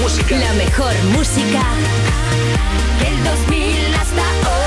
música. La mejor música del 2000 hasta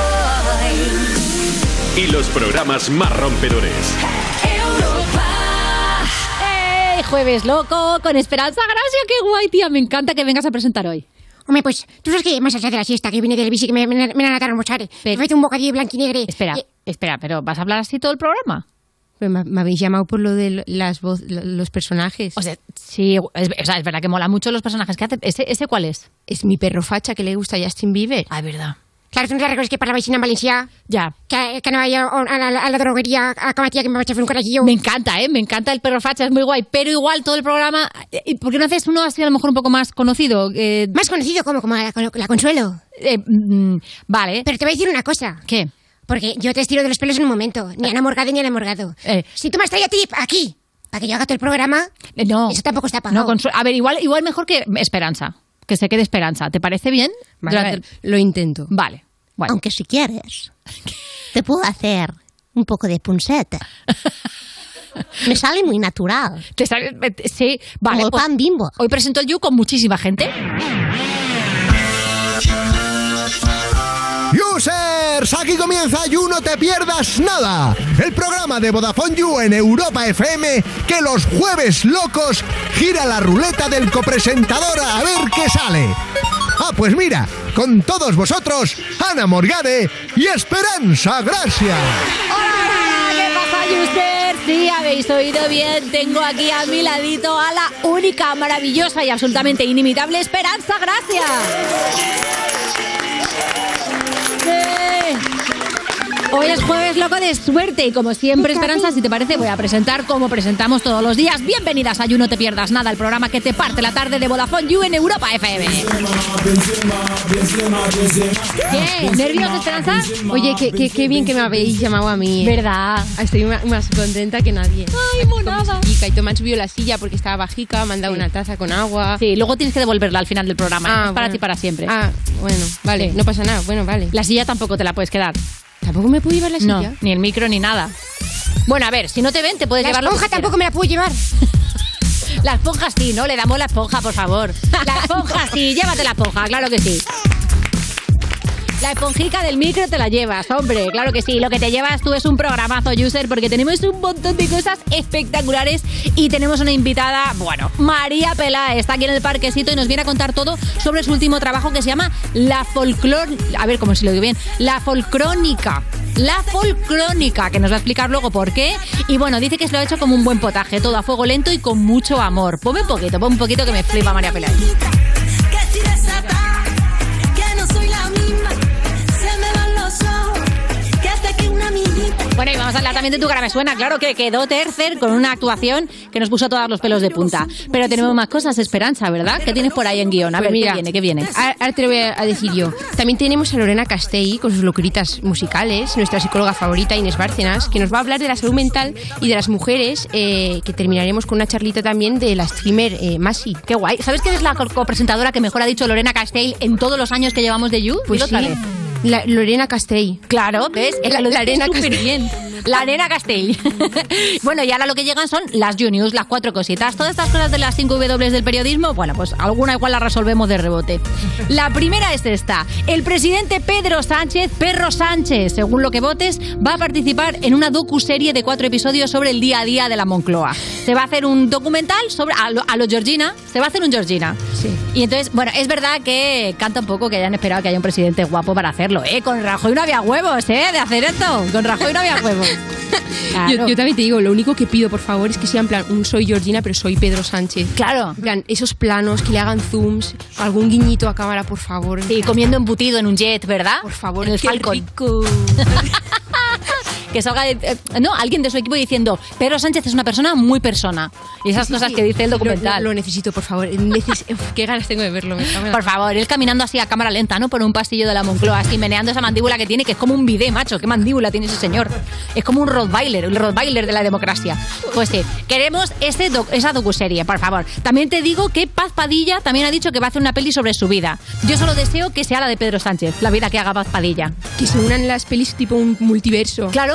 hoy. Y los programas más rompedores. Europa. ¡Hey! Jueves loco con Esperanza Gracia. ¡Qué guay, tía! Me encanta que vengas a presentar hoy. Hombre, pues, tú sabes que más allá de la siesta que viene del bici que me van a dar a almorzar, me he hecho un bocadillo blanquinegre. Espera, pero ¿vas a hablar así todo el programa? Me habéis llamado por lo de los personajes. O sea, sí, es verdad que mola mucho los personajes que hace. ¿Ese cuál es? Es mi perro facha que le gusta a Justin Bieber. Ah, es verdad. Claro, tú no te recuerdas que para la vecina en Valencia, Ya. que no vaya a la droguería a Camatía que me va a echar un carajillo. Me encanta, me encanta el perro facha, es muy guay. Pero igual todo el programa... ¿Por qué no haces uno así a lo mejor un poco más conocido? Más conocido como la Consuelo. Vale. Pero te voy a decir una cosa. ¿Qué? Porque yo te estiro de los pelos en un momento. Ni Ana Morgade ni Ana Morgado. Si tú me has traído a ti aquí para que yo haga todo el programa, no. Eso tampoco está pagado. No, a ver, igual mejor que Esperanza. Que se quede Esperanza. ¿Te parece bien? Vale, lo intento. Vale. Bueno. Aunque si quieres, te puedo hacer un poco de punset. Me sale muy natural. ¿Te sale? Sí, vale. Como el pan Bimbo. Hoy presento el You con muchísima gente. Users, aquí comienza You No Te Pierdas Nada, el programa de Vodafone You en Europa FM que los jueves locos gira la ruleta del copresentador a ver qué sale. Ah, pues mira, con todos vosotros, Ana Morgade y Esperanza Gracia. ¡Hola! ¿Qué pasa, users? Sí, habéis oído bien. Tengo aquí a mi ladito a la única, maravillosa y absolutamente inimitable Esperanza Gracia. Hoy es jueves loco de suerte y como siempre, Esperanza, si te parece, voy a presentar como presentamos todos los días. Bienvenidas a You No Te Pierdas Nada, el programa que te parte la tarde de Vodafone You en Europa FM. ¿Qué? ¿Nervios, Esperanza? Oye, qué bien que me habéis llamado a mí. ¿Verdad? Estoy más contenta que nadie. Ay, monada. Y Tomás subió la silla porque estaba bajica, me han dado una taza con agua. Sí, luego tienes que devolverla al final del programa. Es para ti para siempre. Ah, bueno, vale, Sí. no pasa nada. Bueno, vale. La silla tampoco te la puedes quedar. ¿Tampoco me puedo llevar la silla? No, ni el micro ni nada. Bueno, a ver, si no te ven, te puedes La llevar lo que esponja quieras. tampoco me la puedo llevar. La esponja sí, ¿no? Le damos la esponja, por favor. La esponja sí, llévate la esponja, claro que sí. La esponjica del micro te la llevas, hombre, claro que sí. Lo que te llevas tú es un programazo, user, porque tenemos un montón de cosas espectaculares y tenemos una invitada, bueno, María Pelá, está aquí en el parquecito y nos viene a contar todo sobre su último trabajo que se llama La Folclónica. A ver, cómo si lo digo bien. La Folcrónica. La Folcrónica, que nos va a explicar luego por qué. Y bueno, dice que se lo ha hecho como un buen potaje, todo a fuego lento y con mucho amor. Ponme un poquito que me flipa María Pelá. Bueno, y vamos a hablar también de Tu cara me suena. Claro que quedó tercer con una actuación que nos puso todos los pelos de punta. Pero tenemos más cosas, Esperanza, ¿verdad? ¿Qué tienes por ahí en guión? A ver, mira, ¿qué viene? Ahora te lo voy a decir yo. También tenemos a Lorena Castell con sus locuritas musicales, nuestra psicóloga favorita, Inés Bárcenas, que nos va a hablar de la salud mental y de las mujeres, que terminaremos con una charlita también de la streamer Masi. Qué guay. ¿Sabes que eres la copresentadora que mejor ha dicho Lorena Castell en todos los años que llevamos de You? Pues Dilo sí. otra vez. Lorena Castell. Claro, ¿ves? La Arena súper Castell. bien. La Arena Castell. Bueno, y ahora lo que llegan son las You-News, las 4 cositas. Todas estas cosas de las 5 W del periodismo, bueno, pues alguna igual la resolvemos de rebote. La primera es esta. El presidente Pedro Sánchez, Perro Sánchez, según lo que votes, va a participar en una docuserie de 4 episodios sobre el día a día de la Moncloa. Se va a hacer un documental sobre a lo Georgina. Se va a hacer un Georgina. Sí. Y entonces, bueno, es verdad que canta un poco que hayan esperado que haya un presidente guapo para hacerlo, ¿eh? Con Rajoy no había huevos, ¿eh? De hacer esto. Con Rajoy no había huevos. Claro. Yo también te digo, lo único que pido, por favor, es que sea en plan, un soy Georgina, pero soy Pedro Sánchez. Claro. En plan, esos planos, que le hagan zooms, algún guiñito a cámara, por favor. Sí, comiendo embutido en un jet, ¿verdad? Por favor, en el qué Falcon. rico. Que salga alguien de su equipo diciendo Pedro Sánchez es una persona muy persona. Y esas cosas que dice el documental. Lo necesito, por favor. Qué ganas tengo de verlo. Por favor, él caminando así a cámara lenta, ¿no? Por un pasillo de la Moncloa, así meneando esa mandíbula que tiene, que es como un bidé, macho. ¿Qué mandíbula tiene ese señor? Es como un Rottweiler, el Rottweiler de la democracia. Pues sí, queremos esa docuserie, por favor. También te digo que Paz Padilla también ha dicho que va a hacer una peli sobre su vida. Yo solo deseo que sea la de Pedro Sánchez, la vida que haga Paz Padilla. Que se unan las pelis tipo un multiverso. Claro,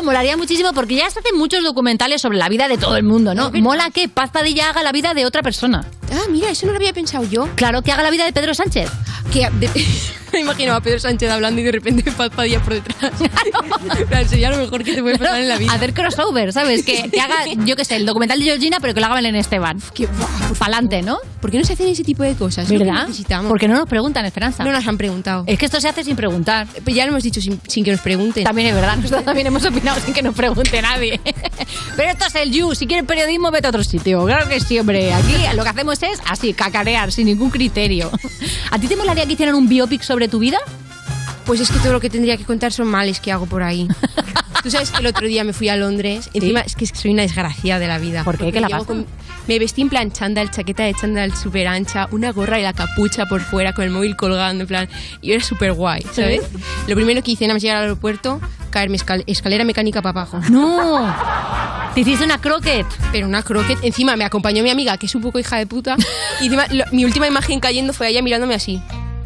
molaría muchísimo porque ya se hacen muchos documentales sobre la vida de todo el mundo, ¿no? Mola que Paz Padilla haga la vida de otra persona. Ah, mira, eso no lo había pensado yo. Claro, que haga la vida de Pedro Sánchez. Me imaginaba a Pedro Sánchez hablando y de repente Paz Padilla por detrás. Claro, sería lo mejor que te puede pasar en la vida. Hacer crossover, ¿sabes? Que haga, yo qué sé, el documental de Georgina, pero que lo haga Belén Esteban. Qué pa'lante, ¿no? ¿Por qué no se hacen ese tipo de cosas? ¿Verdad? Necesitamos. Porque no nos preguntan, Esperanza. No nos han preguntado. Es que esto se hace sin preguntar. Pues ya lo hemos dicho sin que nos pregunten. También es verdad, nosotros también hemos opinado sin que nos pregunte nadie. Pero esto es el You. Si quieres periodismo, vete a otro sitio. Claro que sí, hombre. Aquí lo que hacemos es así, cacarear, sin ningún criterio. ¿A ti te molaría que hicieran un biopic sobre tu vida? Pues es que todo lo que tendría que contar son males que hago por ahí. Tú sabes que el otro día me fui a Londres. ¿Sí? Encima es que soy una desgraciada de la vida. ¿Por qué? ¿Qué la pasa? Me vestí en plan chándal, chaqueta de chándal súper ancha, una gorra y la capucha por fuera con el móvil colgando, en plan. Y era súper guay, ¿sabes? ¿Sí? Lo primero que hice nada más llegar al aeropuerto, caerme escalera mecánica para abajo. ¡No! Te hiciste una croquet. Pero una croquet. Encima me acompañó mi amiga, que es un poco hija de puta. Y encima mi última imagen cayendo fue ella mirándome así.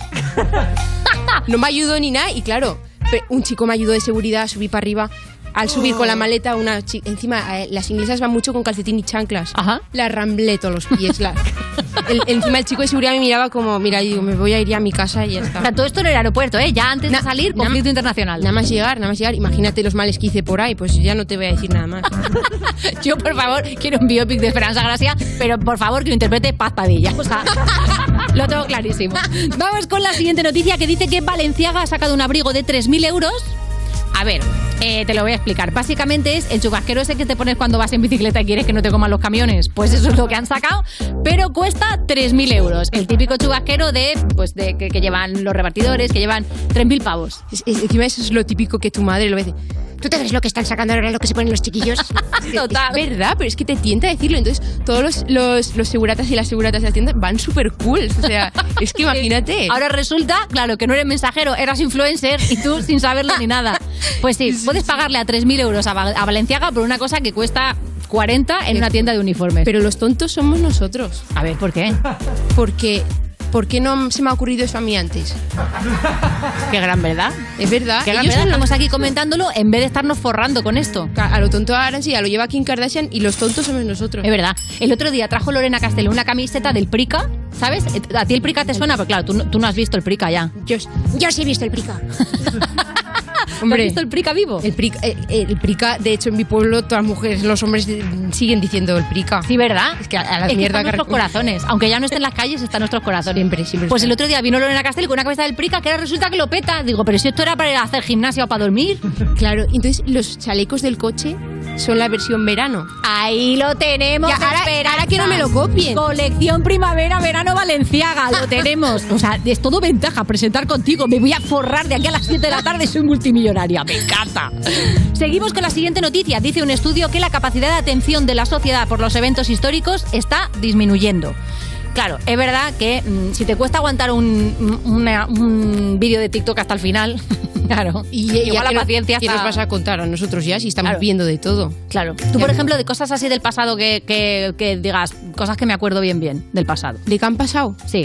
No me ayudó ni nada. Y claro, un chico me ayudó de seguridad, subí para arriba. Al subir con la maleta, encima las inglesas van mucho con calcetín y chanclas. Ajá. La ramblé todos los pies. Encima el chico de seguridad me miraba como, mira, y digo, me voy a ir a mi casa y ya está. O sea, todo esto en el aeropuerto, ¿eh? Ya antes de salir, conflicto internacional. Nada más llegar. Imagínate los males que hice por ahí, pues ya no te voy a decir nada más. Yo, por favor, quiero un biopic de Esperanza Gracia, pero por favor que lo interprete Paz Padilla. O sea, lo tengo clarísimo. Vamos con la siguiente noticia que dice que Balenciaga ha sacado un abrigo de 3.000 euros. A ver, te lo voy a explicar. Básicamente es el chubasquero ese que te pones cuando vas en bicicleta y quieres que no te coman los camiones. Pues eso es lo que han sacado, pero cuesta 3.000 euros. El típico chubasquero que llevan los repartidores, que llevan 3.000 pavos. Encima eso es lo típico que tu madre lo ve. ¿Tú te crees lo que están sacando ahora, lo que se ponen los chiquillos? Total. Es verdad, pero es que te tienta a decirlo. Entonces, todos los seguratas y las seguratas de la tienda van súper cool. O sea, es que imagínate. Ahora resulta, claro, que no eres mensajero, eras influencer y tú sin saberlo ni nada. Pues sí, puedes pagarle a 3.000 euros a Balenciaga por una cosa que cuesta 40 en una tienda de uniformes. Pero los tontos somos nosotros. A ver, ¿por qué? ¿Por qué no se me ha ocurrido eso a mí antes? Qué gran verdad. Es verdad. Qué gran verdad. Estamos aquí comentándolo en vez de estarnos forrando con esto. A lo tonto ahora sí, lo lleva Kim Kardashian y los tontos somos nosotros. Es verdad. El otro día trajo Lorena Castell una camiseta del Prica, ¿sabes? ¿A ti el Prica te suena? Porque claro, tú no has visto el Prica ya. Yo sí he visto el Prica. Hombre, ¿has visto el Prica vivo? El Prica, de hecho, en mi pueblo todas las mujeres, los hombres siguen diciendo el Prica. Sí, ¿verdad? Es que a las mierdas están nuestros corazones. Aunque ya no estén en las calles, están nuestros corazones. Siempre. Pues el otro día vino Lorena Castell con una cabeza del Prica que ahora resulta que lo peta. Digo, pero si esto era para ir a hacer gimnasia o para dormir. Claro, entonces los chalecos del coche son la versión verano. Ahí lo tenemos. Ya, ahora que no me lo copien. Colección primavera-verano Balenciaga. Lo tenemos. O sea, es todo ventaja presentar contigo. Me voy a forrar de aquí a las 7 de la tarde. Soy multimillonaria. Me encanta. Seguimos con la siguiente noticia. Dice un estudio que la capacidad de atención de la sociedad por los eventos históricos está disminuyendo. Claro, es verdad que si te cuesta aguantar un vídeo de TikTok hasta el final, claro, y igual la paciencia ¿qué nos vas a contar a nosotros ya si estamos viendo de todo? Claro. Tú, por ejemplo, de cosas así del pasado que digas, cosas que me acuerdo bien del pasado. ¿De qué han pasado? Sí.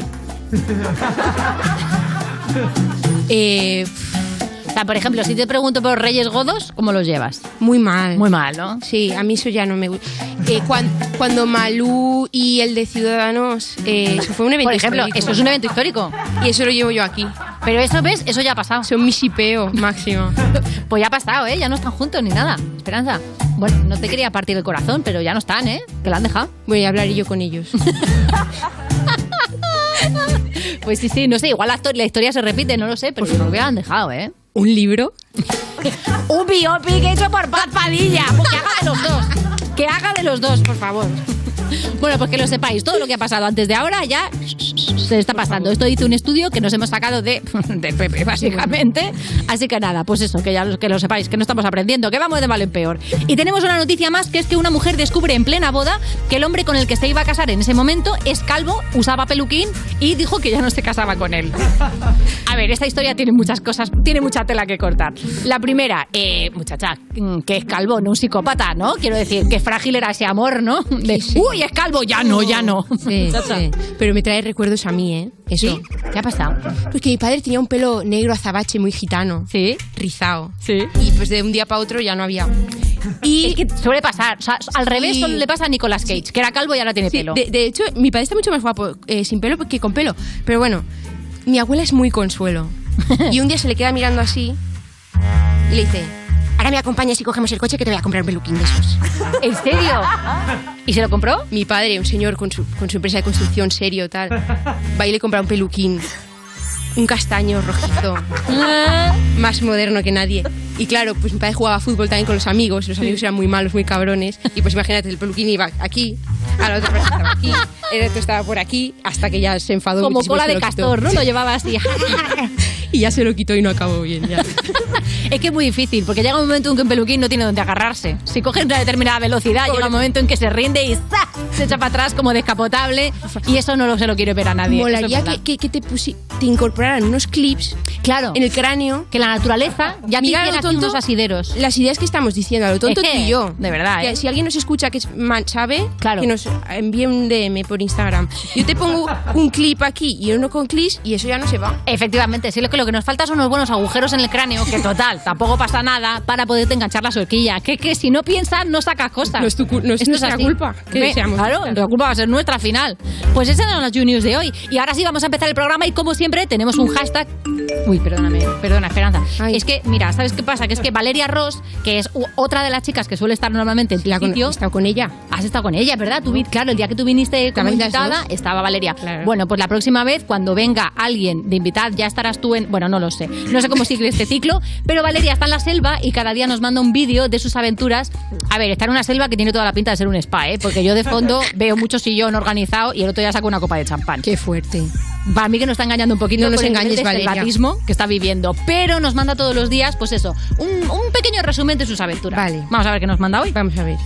O sea, por ejemplo, si te pregunto por Reyes Godos, ¿cómo los llevas? Muy mal. Muy mal, ¿no? Sí, a mí eso ya no me gusta. Cuando Malú y el de Ciudadanos, eso fue un evento histórico. Por ejemplo, eso es un evento histórico. Y eso lo llevo yo aquí. Pero eso, ¿ves? Eso ya ha pasado. Son mi shipeo máximo. Pues ya ha pasado, ¿eh? Ya no están juntos ni nada. Esperanza. Bueno, no te quería partir el corazón, pero ya no están, ¿eh? Que la han dejado. Voy a hablar yo con ellos. Pues sí, no sé, igual la historia se repite, no lo sé, pero yo creo que la han dejado, ¿eh? ¿Un libro? Un biopic hecho por Paz Padilla. Pues que haga de los dos. Que haga de los dos, por favor. Bueno, pues que lo sepáis, todo lo que ha pasado antes de ahora ya se está pasando. Esto dice un estudio que nos hemos sacado de Pepe, básicamente. Así que nada, pues eso, que lo sepáis, que no estamos aprendiendo, que vamos de mal en peor. Y tenemos una noticia más, que es que una mujer descubre en plena boda que el hombre con el que se iba a casar en ese momento es calvo, usaba peluquín y dijo que ya no se casaba con él. A ver, esta historia tiene muchas cosas, tiene mucha tela que cortar. La primera, muchacha, que es calvo, no un psicópata, ¿no? Quiero decir, que frágil era ese amor, ¿no? De, sí. Uy, es calvo, ya no. Sí. Pero me trae recuerdos a mí, ¿eh? Eso. ¿Sí? ¿Qué ha pasado? Pues que mi padre tenía un pelo negro azabache muy gitano. ¿Sí? Rizado. Sí. Y pues de un día para otro ya no había. Y es que suele pasar. O sea, al revés solo le pasa a Nicolas Cage, que era calvo y ahora tiene pelo. De hecho, mi padre está mucho más guapo sin pelo que con pelo. Pero bueno, mi abuela es muy Consuelo. Y un día se le queda mirando así y le dice: ahora me acompañas y cogemos el coche que te voy a comprar un peluquín de esos. ¿En serio? ¿Y se lo compró? Mi padre, un señor con su empresa de construcción serio, tal, va y le compra un peluquín. Un castaño rojizo, más moderno que nadie. Y claro, pues mi padre jugaba fútbol también con los amigos. Los amigos eran muy malos, muy cabrones. Y pues imagínate, el peluquín iba aquí, a la otra persona estaba aquí, el otro estaba por aquí, hasta que ya se enfadó. Como cola de castor, ¿no? Lo llevaba así. Y ya se lo quitó y no acabó bien. Ya. Es que es muy difícil, porque llega un momento en que un peluquín no tiene donde agarrarse. Si coge una determinada velocidad, llega un momento en que se rinde y ¡za! Se echa para atrás como descapotable. Y eso no se lo quiere ver a nadie. Molaría que te incorporaran unos clips, claro, en el cráneo. Que la naturaleza ya Mira tiene lo tonto, unos asideros. Las ideas que estamos diciendo, a lo tonto Es que, tú y yo. de verdad, que si alguien nos escucha que sabe, claro, que nos envíe un DM por Instagram. Yo te pongo un clip aquí y uno con clips y eso ya no se va. Efectivamente, sí, lo que nos falta son unos buenos agujeros en el cráneo, que total, tampoco pasa nada, para poderte enganchar las horquillas. Que si no piensas, no sacas cosas. No es nuestra culpa. Claro, la culpa va a ser nuestra al final. Pues esas eran las Juniors de hoy. Y ahora sí vamos a empezar el programa y como siempre tenemos un hashtag. Uy, perdona, Esperanza. Ay. Es que, mira, ¿sabes qué pasa? Que es que Valeria Ross, que es otra de las chicas que suele estar normalmente en tu sitio. ¿Has estado con ella? Has estado con ella, ¿verdad? Claro, el día que tú viniste como invitada, estaba Valeria. Claro. Bueno, pues la próxima vez, cuando venga alguien de invitar, ya estarás tú en... Bueno, no lo sé. No sé cómo sigue este ciclo, pero Valeria está en la selva y cada día nos manda un vídeo de sus aventuras. A ver, está en una selva que tiene toda la pinta de ser un spa, ¿eh? Porque yo de fondo veo mucho sillón organizado y el otro día saco una copa de champán. Qué fuerte. Para mí que nos está engañando un poquito, no nos por engañes, el Valeria, selvatismo que está viviendo, pero nos manda todos los días, pues eso, un pequeño resumen de sus aventuras. Vale. Vamos a ver qué nos manda hoy. Vamos a ver.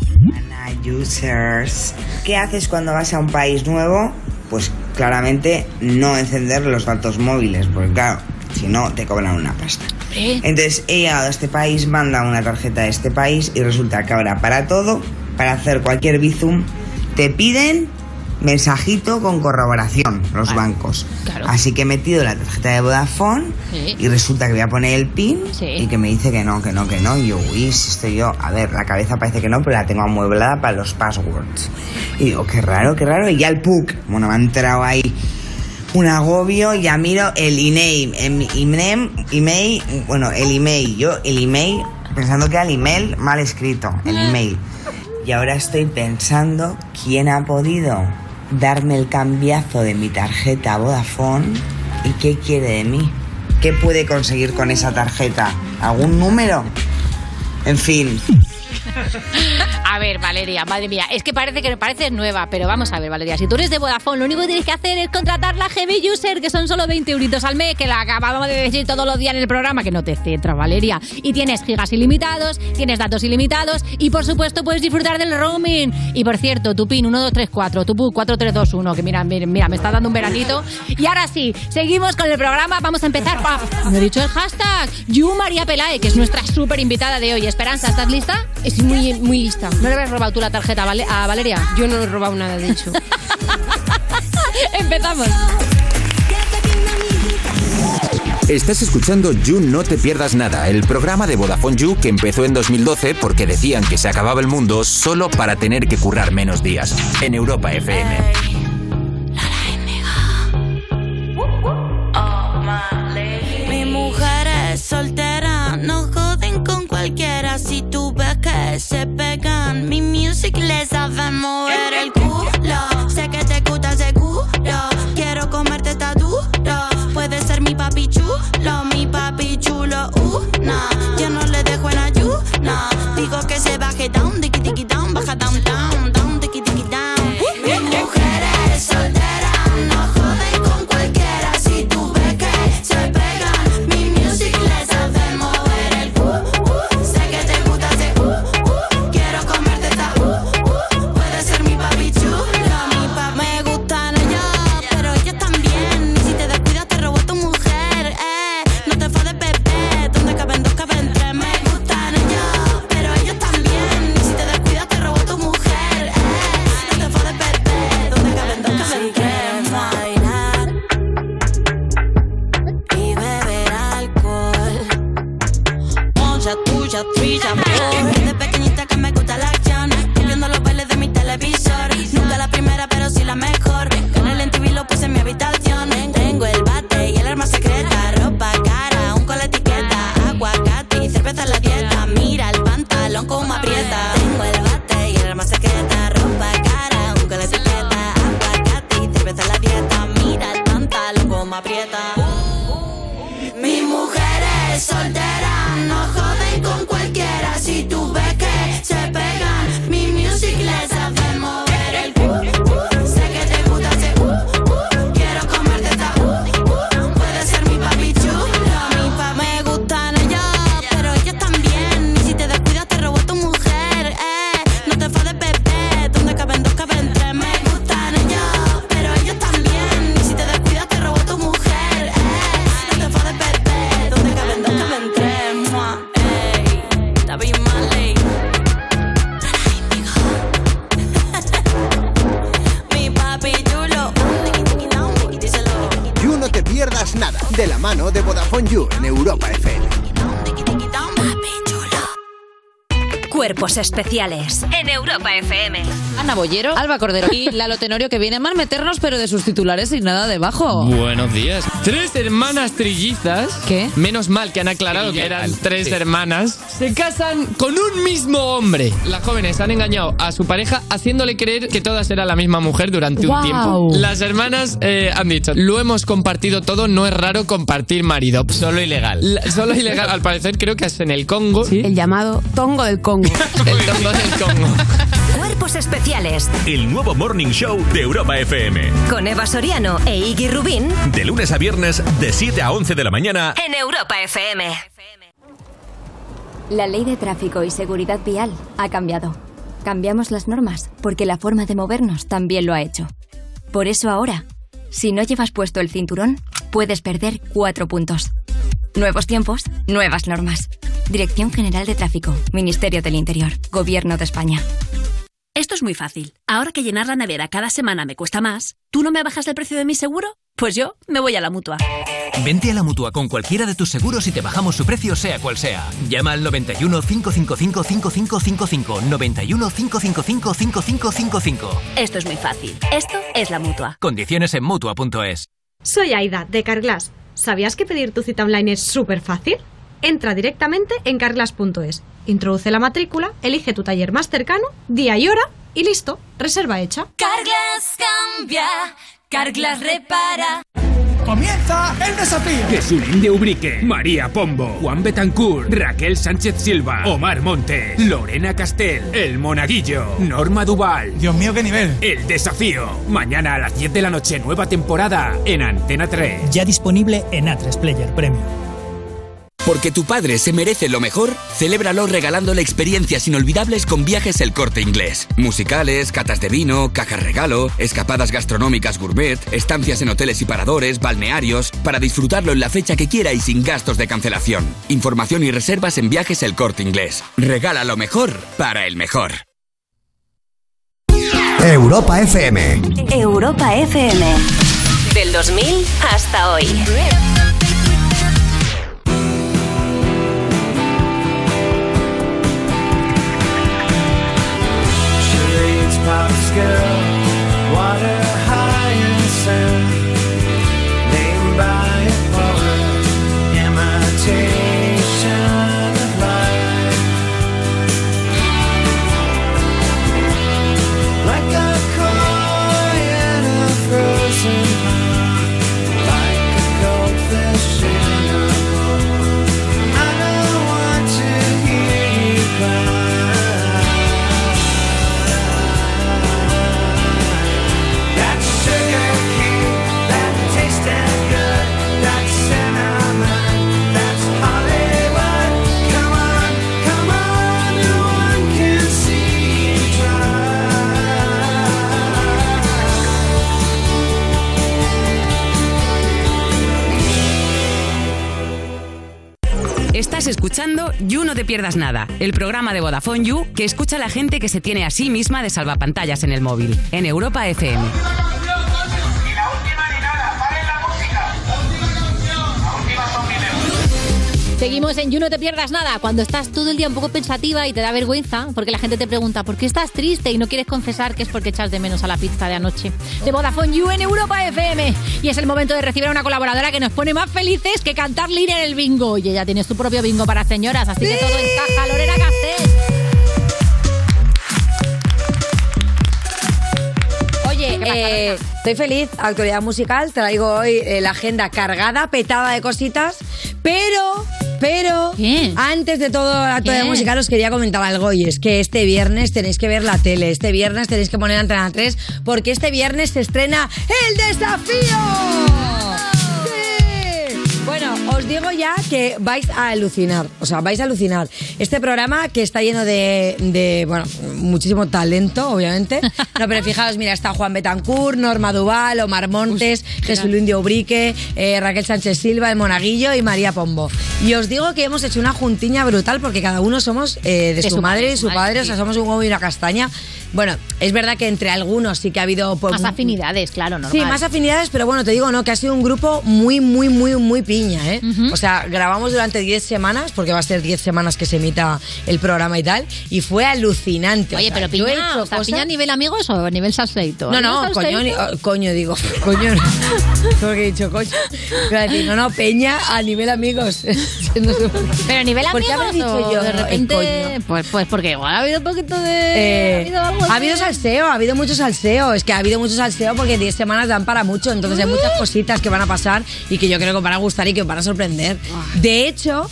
Users. ¿Qué haces cuando vas a un país nuevo? Pues claramente no encender los datos móviles, porque claro, si no te cobran una pasta. Entonces he llegado a este país, manda una tarjeta de este país y resulta que ahora para todo, para hacer cualquier bizum, te piden mensajito con corroboración los bancos. Claro. Así que he metido la tarjeta de Vodafone y resulta que voy a poner el PIN y que me dice que no. Y yo, uy, si estoy yo, a ver, la cabeza parece que no, pero la tengo amueblada para los passwords. Y digo, qué raro. Y ya el PUC, bueno, me ha entrado ahí un agobio, ya miro el email, pensando que era el email mal escrito, el email. Y ahora estoy pensando quién ha podido darme el cambiazo de mi tarjeta Vodafone y qué quiere de mí. ¿Qué puede conseguir con esa tarjeta? ¿Algún número? En fin. A ver, Valeria, madre mía, es que pareces nueva, pero vamos a ver, Valeria, si tú eres de Vodafone, lo único que tienes que hacer es contratar la GB User, que son solo 20 euritos al mes, que la acabamos de decir todos los días en el programa, que no te centras, Valeria. Y tienes gigas ilimitados, tienes datos ilimitados y, por supuesto, puedes disfrutar del roaming. Y, por cierto, tu PIN 1234, tu PUC 4321, que mira, me está dando un veranito. Y ahora sí, seguimos con el programa, vamos a empezar. No he dicho el hashtag, María Pelae, que es nuestra súper invitada de hoy. Esperanza, ¿estás lista? Estoy muy lista. ¿No le habías robado tú la tarjeta a Valeria? Yo no le he robado nada, de hecho. Empezamos. Estás escuchando You No Te Pierdas Nada, el programa de Vodafone You que empezó en 2012 porque decían que se acababa el mundo solo para tener que currar menos días. En Europa FM. Mi mujer es soltera, no joden con cualquiera. Si tú ves que se pegan, mi music les sabe mover el culo. Sé que te gusta seguro, quiero comerte ta duro. Puede ser mi papi chulo, nah. Yo no le dejo en ayuna. Digo que se baje down, tiki tiki down, baja down, down, down, tiki tiki down. Mi mujer es soltera, no joden con cualquiera. Si tú ves que se pegan, mi music les sabe mover el sé que te gusta ese quiero comerte esta puede ser mi papi chulo. Mi papi me gustan ellos, pero ellos también. Y si te descuidas te robó tu mujer, no te fades, bebé. Donde caben dos, caben tres. Me gustan ellos, pero ellos también. Y si te descuidas te robó tu mujer. mano de Vodafone You en Europa FM. Cuerpos especiales en Europa FM. Ana Bollero, Alba Cordero y Lalo Tenorio, que viene a meternos, pero de sus titulares sin nada debajo. Buenos días. 3 hermanas trillizas. ¿Qué? Menos mal que han aclarado que eran 3 hermanas. Se casan con un mismo hombre. Las jóvenes han engañado a su pareja haciéndole creer que todas eran la misma mujer durante un tiempo. Las hermanas han dicho: lo hemos compartido todo, no es raro compartir marido. Solo ilegal. Solo ilegal. Al parecer creo que es en el Congo. ¿Sí? El llamado tongo del Congo. El tongo del Congo. Cuerpos especiales. El nuevo Morning Show de Europa FM. Con Eva Soriano e Iggy Rubín. De lunes a viernes, de 7 a 11 de la mañana. En Europa FM. La ley de tráfico y seguridad vial ha cambiado. Cambiamos las normas porque la forma de movernos también lo ha hecho. Por eso ahora, si no llevas puesto el cinturón, puedes perder 4 puntos. Nuevos tiempos, nuevas normas. Dirección General de Tráfico, Ministerio del Interior, Gobierno de España. Esto es muy fácil. Ahora que llenar la nevera cada semana me cuesta más, ¿tú no me bajas el precio de mi seguro? Pues yo me voy a la Mutua. Vente a la Mutua con cualquiera de tus seguros y te bajamos su precio sea cual sea. Llama al 91 555 5555. 91 555 5555. Esto es muy fácil. Esto es la Mutua. Condiciones en Mutua.es. Soy Aida, de Carglass. ¿Sabías que pedir tu cita online es súper fácil? Entra directamente en carglass.es, introduce la matrícula, elige tu taller más cercano, día y hora y listo, reserva hecha. Carglass cambia, Carglass repara. ¡Comienza el desafío! Jesulín de Ubrique, María Pombo, Juan Betancourt, Raquel Sánchez Silva, Omar Montes, Lorena Castel, El Monaguillo, Norma Duval. Dios mío, qué nivel. El desafío. Mañana a las 10 de la noche, nueva temporada en Antena 3. Ya disponible en A3 Player Premium. Porque tu padre se merece lo mejor, celébralo regalándole experiencias inolvidables con Viajes El Corte Inglés. Musicales, catas de vino, cajas regalo, escapadas gastronómicas gourmet, estancias en hoteles y paradores, balnearios, para disfrutarlo en la fecha que quiera y sin gastos de cancelación. Información y reservas en Viajes El Corte Inglés. Regala lo mejor para el mejor. Europa FM. Europa FM. Del 2000 hasta hoy. Girl, water hyacinth, named by a poet, imitation of life, like a koi in a frozen pond, like a goldfish in a bowl. I don't want to hear you cry. Estás escuchando You No Te Pierdas Nada, el programa de Vodafone You que escucha a la gente que se tiene a sí misma de salvapantallas en el móvil, en Europa FM. Seguimos en You No Te Pierdas Nada, cuando estás todo el día un poco pensativa y te da vergüenza porque la gente te pregunta ¿por qué estás triste? Y no quieres confesar que es porque echas de menos a la pizza de anoche. De Vodafone You en Europa FM. Y es el momento de recibir a una colaboradora que nos pone más felices que cantar Lina en el bingo. Y ella tiene su propio bingo para señoras, así que todo encaja. Lorena Castel. Oye, estoy feliz, actualidad musical, traigo hoy la agenda cargada, petada de cositas, pero ¿qué? Antes de todo la actualidad musical os quería comentar algo, y es que este viernes tenéis que ver la tele, este viernes tenéis que poner Antena 3, porque este viernes se estrena El Desafío. Bueno, os digo ya que vais a alucinar, o sea, vais a alucinar. Este programa que está lleno de bueno, muchísimo talento, obviamente. No, pero fijaos, mira, está Juan Betancourt, Norma Duval, Omar Montes, Jesulín de Ubrique, Raquel Sánchez Silva, El Monaguillo y María Pombo. Y os digo que hemos hecho una juntiña brutal porque cada uno somos de su madre y su padre, o sea, somos un huevo y una castaña. Bueno, es verdad que entre algunos sí que ha habido... pues, Más afinidades, claro, normal. Sí, más afinidades, pero bueno, te digo, no, que ha sido un grupo muy piña, ¿eh? O sea, grabamos durante 10 semanas, porque va a ser 10 semanas que se emita el programa y tal, y fue alucinante. Oye, o sea, pero yo he piña, hecho o sea, cosas- ¿piña a nivel amigos o a nivel salseito? No, coño digo, coño, porque he dicho coño. Iba a decir, no, peña a nivel amigos. No sé por qué. Pero a nivel ¿Por qué amigos habré dicho o yo de el repente... coño? Pues porque igual ha habido un poquito de... ¿Ha habido algo Ha así? habido salseo, ha habido mucho salseo. Es que ha habido mucho salseo porque 10 semanas dan para mucho. Entonces hay muchas cositas que van a pasar y que yo creo que os van a gustar y que os van a sorprender. De hecho,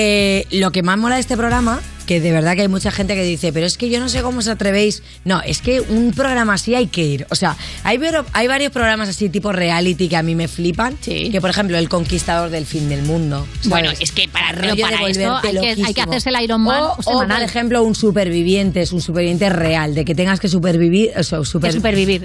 lo que más mola de este programa, que de verdad que hay mucha gente que dice, pero es que yo no sé cómo os atrevéis. No, es que un programa así hay que ir. O sea, hay varios programas así tipo reality que a mí me flipan. Que por ejemplo, El Conquistador del Fin del Mundo. ¿sabes? Bueno, es que para Rollo de esto volverte hay que loquísimo. hacerse el Iron Man o semanal. por ejemplo, un superviviente real, de que tengas que supervivir. Supervivir.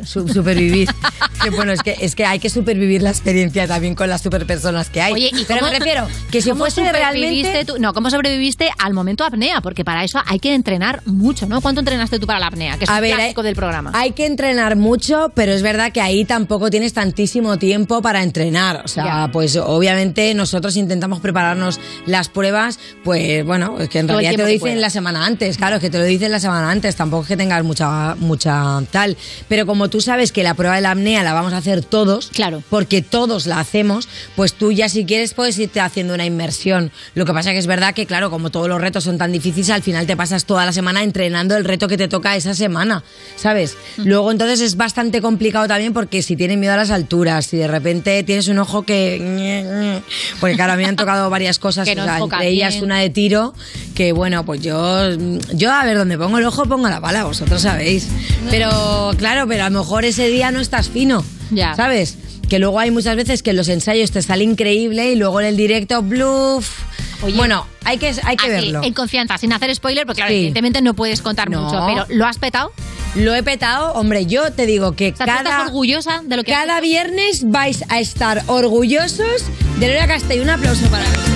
Que bueno, es que hay que supervivir la experiencia también con las superpersonas que hay. Oye, ¿y pero cómo- me refiero que si cómo fuese sobreviviste realmente. tú? No, ¿cómo sobreviviste al momento apnea? Porque para eso hay que entrenar mucho, ¿no? ¿Cuánto entrenaste tú para la apnea? Que es A un ver, clásico del programa. Hay que entrenar mucho, pero es verdad que ahí tampoco tienes tantísimo tiempo para entrenar. O sea, Ya. pues obviamente nosotros intentamos prepararnos las pruebas, pues bueno, es que en Todo el realidad te tiempo lo que dicen puedas. la semana antes, claro, es que te lo dicen la semana antes, tampoco es que tengas mucha tal. Pero como tú sabes que la prueba de la apnea la vamos a hacer todos, claro, porque todos la hacemos, pues tú ya si quieres puedes irte haciendo una inmersión. Lo que pasa que es verdad que, claro, como todos los retos son tan difíciles, al final te pasas toda la semana entrenando el reto que te toca esa semana, ¿sabes? Luego entonces es bastante complicado también porque si tienes miedo a las alturas, si de repente tienes un ojo que... Porque claro, a mí me han tocado varias cosas, Que no o sea, enfoca entre ellas bien. una de tiro, que bueno, pues yo a ver, donde pongo el ojo pongo la bala, vosotros sabéis. Pero claro, pero a lo mejor ese día no estás fino, ¿sabes? Que luego hay muchas veces que en los ensayos te sale increíble y luego en el directo, bluff. Oye, Bueno, hay que así, verlo. en confianza, sin hacer spoiler, porque claro, Sí. evidentemente no puedes contar No. mucho, pero ¿lo has petado? Lo he petado, hombre, yo te digo que ¿Tú estás cada orgullosa de lo que cada viernes vais a estar orgullosos de Lorena Castell. Un aplauso para mí.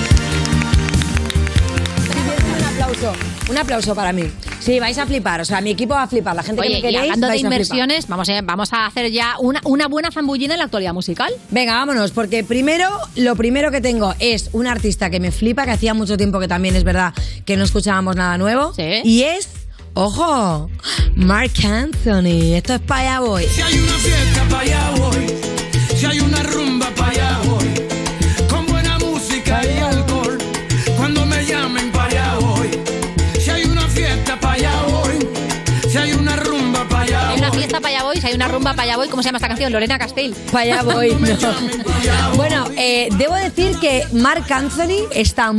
Un aplauso para mí. Sí, vais a flipar, o sea, mi equipo va a flipar, la gente Oye, que me y queréis hablando de vais a flipar. inversiones, vamos a hacer ya una buena zambullida en la actualidad musical. Venga, vámonos, porque lo primero que tengo es un artista que me flipa, que hacía mucho tiempo que también es verdad que no escuchábamos nada nuevo. Y es, ojo, Marc Anthony. Esto es pa' allá voy. Si hay una fiesta, para allá voy. Si hay una rumba, para allá voy. Con buena música y alcohol. Cuando me llamen, para allá voy. Si hay una fiesta, para allá voy. Si hay una rumba, para allá voy. Hay una fiesta para allá voy, si hay una rumba para allá voy, ¿cómo se llama esta canción? Lorena Castell. Para allá voy. No. Bueno, debo decir que Marc Anthony está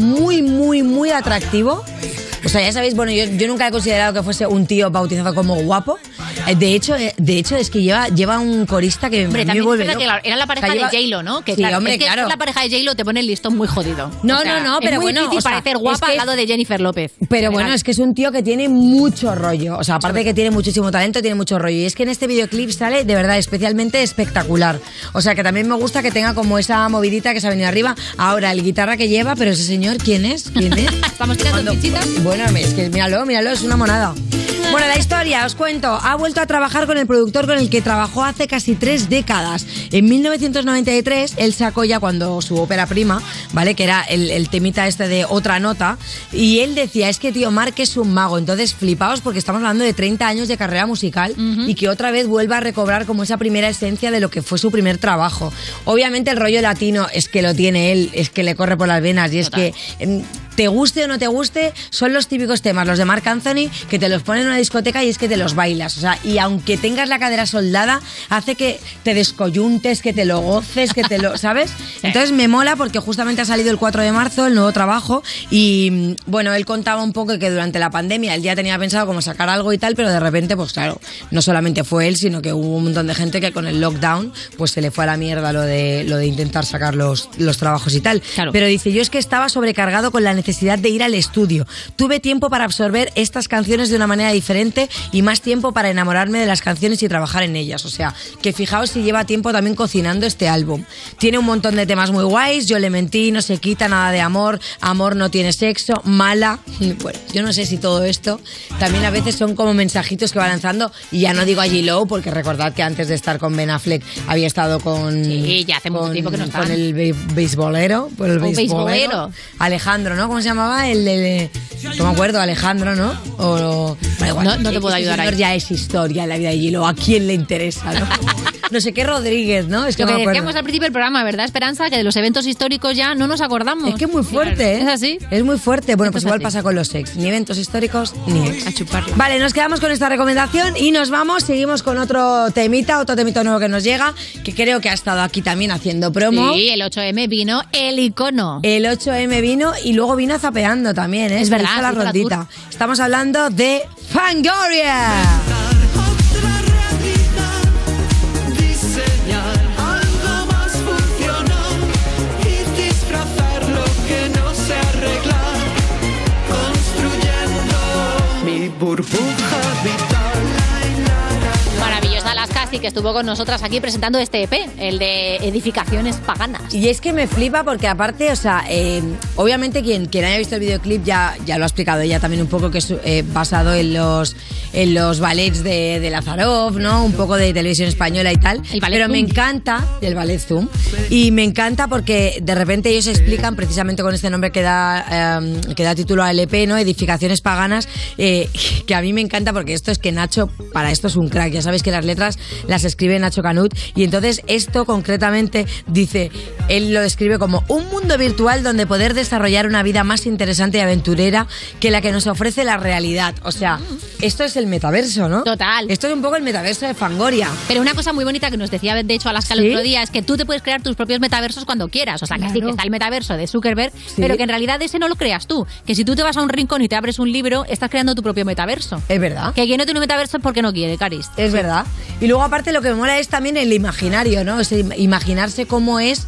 muy atractivo. O sea, ya sabéis, bueno, yo nunca he considerado que fuese un tío bautizado como guapo. De hecho es que lleva un corista que Hombre, me también vuelve es verdad que loca. claro, era la pareja O sea, lleva- de J-Lo, ¿no? Que, Sí, claro, hombre, es que claro. la pareja de J-Lo te pone el listón muy jodido. No, O sea, no, pero es muy bueno, difícil o sea, parecer es guapa que al lado de Jennifer López. Pero bueno, es que es un tío que tiene mucho rollo. O sea, aparte de que tiene muchísimo talento, tiene mucho rollo. Y es que en este videoclip sale de verdad especialmente espectacular. O sea, que también me gusta que tenga como esa movidita que se ha venido arriba. Ahora, el guitarra que lleva, pero ese señor, ¿quién es? ¿Quién es? Estamos tirando fichitas. Bueno, es que míralo, es una monada. Bueno, la historia, os cuento. Ha vuelto a trabajar con el productor con el que trabajó hace casi 3 décadas. En 1993, él sacó ya cuando su ópera prima, ¿vale? Que era el temita este de Otra Nota. Y él decía, es que tío, Marc es un mago. Entonces, flipaos porque estamos hablando de 30 años de carrera musical y que otra vez vuelva a recobrar como esa primera esencia de lo que fue su primer trabajo. Obviamente el rollo latino es que lo tiene él, es que le corre por las venas y es que... te guste o no te guste, son los típicos temas, los de Marc Anthony, que te los ponen en una discoteca y es que te los bailas. O sea, y aunque tengas la cadera soldada, hace que te descoyuntes, que te lo goces, que te lo... ¿Sabes? Entonces me mola porque justamente ha salido el 4 de marzo el nuevo trabajo y, bueno, él contaba un poco que durante la pandemia él ya tenía pensado como sacar algo y tal, pero de repente, pues claro, no solamente fue él, sino que hubo un montón de gente que con el lockdown, pues se le fue a la mierda lo de intentar sacar los trabajos y tal. Pero dice, yo es que estaba sobrecargado con la necesidad necesidad de ir al estudio. Tuve tiempo para absorber estas canciones de una manera diferente y más tiempo para enamorarme de las canciones y trabajar en ellas. O sea, que fijaos si lleva tiempo también cocinando este álbum. Tiene un montón de temas muy guays. Yo le mentí, no se quita nada de amor, amor no tiene sexo, mala. Bueno, yo no sé si todo esto también a veces son como mensajitos que va lanzando, y ya no digo a J-Lo, porque recordad que antes de estar con Ben Affleck había estado con... Sí, ya hace mucho tiempo que no están. Con el beisbolero. Beisbolero. Alejandro, ¿no? ¿Cómo se llamaba? No me acuerdo, Alejandro, ¿no? Bueno, no te puedo ayudar ahí. Ya es historia en la vida de J-Lo. ¿A quién le interesa, no? No sé qué Rodríguez, ¿no? Es que lo que no me acuerdo. decíamos al principio del programa, ¿verdad, Esperanza? Que de los eventos históricos ya no nos acordamos. Es que es muy fuerte, ¿eh? ¿Es así? Es muy fuerte. Bueno, pues igual pasa con los ex. Ni eventos históricos, ni ex. A chuparlo. Vale, nos quedamos con esta recomendación y nos vamos. Seguimos con otro temita nuevo que nos llega, que creo que ha estado aquí también haciendo promo. Sí, el 8M vino el icono. El 8M vino y luego vino zapeando también, ¿eh? Es verdad. Hizo la rondita. Estamos hablando de Fangoria. Burbuja vital. Maravillosa Las Casi, que estuvo con nosotras aquí presentando este EP, el de Edificaciones Paganas. Y es que me flipa porque aparte, o sea, obviamente quien haya visto el videoclip ya lo ha explicado ella también un poco, que es basado en los ballets de Lazarov, ¿no? Un poco de televisión española y tal. Pero Zoom. Me encanta el ballet Zoom, y me encanta porque de repente ellos explican precisamente con este nombre que da título al EP, ¿no? Edificaciones Paganas, que a mí me encanta porque esto es que Nacho para esto es un crack. Ya sabéis que las letras las escribe Nacho Canut, y entonces esto concretamente dice, él lo describe como un mundo virtual donde poder desarrollar una vida más interesante y aventurera que la que nos ofrece la realidad. O sea, esto es el metaverso, ¿no? Total. Esto es un poco el metaverso de Fangoria. Pero una cosa muy bonita que nos decía de hecho Alaska el otro día es que tú te puedes crear tus propios metaversos cuando quieras. O sea, que sí, que está el metaverso de Zuckerberg, pero que en realidad ese no lo creas tú. Que si tú te vas a un rincón y te abres un libro, estás creando tu propio metaverso. Es verdad. Que quien no tiene un metaverso es porque no quiere, Caris. Es verdad. Y luego aparte lo que me mola es también el imaginario, ¿no? Es imaginarse cómo es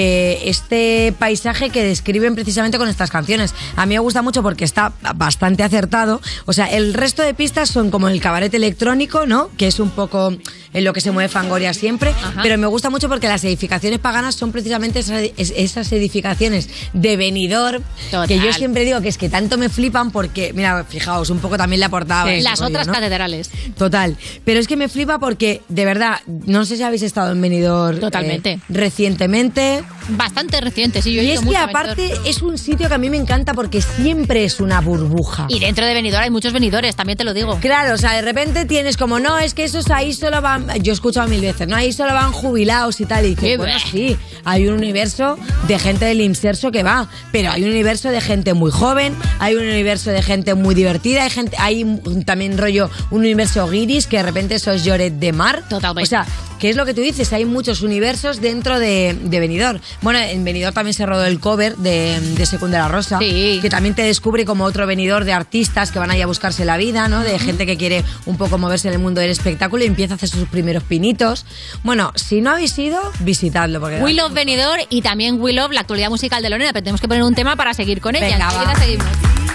este paisaje que describen precisamente con estas canciones. A mí me gusta mucho porque está bastante acertado. O sea, el resto de pistas son como el cabaret electrónico, ¿no? Que es un poco en lo que se mueve Fangoria siempre. Ajá. Pero me gusta mucho porque las edificaciones paganas son precisamente esas edificaciones de Benidorm. Total. Que yo siempre digo que es que tanto me flipan porque, mira, fijaos, un poco también le aportaba. Sí, las rollo, otras, ¿no? Catedrales. Total. Pero es que me flipa porque, de verdad, no sé si habéis estado en Benidorm. Totalmente. Recientemente. Bastante reciente, sí. Yo he ido mucho a Benidorm. Y es que aparte es un sitio que a mí me encanta porque siempre es una burbuja. Y dentro de Benidorm hay muchos venidores, también te lo digo. Claro, o sea, de repente tienes como, no, es que esos ahí solo van... Yo he escuchado 1000 veces, no, ahí solo van jubilados y tal. Y dices, bueno, sí, hay un universo de gente del Inserso que va, pero hay un universo de gente muy joven, hay un universo de gente muy divertida, hay también rollo, un universo guiris, que de repente sos Lloret de Mar. Totalmente. O sea, que es lo que tú dices, hay muchos universos dentro de Benidorm. Bueno, en Benidorm también se rodó el cover de Secund de la Rosa, sí, que también te descubre como otro Benidorm de artistas que van ahí a buscarse la vida, ¿no? De gente que quiere un poco moverse en el mundo del espectáculo y empieza a hacer sus primeros pinitos. Bueno, si no habéis ido, visitadlo. Porque We Love Benidorm y también We Love la actualidad musical de Lorena, pero tenemos que poner un tema para seguir con ella. Venga, enseguida seguimos.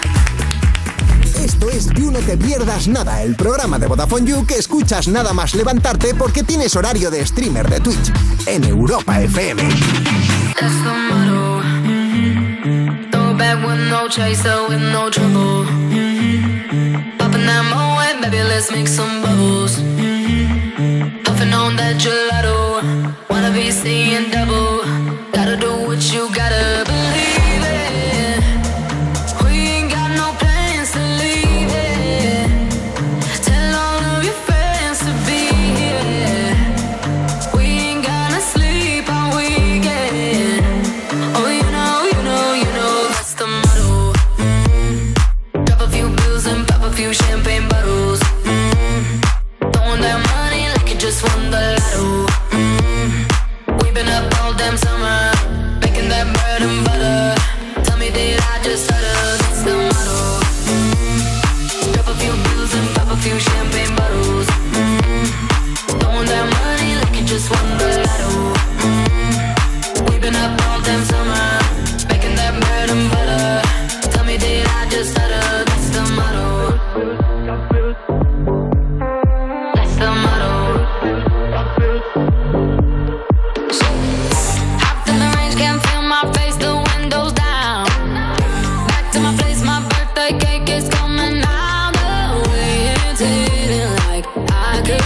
Esto es You No Te Pierdas Nada, el programa de Vodafone You que escuchas nada más levantarte porque tienes horario de streamer de Twitch en Europa FM. That's the motto. Throw back with no chaser, with no trouble. Popping that Moet, baby, let's make some bubbles. Puffing on that gelato. Wanna be seeing double. Gotta do what you gotta believe it. We ain't got no plans to leave it. Tell all of your friends to be here. We ain't gonna sleep all weekend. Oh, you know that's the motto. Drop a few bills and pop a few champagne bottles. Throwing that money like you just won the lotto. We've been up all damn summer, making that bread and butter. Tell me, did I just stutter? That's the motto. Drop a few bills and pop a few champagne bottles. Throwing that money like you just won the lotto. We've been up all damn summer, making that bread and butter. Tell me,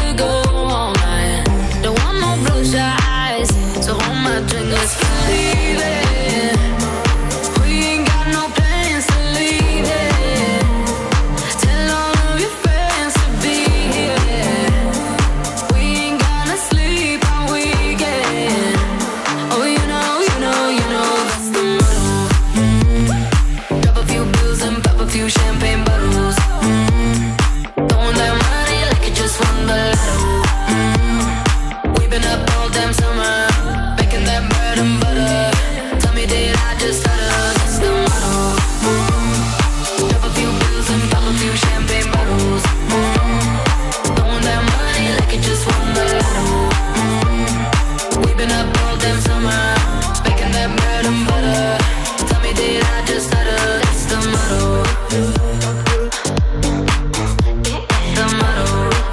could go all night. Don't want no bloodshot eyes, so hold my drink, let's leave it. We ain't got no plans to leave it. Tell all of your friends to be here. We ain't gonna sleep all weekend. Oh, you know, that's the motto. Drop a few bills and pop a few champagne bottles. Throwing that money like it just won the lotto. We've been up all damn summer, making that bread and butter. Tell me, did I just stutter? That's the motto. Drop a few bills and pop a few champagne bottles. Throwing that money like it just won the lotto. We've been up all damn summer, making that bread and butter. Tell me, did I just stutter? That's the motto. The motto.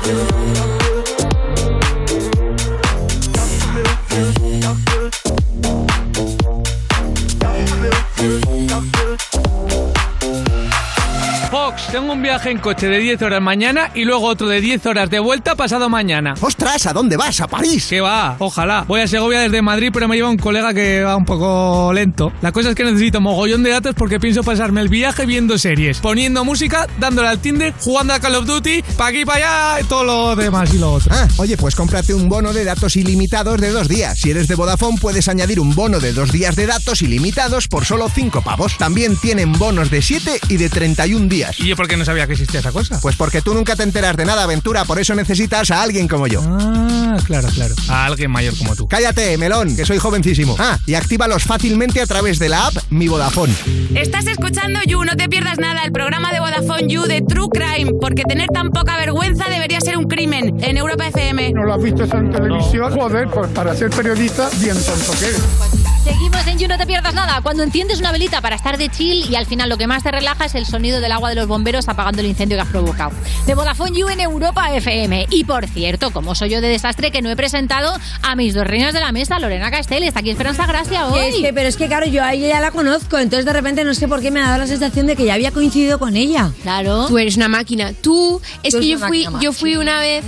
Fox, tengo un viaje en coche de 10 horas mañana y luego otro de 10 horas de vuelta pasado mañana. ¡Ostras! ¿A dónde vas? ¿A París? ¿Qué va? Ojalá. Voy a Segovia desde Madrid, pero me lleva un colega que va un poco lento. La cosa es que necesito mogollón de datos porque pienso pasarme el viaje viendo series, poniendo música, dándole al Tinder, jugando a Call of Duty, pa' aquí, pa' allá, y todo lo demás y lo otro. Oye, pues cómprate un bono de datos ilimitados de 2 días. Si eres de Vodafone, puedes añadir un bono de 2 días de datos ilimitados por solo 5 pavos. También tienen bonos de 7 y de 31 días. ¿Y yo por qué no sabía que existía esa cosa? Pues porque tú nunca te enteras de nada, Aventura, por eso necesitas a alguien como yo. Ah, claro. A alguien mayor como tú. Cállate, melón, que soy jovencísimo. Y actívalos fácilmente a través de la app Mi Vodafone. Estás escuchando You, no te pierdas nada, el programa de Vodafone You de True Crime, porque tener tan poca vergüenza debería ser un crimen, en Europa FM. ¿No lo has visto eso en televisión? Joder, pues para ser periodista, bien tonto que eres. Seguimos en You, no te pierdas nada. Cuando enciendes una velita para estar de chill y al final lo que más te relaja es el sonido del agua de los bomberos apagando el incendio que has provocado. De Vodafone You en Europa FM. Y por cierto, como soy yo de desastre, que no he presentado a mis dos reinas de la mesa, Lorena Castell. Está aquí Esperanza Gracia hoy. Pero es que claro, yo a ella ya la conozco, entonces de repente no sé por qué me ha dado la sensación de que ya había coincidido con ella. Claro. Tú eres una máquina. Es que yo fui una vez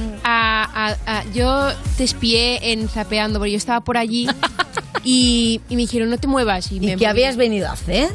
yo te espié en Zapeando, porque yo estaba por allí y me dijeron, no te muevas. ¿Y qué habías venido a hacer?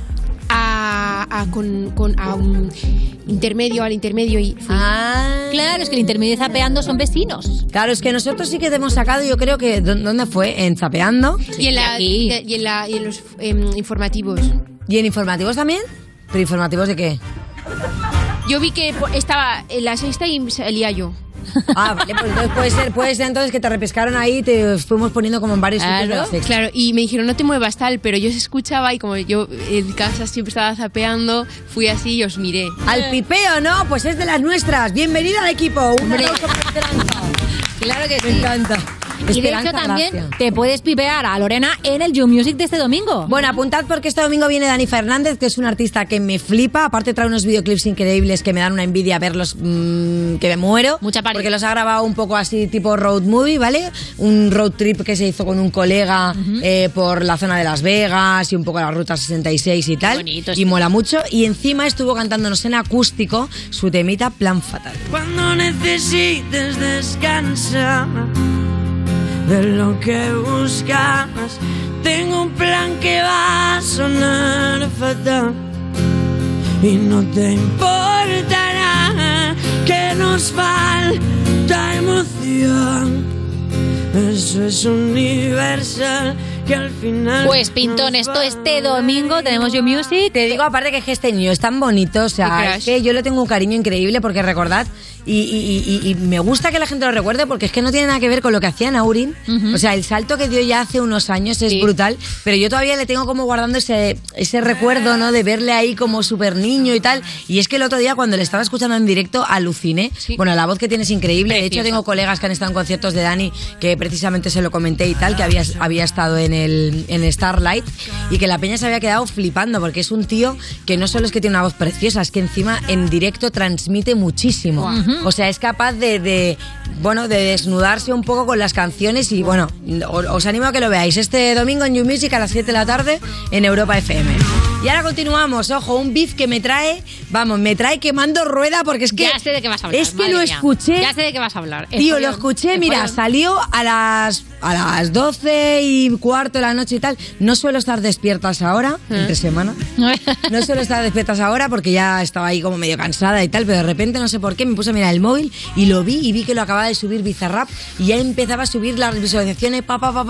A un intermedio, al intermedio y fui. Claro, es que el intermedio y Zapeando son vecinos. Claro, es que nosotros sí que te hemos sacado, yo creo que ¿dónde fue? En Zapeando. Y en los informativos. ¿Y en informativos también? ¿Pero informativos de qué? Yo vi que estaba en la sexta y salía yo. Vale, pues entonces puede ser entonces que te repescaron ahí y te fuimos poniendo como en varios sitios. Claro, y me dijeron no te muevas tal, pero yo se escuchaba y como yo en casa siempre estaba zapeando, fui así y os miré. Al pipeo, ¿no? Pues es de las nuestras. Bienvenida al equipo. Un aplauso para Esperanza. Claro que sí. Me encanta. Y de hecho también te puedes pipear a Lorena en el You Music de este domingo. Bueno, apuntad porque este domingo viene Dani Fernández, que es un artista que me flipa. Aparte trae unos videoclips increíbles que me dan una envidia verlos, que me muero. Mucha pari. Porque los ha grabado un poco así tipo road movie, ¿vale? Un road trip que se hizo con un colega por la zona de Las Vegas y un poco la Ruta 66 y tal. Bonito, y mola mucho. Y encima estuvo cantándonos en acústico su temita Plan Fatal. Cuando necesites descansar de lo que buscas, tengo un plan que va a sonar fatal y no te importará que nos falta emoción. Eso es universal, que al final... Pues Pintón, esto este domingo tenemos You Music. Te digo aparte que este niño es tan bonito, o sea, es que yo le tengo un cariño increíble porque recordad, y me gusta que la gente lo recuerde porque es que no tiene nada que ver con lo que hacía Naurin. O sea, el salto que dio ya hace unos años es brutal, pero yo todavía le tengo como guardando ese recuerdo, ¿no? De verle ahí como súper niño y tal. Y es que el otro día cuando le estaba escuchando en directo aluciné. Bueno, la voz que tienes increíble. Preciosa. De hecho tengo colegas que han estado en conciertos de Dani que precisamente se lo comenté y tal, que había estado en Starlight y que la peña se había quedado flipando porque es un tío que no solo es que tiene una voz preciosa, es que encima en directo transmite muchísimo. O sea, es capaz de desnudarse un poco con las canciones y bueno, os animo a que lo veáis este domingo en You Music a las 7 de la tarde en Europa FM. Y ahora continuamos, ojo, un beef que me trae quemando rueda porque es que... Ya sé de qué vas a hablar. Es que lo escuché... Ya sé de qué vas a hablar. Tío, lo escuché, mira, salió a las 12:15 de la noche y tal. No suelo estar despiertas ahora, entre semana. No suelo estar despiertas ahora porque ya estaba ahí como medio cansada y tal, pero de repente, no sé por qué, me puse a mirar el móvil y lo vi y vi que lo acababa de subir Bizarrap y ya empezaba a subir las visualizaciones,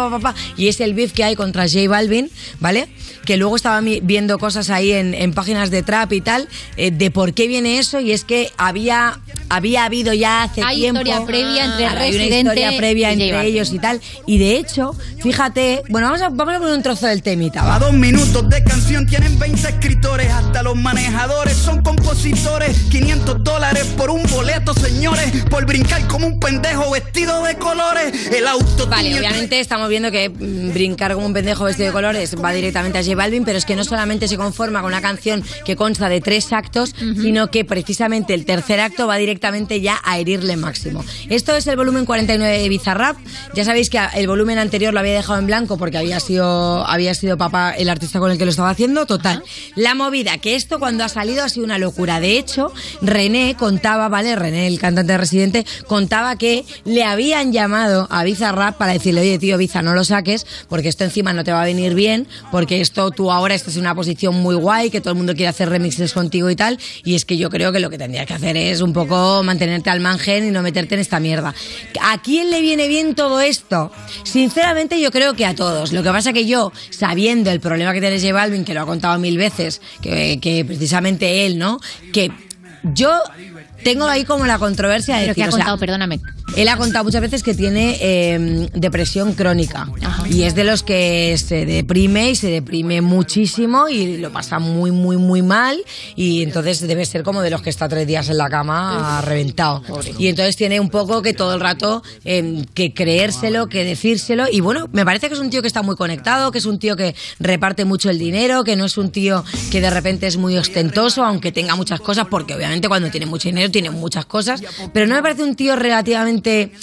y es el beef que hay contra J Balvin, ¿vale? Que luego estaba viendo cosas ahí en páginas de trap y tal, de por qué viene eso, y es que había habido ya hace tiempo... Hay una historia previa entre Residente, una historia previa entre ellos y tal, y de hecho, fíjate, bueno, vamos a poner un trozo del temita, ¿va? A 2 minutos de canción tienen 20 escritores, hasta los manejadores son compositores, $500 por un boleto, señores, por brincar como un pendejo vestido de colores, el auto... Vale, obviamente estamos viendo que brincar como un pendejo vestido de colores va directamente a J Balvin, pero es que no solamente se conforma con una canción que consta de 3 actos, sino que precisamente el tercer acto va directamente ya a herirle máximo. Esto es el volumen 49 de Bizarrap. Ya sabéis que el volumen anterior lo había dejado en blanco porque había sido Papá el artista con el que lo estaba haciendo. Total, la movida, que esto cuando ha salido ha sido una locura. De hecho, René contaba, ¿vale? René, el cantante de Residente, contaba que le habían llamado a Bizarrap para decirle, oye, tío, Biza, no lo saques porque esto encima no te va a venir bien, porque esto tú ahora estás en una posición muy guay, que todo el mundo quiere hacer remixes contigo y tal, y es que yo creo que lo que tendrías que hacer es un poco mantenerte al margen y no meterte en esta mierda. ¿A quién le viene bien todo esto? Sinceramente yo creo que a todos. Lo que pasa que yo, sabiendo el problema que tiene J Balvin, que lo ha contado 1000 veces, que precisamente él, ¿no? Que yo tengo ahí como la controversia de decir, que ha contado, perdóname. Él ha contado muchas veces que tiene depresión crónica. Ajá. Y es de los que se deprime muchísimo y lo pasa muy, muy, muy mal, y entonces debe ser como de los que está 3 días en la cama reventado. Y entonces tiene un poco que todo el rato que creérselo, que decírselo, y bueno, me parece que es un tío que está muy conectado, que es un tío que reparte mucho el dinero, que no es un tío que de repente es muy ostentoso, aunque tenga muchas cosas, porque obviamente cuando tiene mucho dinero tiene muchas cosas, pero no me parece un tío relativamente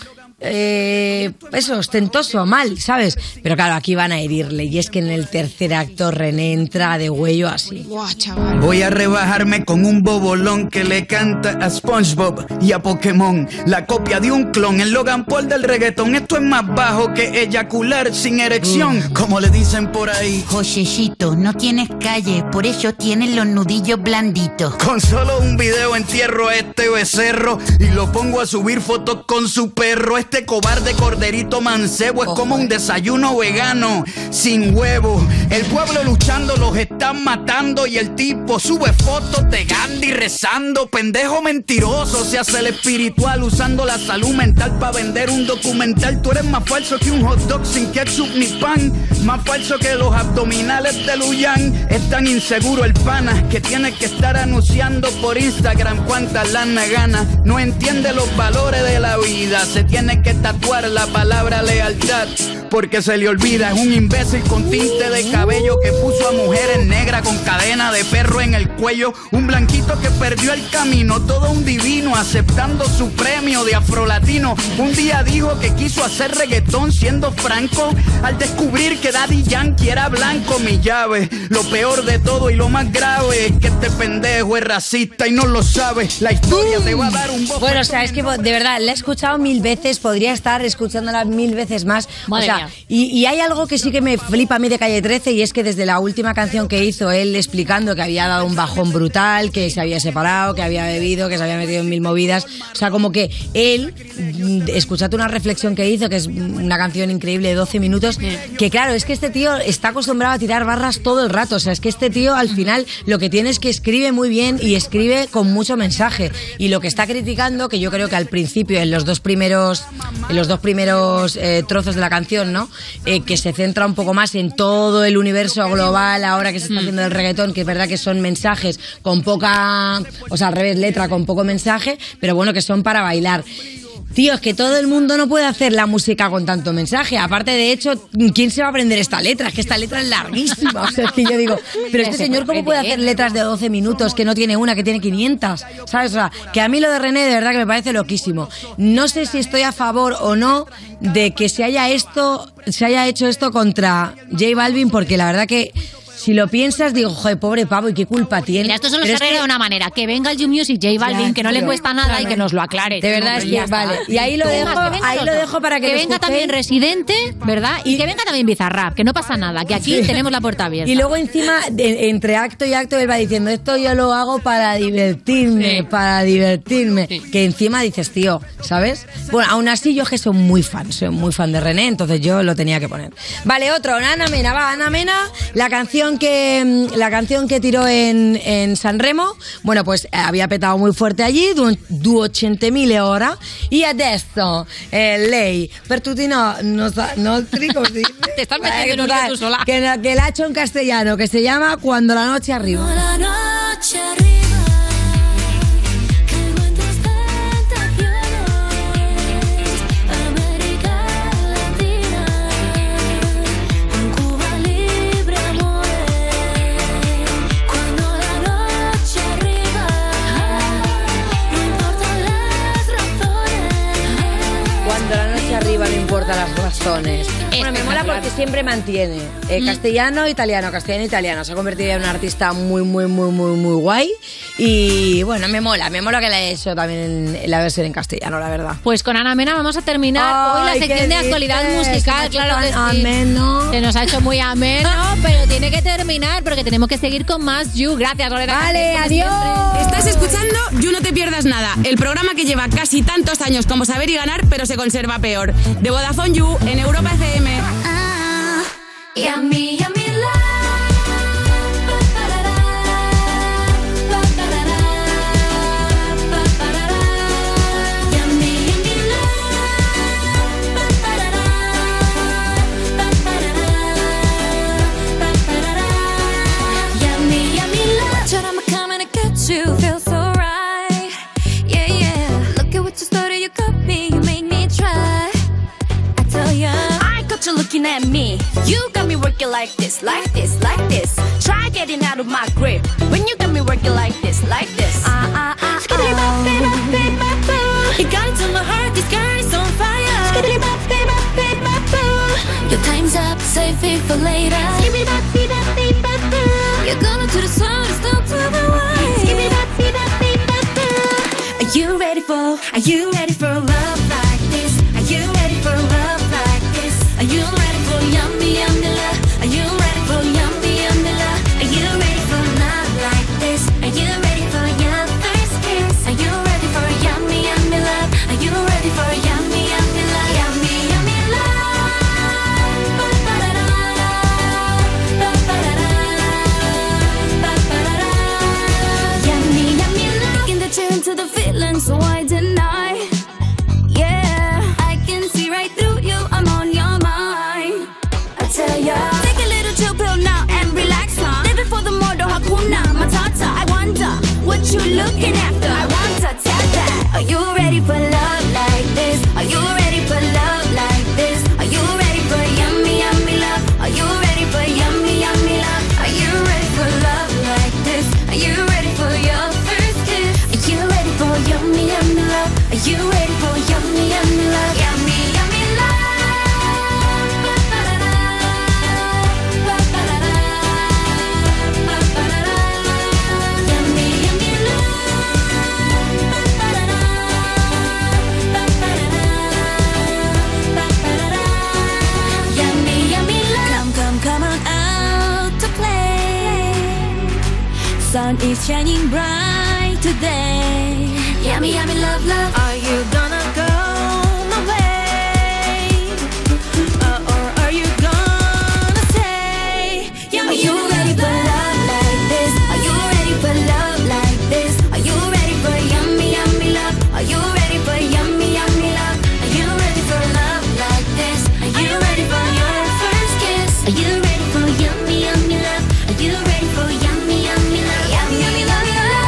ostentoso, mal, ¿sabes? Pero claro, aquí van a herirle, y es que en el tercer acto René entra de huello así. Voy a rebajarme con un bobolón que le canta a SpongeBob y a Pokémon, la copia de un clon, el Logan Paul del reggaetón. Esto es más bajo que eyacular sin erección, como le dicen por ahí. Josecito, no tienes calle, por eso tienes los nudillos blanditos. Con solo un video entierro a este becerro y lo pongo a subir fotos con su perro. Este cobarde corderito mancebo es como un desayuno vegano sin huevo. El pueblo luchando, los están matando, y el tipo sube fotos de Gandhi rezando. Pendejo mentiroso, se hace el espiritual usando la salud mental para vender un documental. Tú eres más falso que un hot dog sin ketchup ni pan, más falso que los abdominales de Luyan. Es tan inseguro el pana que tiene que estar anunciando por Instagram cuántas lana gana. No entiende los valores de la vida, se tiene que tatuar la palabra lealtad porque se le olvida. Es un imbécil con tinte de cabello que puso a mujeres negras con cadena de perro en el cuello. Un blanquito que perdió el camino, todo un divino aceptando su premio de afrolatino. Un día dijo que quiso hacer reggaetón siendo franco, al descubrir que Daddy Yankee era blanco. Mi llave, lo peor de todo y lo más grave es que este pendejo es racista y no lo sabe. La historia te va a dar un bofetón. Bueno, o sea, es que de verdad la he escuchado 1000 veces, podría estar escuchándola 1000 veces más. Madre o sea, mía. y hay algo que sí que me flipa a mí de Calle 13, y es que desde la última canción que hizo él explicando que había dado un bajón brutal, que se había separado, que había bebido, que se había metido en 1000 movidas, o sea, como que él, escuchate una reflexión que hizo, que es una canción increíble de 12 minutos, que claro, es que este tío está acostumbrado a tirar barras todo el rato, o sea, es que este tío al final lo que tiene es que escribe muy bien y escribe con mucho mensaje, y lo que está criticando, que yo creo que al principio, en los dos primeros trozos de la canción, ¿no? Que se centra un poco más en todo el universo global ahora que se está haciendo del reggaetón, que es verdad que son mensajes con poca, o sea, al revés, letra con poco mensaje, pero bueno, que son para bailar. Tío, es que todo el mundo no puede hacer la música con tanto mensaje. Aparte, de hecho, ¿quién se va a aprender esta letra? Es que esta letra es larguísima. O sea, es que yo digo, pero este señor, ¿cómo puede hacer letras de 12 minutos que no tiene una, que tiene 500? ¿Sabes? O sea, que a mí lo de René de verdad que me parece loquísimo. No sé si estoy a favor o no de que se haya hecho esto contra J Balvin, porque la verdad que si lo piensas, digo, joder, pobre pavo, ¿y qué culpa tiene? Mira, esto se los Pero es arregla que- de una manera. Que venga el You Music, J Balvin, Ya, que no le pero- cuesta nada claro. y que nos lo aclare. De verdad, No, es pero que ya está. vale. Y ahí lo Tú, dejo, que venga ahí los lo dos. dejo para que Que lo venga escuchéis. también Residente, ¿verdad? Y que venga también Bizarrap, que no pasa nada, que aquí Sí. tenemos la puerta abierta. Y luego encima, entre acto y acto, él va diciendo, esto yo lo hago para divertirme, para divertirme. Que encima dices, tío, ¿sabes? Bueno, aún así yo que soy muy fan de René, entonces yo lo tenía que poner. Vale, otro, Ana Mena, va, Ana Mena, la canción que tiró en San Remo, bueno, pues había petado muy fuerte allí, 200.000 ora, y adesso lei, per tutti nostri, ¿cómo se dice? Te estás metiendo en un lío tú sola. Que la ha hecho en castellano, que se llama Cuando la noche arriba. La noche arriba, que encuentras tentaciones, América Latina, en Cuba libre amores. Cuando la noche arriba, no importan las razones. Cuando la noche arriba no importa las razones. Bueno, me mola porque siempre mantiene castellano, italiano. Se ha convertido en una artista muy guay. Y bueno, me mola que la haya hecho también en la versión en castellano, la verdad. Pues con Ana Mena vamos a terminar hoy la Ay, sección ¿qué de actualidad dices? musical, Se me ha claro que hecho sí. tan ameno. Se nos ha hecho muy ameno, pero tiene que terminar porque tenemos que seguir con más You. Gracias, Lorena. Vale, Como adiós. siempre. Estás escuchando You No Te Pierdas Nada, el programa que lleva casi tantos años como Saber y Ganar, pero se conserva peor. De Vodafone You en Europa FM. Y a mí lado. Y a mí lado. But I'm coming to get you, feel so right. Yeah, yeah. Look at what you started, you got me, you make me try. I tell ya, I got you looking at me. You got me working like this, like this, like this. Try getting out of my grip when you got me working like this, like this. You got into my heart, this girl is on fire. Your time's up, save it for later. You're gonna do the sun, it's not to the right. Are you ready for love like this? Are you ready for love like this? Are you ready for yummy, yummy love? Are you ready for yummy, yummy love? Are you ready for love like this? Are you ready for your first kiss? Are you ready for yummy, yummy love? Are you ready for yummy, yummy love? Yummy, yummy love. Yummy, yummy love. Taking the chill into the feeling, so I deny. Yeah, I can see right through you. I'm on your mind. I tell ya, take a little chill pill now and relax, huh? Living for the modo hakuna matata. I wonder what you looking after. I want to tell that. Are you ready for love like this? Are you ready for love like this? Are you ready for yummy, yummy love? Are you ready for yummy, yummy love? Are you ready for love like this? Are you ready for your first kiss? Are you ready for yummy, yummy love? Are you ready for yummy, yummy love? Yummy, yummy love. Yummy, yummy love. Yummy, yummy love. Come on out to play. Sun is shining bright today. Yummy, yummy love, love. Are you gonna go my way? Or are you gonna stay? Yummy, are you ready for love like this? Are you ready for love like this? Are you ready for yummy, yummy love? Are you ready for yummy, yummy love? Are you ready for love like this? Are you ready for your first kiss? Are you ready for yummy, yummy love? Are you ready for yummy, yummy love? Yummy, yummy love.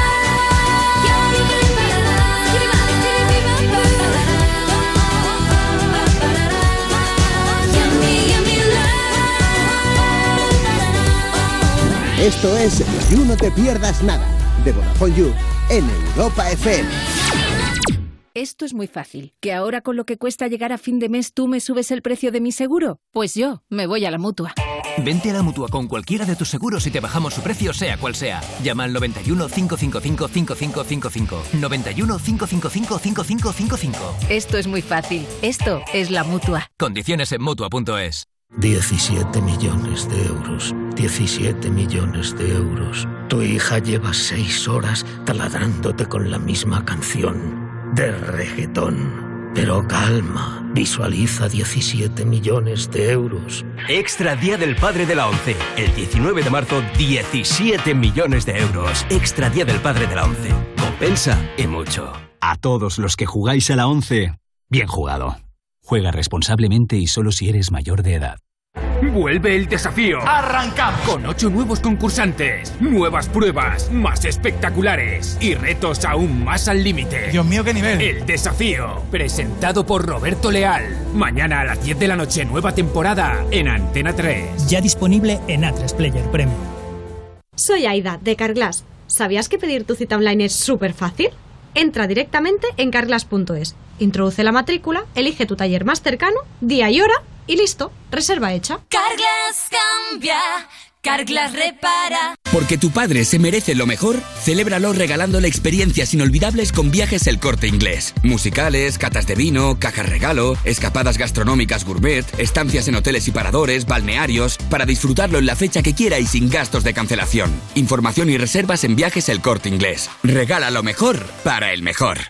Esto es You No Te Pierdas Nada, de Vodafone You, en Europa FM. Esto es muy fácil. ¿Que ahora con lo que cuesta llegar a fin de mes tú me subes el precio de mi seguro? Pues yo me voy a la Mutua. Vente a la Mutua con cualquiera de tus seguros y te bajamos su precio sea cual sea. Llama al 91 555 5555. 91 555 5555. Esto es muy fácil. Esto es la Mutua. Condiciones en Mutua.es. 17 millones de euros. 17 millones de euros. Tu hija lleva 6 horas taladrándote con la misma canción de reggaetón. Pero calma, visualiza 17 millones de euros. Extra Día del Padre de la ONCE. El 19 de marzo, 17 millones de euros. Extra Día del Padre de la ONCE. Compensa y mucho. A todos los que jugáis a la ONCE, bien jugado. Juega responsablemente y solo si eres mayor de edad. Vuelve el desafío. ¡Arrancamos! Con 8 nuevos concursantes, nuevas pruebas, más espectaculares y retos aún más al límite. Dios mío, qué nivel. El desafío, presentado por Roberto Leal. Mañana a las 10 de la noche, nueva temporada en Antena 3. Ya disponible en A3 Player Premium. Soy Aida, de Carglass. ¿Sabías que pedir tu cita online es súper fácil? Entra directamente en carglass.es, introduce la matrícula, elige tu taller más cercano, día y hora y listo, reserva hecha. Carglass cambia, Carglass repara. Porque tu padre se merece lo mejor, celébralo regalándole experiencias inolvidables con Viajes El Corte Inglés. Musicales, catas de vino, cajas regalo, escapadas gastronómicas gourmet, estancias en hoteles y paradores, balnearios, para disfrutarlo en la fecha que quiera y sin gastos de cancelación. Información y reservas en Viajes El Corte Inglés. Regala lo mejor para el mejor.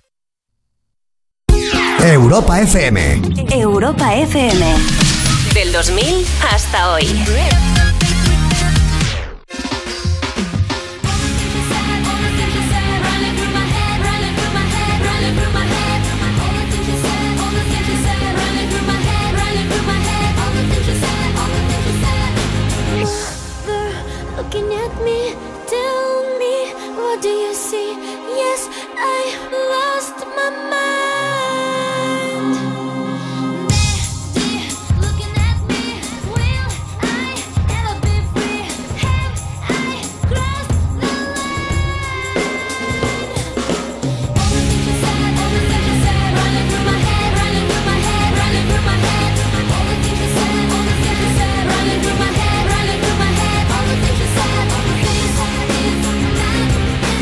Europa FM. Europa FM. Del 2000 hasta hoy. Looking at me, tell me, what do you see? Yes, I lost my mind. Looking at me, will I ever be free? Have I crossed the line? All the things you said, running through my head, running through my head, running through my head. All the things you said, running through my head, running through my head. All the things you said, all the things is not enough.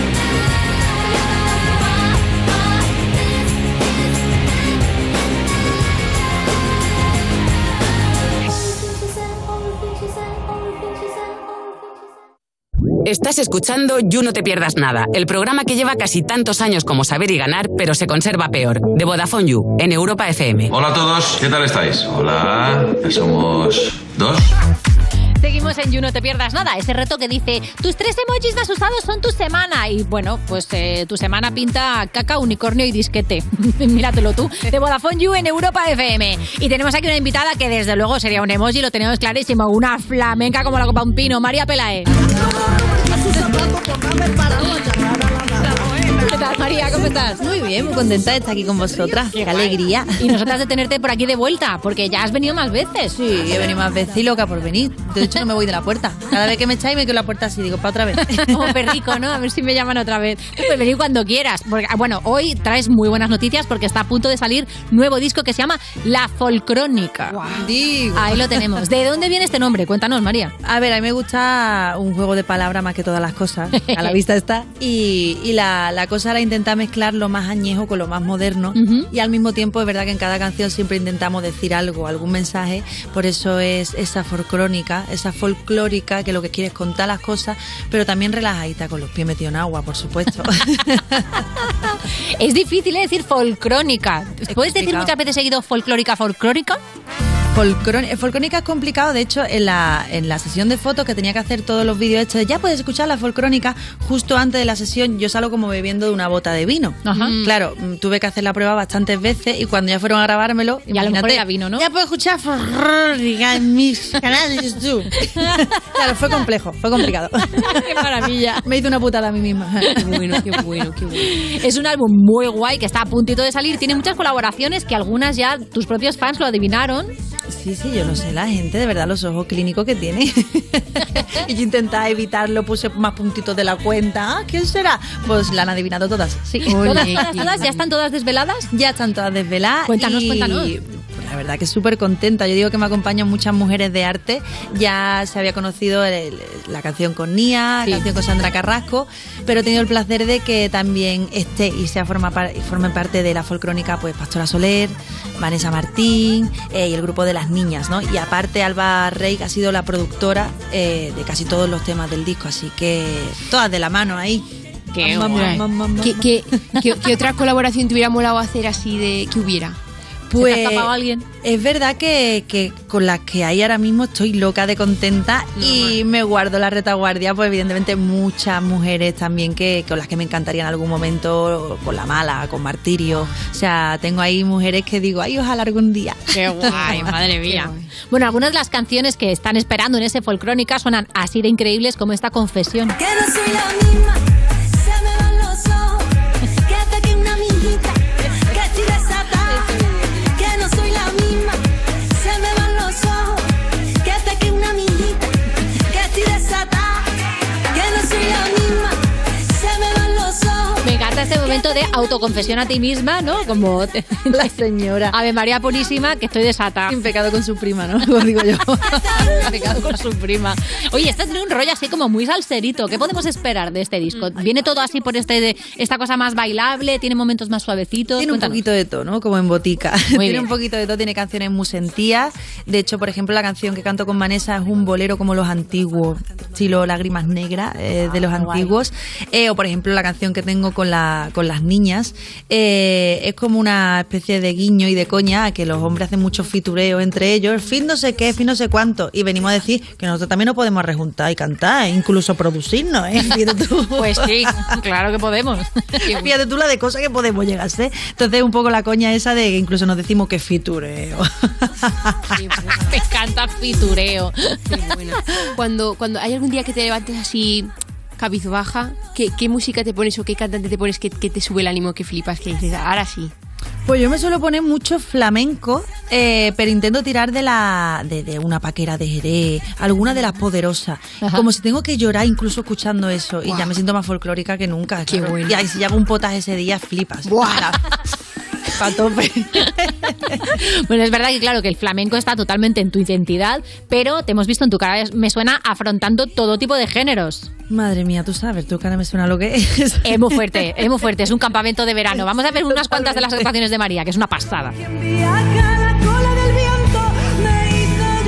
Estás escuchando You No Te Pierdas Nada, el programa que lleva casi tantos años como Saber y Ganar, pero se conserva peor, de Vodafone You, en Europa FM. Hola a todos, ¿qué tal estáis? Hola, ya somos 2. Seguimos en You No Te Pierdas Nada, ese reto que dice tus 3 emojis más usados son tu semana. Y bueno, pues tu semana pinta caca, unicornio y disquete. Míratelo tú, de Vodafone You en Europa FM. Y tenemos aquí una invitada que desde luego sería un emoji, lo tenemos clarísimo, una flamenca como la copa un pino, María Pelae. ¿Qué tal, María? ¿Cómo estás? Muy bien, muy contenta de estar aquí con vosotras. Qué alegría. Y nosotras de tenerte por aquí de vuelta, porque ya has venido más veces. Sí, he venido más veces y loca por venir. De hecho, no me voy de la puerta. Cada vez que me echáis me quedo en la puerta así, digo, para otra vez. Como perrico, ¿no? A ver si me llaman otra vez. Pues venir cuando quieras. Porque, bueno, hoy traes muy buenas noticias porque está a punto de salir nuevo disco que se llama La Folcrónica. Wow. Digo. Ahí lo tenemos. ¿De dónde viene este nombre? Cuéntanos, María. A ver, a mí me gusta un juego de palabras más que todas las cosas. A la vista está. Y la cosa era intentar mezclar lo más añejo con lo más moderno. Y al mismo tiempo es verdad que en cada canción siempre intentamos decir algo, algún mensaje. Por eso es esa folcrónica, esa folclórica, que lo que quiere es contar las cosas, pero también relajadita, con los pies metidos en agua, por supuesto. Es difícil decir folcrónica. ¿Puedes decir muchas veces seguido folclórica, folclórica? Folcrónica es complicado. De hecho, en la sesión de fotos que tenía que hacer todos los vídeos hechos, ya puedes escuchar la folcrónica. Justo antes de la sesión yo salgo como bebiendo de una bota de vino. Ajá. Claro, tuve que hacer la prueba bastantes veces y cuando ya fueron a grabármelo, y a lo mejor era vino, ¿no? Ya puedo escuchar folclórica en mis canales de YouTube. Claro, fue complejo, fue complicado. ¡Qué maravilla! Me hice una putada a mí misma. Qué bueno, qué bueno, qué bueno. Es un álbum muy guay que está a puntito de salir. Tiene muchas colaboraciones que algunas ya tus propios fans lo adivinaron. Sí, yo no sé, la gente, de verdad, los ojos clínicos que tiene. Y yo intentaba evitarlo, puse más puntitos de la cuenta. ¿Quién será? Pues la han adivinado todas. Sí. ¿Todas? ¿Ya están todas desveladas? Ya están todas desveladas. Cuéntanos. la verdad que súper contenta. Yo digo que me acompañan muchas mujeres de arte. Ya se había conocido la canción con Nia, la canción con Sandra Carrasco, pero he tenido el placer de que también esté y forme parte de la folcrónica pues Pastora Soler, Vanessa Martín y el grupo de las niñas, ¿no? Y aparte Alba Rey ha sido la productora de casi todos los temas del disco, así que todas de la mano ahí. Qué guay. ¿Qué otra colaboración te hubiera molado hacer así de que hubiera? Pues ¿Se te ha escapado alguien? Es verdad que con las que hay ahora mismo estoy loca de contenta y me guardo la retaguardia, pues evidentemente muchas mujeres también con las que me encantaría en algún momento, con La Mala, con Martirio. O sea, tengo ahí mujeres que digo, ay, ojalá algún día. Qué guay, madre mía. Bueno, algunas de las canciones que están esperando en ese Folcrónica suenan así de increíbles como esta Confesión. Que no soy la misma, se me van los ojos. Quédate que una mijita, que estoy desatada. Que no soy la misma, se me van los ojos. Quédate que una mijita, que estoy desatada. Que no soy la misma, se me van los ojos. Me encanta este momento de autoconfesión a ti misma, ¿no? Como la señora. Ave María Purísima, que estoy desatada. Sin pecado con su prima, ¿no? Como digo yo. Sin pecado con su prima. Oye, este tiene un rollo así como muy salserito. ¿Qué podemos esperar de este disco? ¿Viene todo así por esta cosa más bailable? ¿Tiene momentos más suavecitos? Tiene Cuéntanos. un poquito de todo, ¿no? Como en botica. Muy Tiene bien. un poquito de todo, tiene canciones muy sentidas. De hecho, por ejemplo, la canción que canto con Vanessa es un bolero como los antiguos, estilo Lágrimas Negras, de los antiguos. O por ejemplo, la canción que tengo con las niñas, es como una especie de guiño y de coña a que los hombres hacen mucho fitureo entre ellos, fin no sé qué, fin no sé cuánto, y venimos a decir que nosotros también nos podemos rejuntar y cantar, incluso producirnos, ¿eh? Fíjate tú. Pues sí, claro que podemos. Fíjate tú la de cosas que podemos llegar a ser. Entonces un poco la coña esa de que incluso nos decimos que fitureo. Me encanta fitureo. Cuando hay algún día que te levantes así cabizbaja, ¿qué música te pones o qué cantante te pones que te sube el ánimo, que flipas, que dices, ahora sí? Pues yo me suelo poner mucho flamenco, pero intento tirar de una paquera de Jerez, alguna de las poderosas. Ajá. Como si tengo que llorar incluso escuchando eso. Y ya me siento más folclórica que nunca. Qué claro. bueno. Y ahí si hago un potaje ese día, flipas. Pa' tope. Bueno, es verdad que claro que el flamenco está totalmente en tu identidad, pero te hemos visto en tu cara, me suena, afrontando todo tipo de géneros. Madre mía, tú sabes, tu cara me suena lo que es. Es muy fuerte, es un campamento de verano. Vamos a ver unas cuantas de las actuaciones de María, que es una pasada. La cola del viento me hizo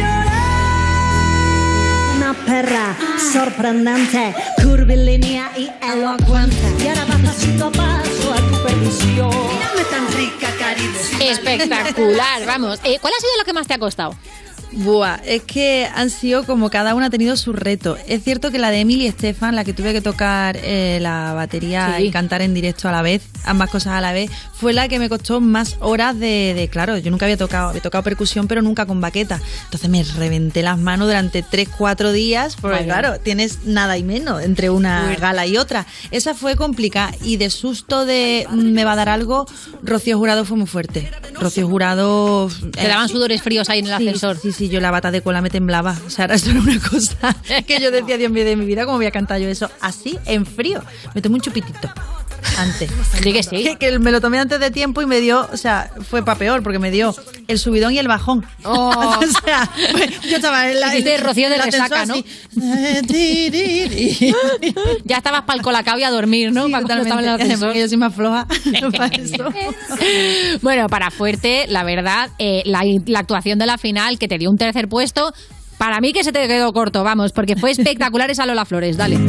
llorar. Una perra sorprendente, curvilínea y elocuente. Y ahora va pasito a paso a tu perdición. Mírame tan rica, caricia. Espectacular, vamos. ¿Cuál ha sido lo que más te ha costado? Buah, es que han sido como cada una ha tenido su reto. Es cierto que la de Emily y Estefan, la que tuve que tocar la batería y cantar en directo a la vez, ambas cosas a la vez, fue la que me costó más horas de claro, yo nunca había tocado percusión, pero nunca con baqueta. Entonces me reventé las manos durante 3-4 días, porque claro, tienes nada y menos entre una gala y otra. Esa fue complicada y de susto de me va a dar algo, Rocío Jurado fue muy fuerte. Rocío Jurado... Te daban sudores fríos ahí en el ascensor. Sí, yo la bata de cola me temblaba. O sea, eso era una cosa que yo decía, Dios mío, de mi vida, ¿cómo voy a cantar yo eso? Así, en frío. Me tomé un chupitito antes. Sí que sí. Que me lo tomé antes de tiempo y me dio, o sea, fue para peor, porque me dio el subidón y el bajón. Oh. O sea, yo estaba en la... Hiciste Rocío de el resaca, ascensor ¿no? así. Ya estabas para el colacao y a dormir, ¿no? Sí, Para cuando estaba en el ascensor. porque yo soy más floja para eso. Bueno, para Fuerte, la verdad, la actuación de la final, que te dio un tercer puesto, para mí que se te quedó corto, vamos, porque fue espectacular esa Lola Flores. Dale.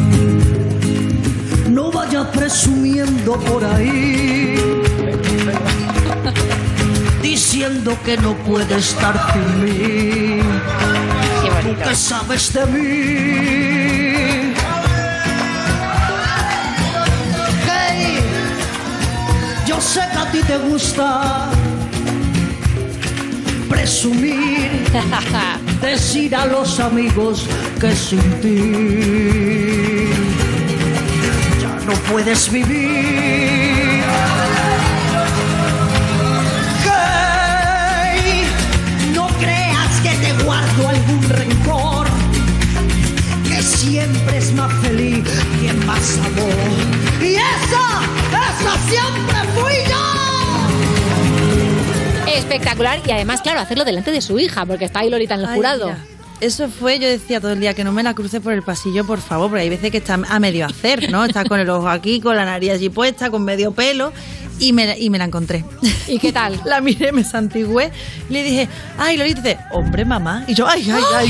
No vayas presumiendo por ahí, diciendo que no puede estar sin mí. ¿Tú qué sabes de mí? Hey, yo sé que a ti te gusta presumir, decir a los amigos que sin ti ya no puedes vivir. Hey, no creas que te guardo algún rencor, que siempre es más feliz quien más amor. Y esa siempre fui yo. Espectacular. Y además, claro, hacerlo delante de su hija, porque está ahí Lolita en el jurado. Mira. Eso fue, yo decía todo el día que no me la cruce por el pasillo, por favor, porque hay veces que está a medio hacer, ¿no? Está con el ojo aquí, con la nariz allí puesta, con medio pelo, y me la encontré. ¿Y qué tal? La miré, me santigué, le dije, ay, Lolita, dice, hombre, mamá. Y yo, ay,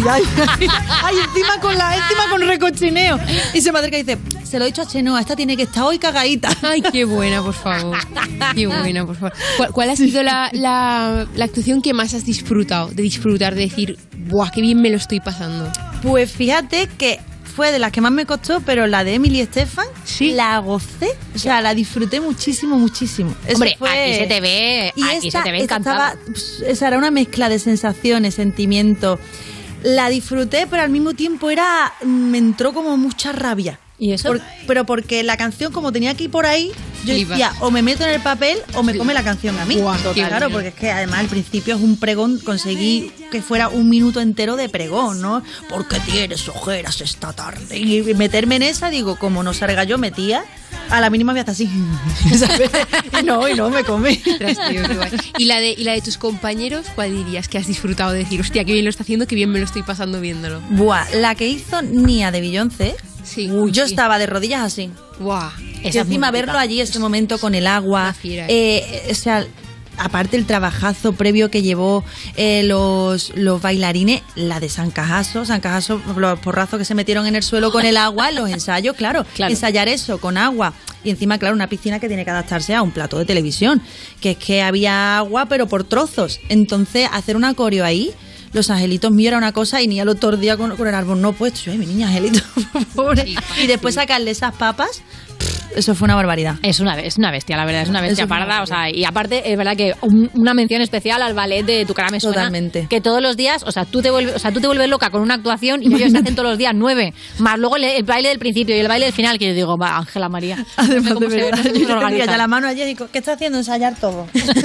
encima con recochineo. Y se me acerca y dice, se lo he dicho a Chenoa, esta tiene que estar hoy cagadita. Ay, qué buena, por favor. Qué buena, por favor. ¿Cuál ha sido la actuación que más has disfrutado? De disfrutar, de decir, ¡buah, qué bien me lo estoy pasando! Pues fíjate que fue de las que más me costó, pero la de Emily Estefan, la gocé, o sea, la disfruté muchísimo, muchísimo. Eso Hombre, fue... aquí se te ve, encantada. Esa era una mezcla de sensaciones, sentimientos. La disfruté, pero al mismo tiempo me entró como mucha rabia. ¿Y eso? Pero porque la canción, como tenía que ir por ahí, yo decía, o me meto en el papel o me come la canción a mí. Guau, Claro, bueno. porque es que además al principio es un pregón, conseguí que fuera un minuto entero de pregón, ¿no? Porque tienes ojeras esta tarde. Y meterme en esa, digo, como no salga yo metía, a la mínima me hace así. ¿Sabes? Y no, me come. Ostras, tío, qué guay. ¿Y la de tus compañeros, cuál dirías que has disfrutado de decir, hostia, qué bien lo está haciendo, qué bien me lo estoy pasando viéndolo? Buah, la que hizo Nia de Beyoncé, yo estaba de rodillas así. Buah. Y encima verlo allí, ese momento con el agua, o sea, aparte el trabajazo previo que llevó los bailarines, la de San Cajaso, los porrazos que se metieron en el suelo con el agua, los ensayos, claro, ensayar eso con agua. Y encima, claro, una piscina que tiene que adaptarse a un plato de televisión, que es que había agua pero por trozos. Entonces, hacer un coreo ahí, Los Angelitos míos era una cosa y ni al otro día con el árbol no puesto. Ay, mi niña Angelito, pobre. Y después sacarle esas papas, eso fue una barbaridad. Es una bestia, la verdad, es una bestia parda. O sea, y aparte, es verdad que una mención especial al ballet de Tu cara me suena. Totalmente. Que todos los días, o sea, tú te vuelves loca con una actuación y ellos se hacen todos los días 9. Más luego el baile del principio y el baile del final, que yo digo, va, Ángela María. Además, de verdad, yo tenía organizan. ya la mano ayer y digo, ¿qué está haciendo? Ensayar todo.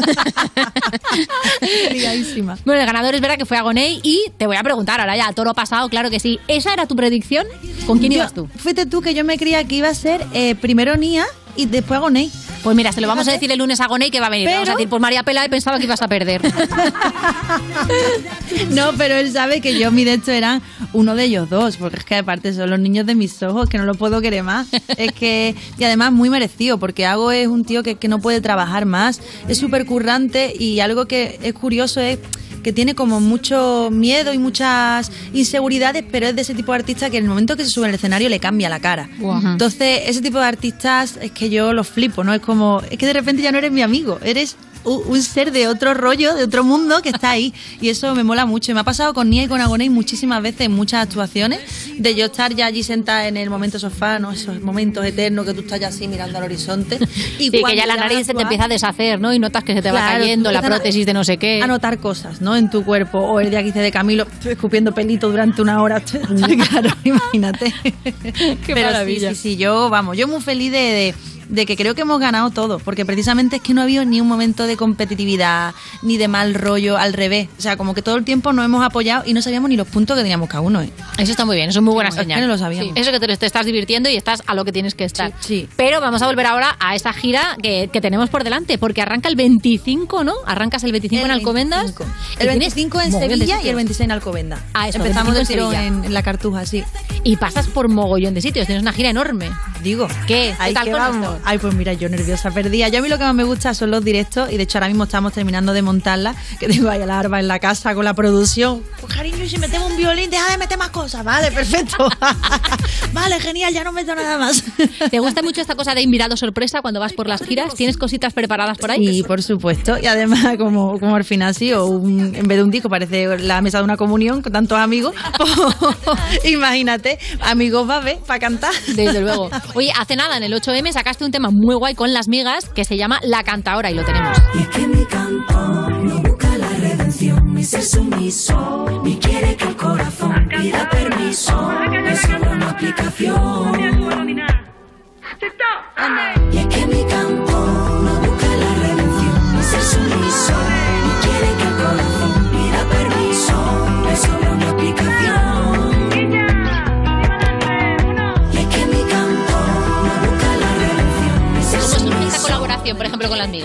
Ligadísima. Bueno, el ganador es verdad que fue Agoney y te voy a preguntar ahora ya, toro pasado, claro que sí. ¿Esa era tu predicción? ¿Con quién ibas tú? Fuiste tú, que yo me creía que iba a ser primero Nia y después Agoney. Pues mira, se lo vamos a decir el lunes a Agoney que va a venir. Vamos a decir, pues María Pela, y pensaba que ibas a perder. No, pero él sabe que yo, mi de hecho, era uno de ellos dos, porque es que aparte son los niños de mis ojos, que no lo puedo querer más. Es que, y además muy merecido, porque Ago es un tío que no puede trabajar más, es súper currante, y algo que es curioso es que tiene como mucho miedo y muchas inseguridades, pero es de ese tipo de artista que en el momento que se sube al escenario le cambia la cara. Wow. Entonces, ese tipo de artistas es que yo los flipo, ¿no? Es como, es que de repente ya no eres mi amigo, eres un ser de otro rollo, de otro mundo que está ahí, y eso me mola mucho. Y me ha pasado con Nia y con Agoney muchísimas veces en muchas actuaciones, de yo estar ya allí sentada en el momento sofá, ¿no? Esos momentos eternos que tú estás ya así mirando al horizonte, y sí, que ya la nariz se te empieza a deshacer, ¿no? Y notas que se te va cayendo la prótesis de no sé qué. A notar cosas, ¿no? En tu cuerpo. O el día que hice de Camilo, estoy escupiendo pelito durante una hora. Claro, imagínate. Qué pero maravilla. Sí, yo muy feliz de que creo que hemos ganado todo, porque precisamente es que no ha habido ni un momento de competitividad, ni de mal rollo, al revés. O sea, como que todo el tiempo nos hemos apoyado y no sabíamos ni los puntos que teníamos cada uno, ¿eh? Eso está muy bien, eso es muy buena señal. Es que no lo sabíamos. Sí. Eso que te estás divirtiendo y estás a lo que tienes que estar. Sí. Pero vamos a volver ahora a esa gira que tenemos por delante, porque arranca el 25, ¿no? Arrancas el 25 en Alcobendas. El 25 en Sevilla y el 26 en Alcobendas. Ah, eso, empezamos de 25 tirón en la Cartuja, sí. Y pasas por mogollón de sitios, tienes una gira enorme. Digo, ¿qué tal con vamos? esto? Ay, pues mira, yo nerviosa, perdida. Yo a mí lo que más me gusta son los directos, y de hecho ahora mismo estamos terminando de montarla, que tengo ahí a la Arba en la casa con la producción. Pues cariño, si metemos un violín, deja de meter más cosas. Vale, perfecto. Vale, genial, ya no meto nada más. ¿Te gusta mucho esta cosa de invitado sorpresa cuando vas por las giras? ¿Tienes cositas preparadas por ahí? Sí, por supuesto. Y además, como al final sí, en vez de un disco parece la mesa de una comunión con tantos amigos. Imagínate, amigos va a ver para cantar. Desde luego. Oye, hace nada, en el 8M sacaste un tema muy guay con Las Migas que se llama La Cantaora y lo tenemos. Y es que mi canto no busca la redención, ni ser sumiso, ni quiere que el corazón pida permiso, es solo una aplicación. Y es que mi canto no busca la redención, ni ser sumiso, ni quiere que el corazón pida permiso, es solo una aplicación. Y es que mi canto no busca la redención, ni ser ¿Cómo surge sumiso. esta colaboración, por ejemplo, con Las Migas?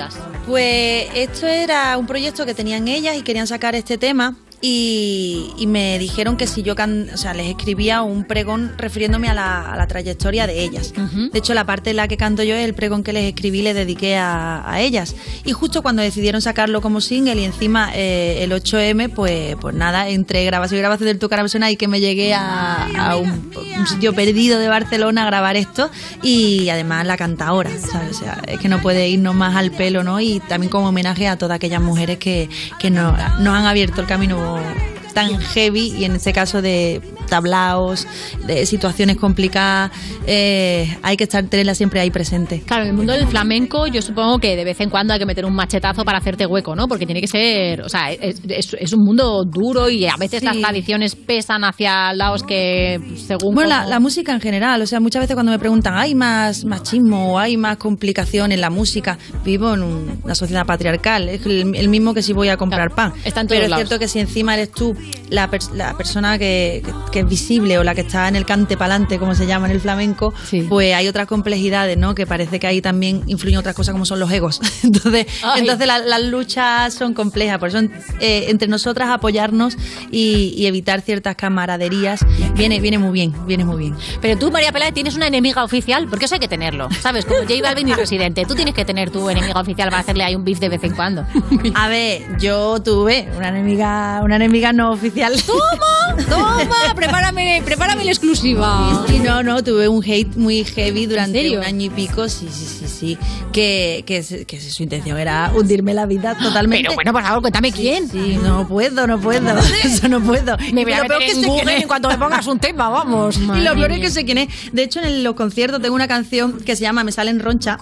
Pues esto era un proyecto que tenían ellas y querían sacar este tema. Y me dijeron que si yo les escribía un pregón refiriéndome a la trayectoria de ellas. De hecho, la parte en la que canto yo es el pregón que les escribí y les dediqué a ellas. Y justo cuando decidieron sacarlo como single y encima el 8M, pues nada, entre grabación y grabación del Tu cara me suena y que me llegué a un sitio perdido de Barcelona a grabar esto y además la cantadora, ¿sabes? O sea, es que no puede irnos más al pelo, ¿no? Y también como homenaje a todas aquellas mujeres que nos han abierto el camino tan heavy y en este caso de tablaos, de situaciones complicadas, hay que tenerla siempre ahí presente. Claro, en el mundo del flamenco yo supongo que de vez en cuando hay que meter un machetazo para hacerte hueco, ¿no? Porque tiene que ser, o sea, es un mundo duro y a veces las tradiciones pesan hacia lados que según... Bueno, la música en general, o sea, muchas veces cuando me preguntan ¿hay más machismo o hay más complicación en la música? Vivo en una sociedad patriarcal, es el mismo que si voy a comprar pan. Está en todos Pero es lados. cierto que si encima eres tú la persona que es visible o la que está en el cante pa'lante, como se llama en el flamenco, pues hay otras complejidades, ¿no? Que parece que ahí también influyen otras cosas como son los egos. Entonces las luchas son complejas. Por eso entre nosotras apoyarnos y evitar ciertas camaraderías viene muy bien, viene muy bien. Pero tú, María Peláez, tienes una enemiga oficial, porque eso hay que tenerlo, ¿sabes? Como J Balvin y Residente. Tú tienes que tener tu enemiga oficial para hacerle ahí un beef de vez en cuando. A ver, yo tuve una enemiga no oficial. ¡Toma! Prepárame la exclusiva. Sí, no, tuve un hate muy heavy durante un año y pico, sí. Que su intención era hundirme la vida totalmente. Pero bueno, por favor, cuéntame quién. Sí, no puedo. Eso no puedo. Me voy a meter en Google en cuanto me pongas un tema, vamos. Y lo peor es que sé quién es. De hecho, en los conciertos tengo una canción que se llama Me salen roncha,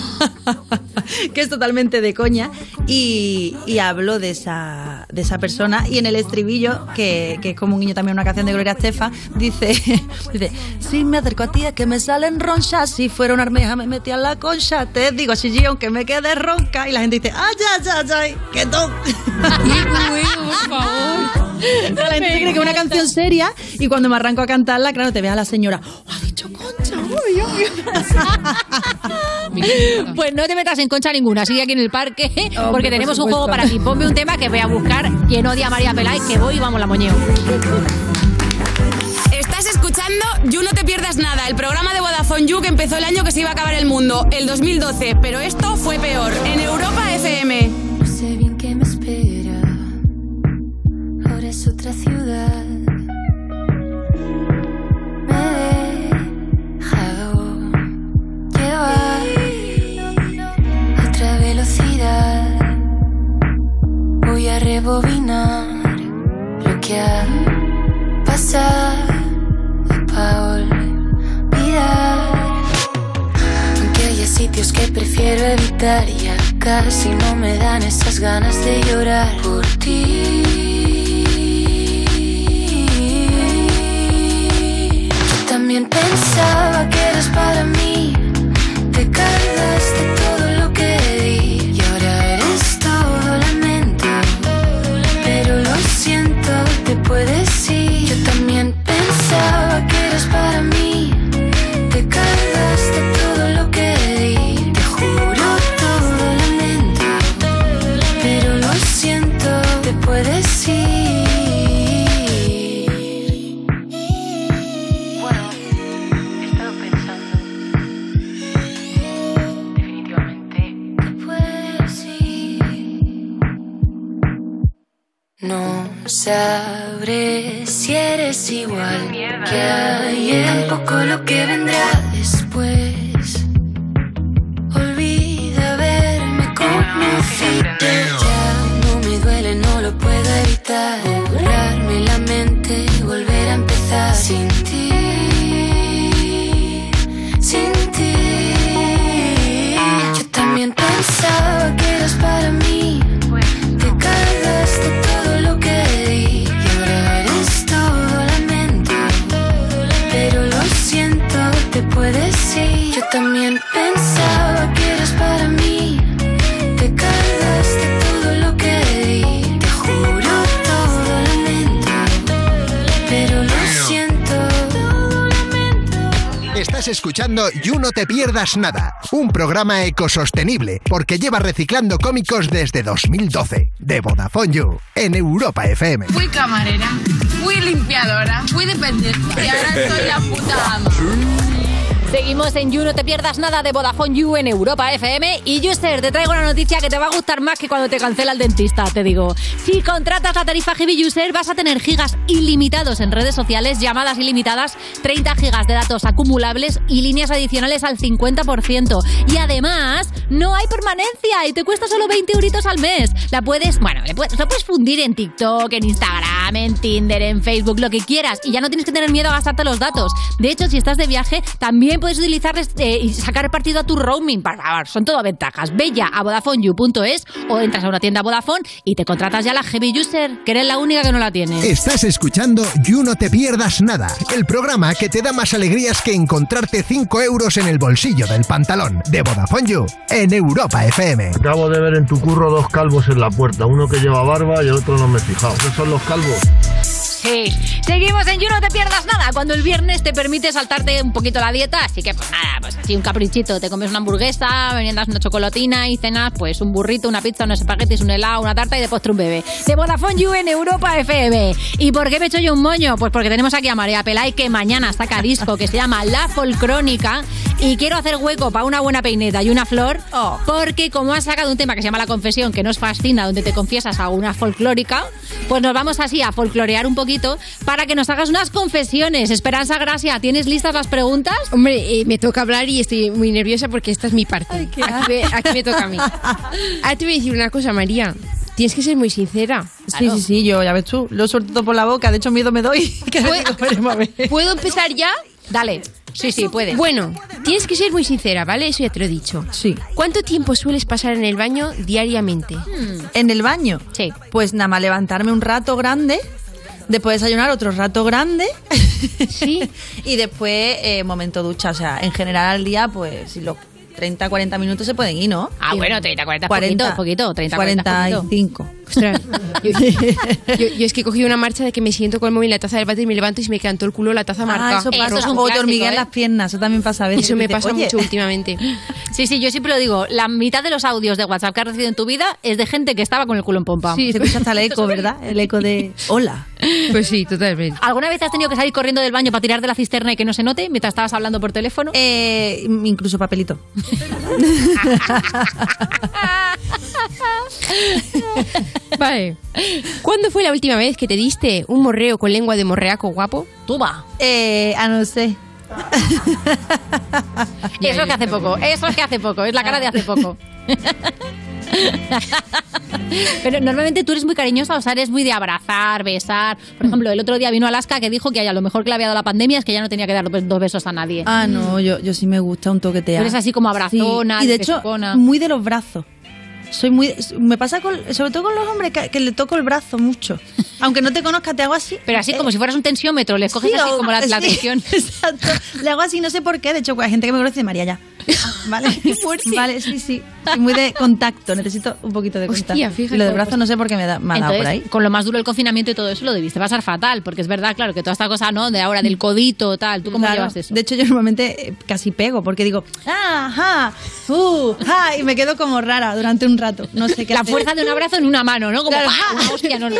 que es totalmente de coña, y hablo de esa persona. Y en el estribillo, que es como un guiño también a una canción de Gloria Estefan, dice, si me acerco a ti es que me salen ronchas, si fuera una armeja me metía en la concha, te digo sí, aunque me quede ronca. Y la gente dice, ay, qué ton. Por favor. La gente cree que es una canción seria y cuando me arranco a cantarla, claro, te ve a la señora, ha dicho concha, Pues no te metas en concha ninguna, sigue aquí en el parque, porque tenemos un juego para ti. Ponme un tema que voy a buscar quien odia a María Peláez, que voy y vamos la moñeo. Estás escuchando You No Te Pierdas Nada, el programa de Vodafone You que empezó el año que se iba a acabar el mundo, el 2012, pero esto fue peor, en Europa FM. No sé bien qué me espera. Ahora es otra ciudad. Me he dejado llevar a otra velocidad. Voy a rebobinar lo que ha pasado para olvidar. Aunque haya sitios que prefiero evitar, ya casi no me dan esas ganas de llorar por ti. Yo también pensaba que eras para mí, te cargas de todo lo que di y ahora eres todo lamento, pero lo siento, te puedes ir. Yo también pensaba que eras para mí, te cargas de todo lo que di, te juro todo lamento, pero lo siento, te puedes ir. Bueno, he estado pensando, definitivamente te puedes ir. No sabré si eres igual que ayer, tampoco lo que vendrá después. Olvida haberme conocido, ya no me duele, no lo puedo evitar. Borrarme la mente, volver a empezar sin ti, sin ti. Yo también pensaba que eras para mí, te cargas de todo lo que di y ahora eres todo lamento, pero lo siento, te puedes ir. Yo también pensaba que eras para mí, te cargas de todo lo que di, te juro todo lamento, pero lo siento. Estás escuchando You No Te Pierdas Nada, un programa ecosostenible porque lleva reciclando cómicos desde 2012. De Vodafone You, en Europa FM. Fui camarera, fui limpiadora, fui dependiente y ahora soy la puta ama. Seguimos en You, no te pierdas nada de Vodafone You en Europa FM. Y User, te traigo una noticia que te va a gustar más que cuando te cancela el dentista, te digo. Si contratas la tarifa Heavy User, vas a tener gigas ilimitados en redes sociales, llamadas ilimitadas, 30 gigas de datos acumulables y líneas adicionales al 50%. Y además, no hay permanencia y te cuesta solo 20 euritos al mes. La puedes fundir en TikTok, en Instagram, en Tinder, en Facebook, lo que quieras. Y ya no tienes que tener miedo a gastarte los datos. De hecho, si estás de viaje, también puedes utilizarles y sacar partido a tu roaming. Por favor, son todo ventajas. Ve ya a VodafoneYou.es o entras a una tienda Vodafone y te contratas ya la Heavy User, que eres la única que no la tiene. Estás escuchando You, no te pierdas nada, el programa que te da más alegrías que encontrarte 5 euros en el bolsillo del pantalón. De Vodafone You, en Europa FM. Acabo de ver en tu curro 2 calvos en la puerta, uno que lleva barba y el otro no me he fijado. ¿Qué son los calvos? Sí, seguimos en You, no te pierdas nada, cuando el viernes te permite saltarte un poquito la dieta, así que pues nada, pues así un caprichito, te comes una hamburguesa, meriendas una chocolatina y cenas pues un burrito, una pizza, unos espaguetis, un helado, una tarta y de postre un bebé. De Vodafone You en Europa FM. ¿Y por qué me echo yo un moño? Pues porque tenemos aquí a María Pelay, que mañana saca disco que se llama La Folcrónica, y quiero hacer hueco para una buena peineta y una flor, porque como has sacado un tema que se llama La Confesión, que nos fascina, donde te confiesas a una folclórica, pues nos vamos así a folclorear un poquito para que nos hagas unas confesiones. Esperanza Gracia, ¿tienes listas las preguntas? Hombre, me toca hablar y estoy muy nerviosa porque esta es mi parte. Ay, aquí me toca a mí. Ahora te voy a decir una cosa, María. Tienes que ser muy sincera. Claro. Sí, yo ya ves tú, lo suelto todo por la boca, de hecho miedo me doy. ¿Puedo empezar ya? Dale. Sí, puedes. Bueno, tienes que ser muy sincera, ¿vale? Eso ya te lo he dicho. Sí. ¿Cuánto tiempo sueles pasar en el baño diariamente? ¿En el baño? Sí. Pues nada más levantarme un rato grande, después desayunar otro rato grande. Sí. Y después momento ducha. O sea, en general al día, pues si los 30, 40 minutos se pueden ir, ¿no? Ah, bueno, 30, 40, poquito, 30, 45. Ostras, yo es que he cogido una marcha de que me siento con el móvil en la taza del váter y me levanto y se me queda en todo el culo la taza marcada. Eso pasa. Eso es un O te clásico, hormiguean las piernas, eso también pasa a veces. Eso me pasa mucho últimamente. Sí, yo siempre lo digo, la mitad de los audios de WhatsApp que has recibido en tu vida es de gente que estaba con el culo en pompa. Sí, se escucha hasta el eco, ¿verdad? El eco de hola. Pues sí, totalmente. ¿Alguna vez has tenido que salir corriendo del baño para tirar de la cisterna y que no se note mientras estabas hablando por teléfono? Incluso papelito. Vale. ¿Cuándo fue la última vez que te diste un morreo con lengua de morreaco guapo? Toma. No sé. Eso es que hace poco, es la cara de hace poco. Pero normalmente tú eres muy cariñosa, o sea, eres muy de abrazar, besar. Por ejemplo, el otro día vino Alaska que dijo que a lo mejor que le había dado la pandemia es que ya no tenía que dar 2 besos a nadie. Ah, no, yo sí me gusta un toqueteo. Tú eres así como abrazona, sí. Y de hecho, muy de los brazos. Me pasa sobre todo con los hombres que le toco el brazo mucho. Aunque no te conozca, te hago así. Pero así como si fueras un tensiómetro, le coges así como la tensión. Exacto. Le hago así, no sé por qué. De hecho, hay gente que me conoce de María ya. ¿Vale? Vale, sí. Soy muy de contacto, necesito un poquito de contacto. Hostia, fíjate. Y lo de brazo no sé por qué me ha dado por ahí. Con lo más duro del confinamiento y todo eso lo debiste pasar fatal, porque es verdad, claro, que toda esta cosa, ¿no? De ahora, del codito, tal. ¿Tú cómo llevas eso? De hecho, yo normalmente casi pego, porque digo, y me quedo como rara durante un rato. No sé qué La fuerza de un abrazo en una mano, ¿no? Como, claro, una hostia, no.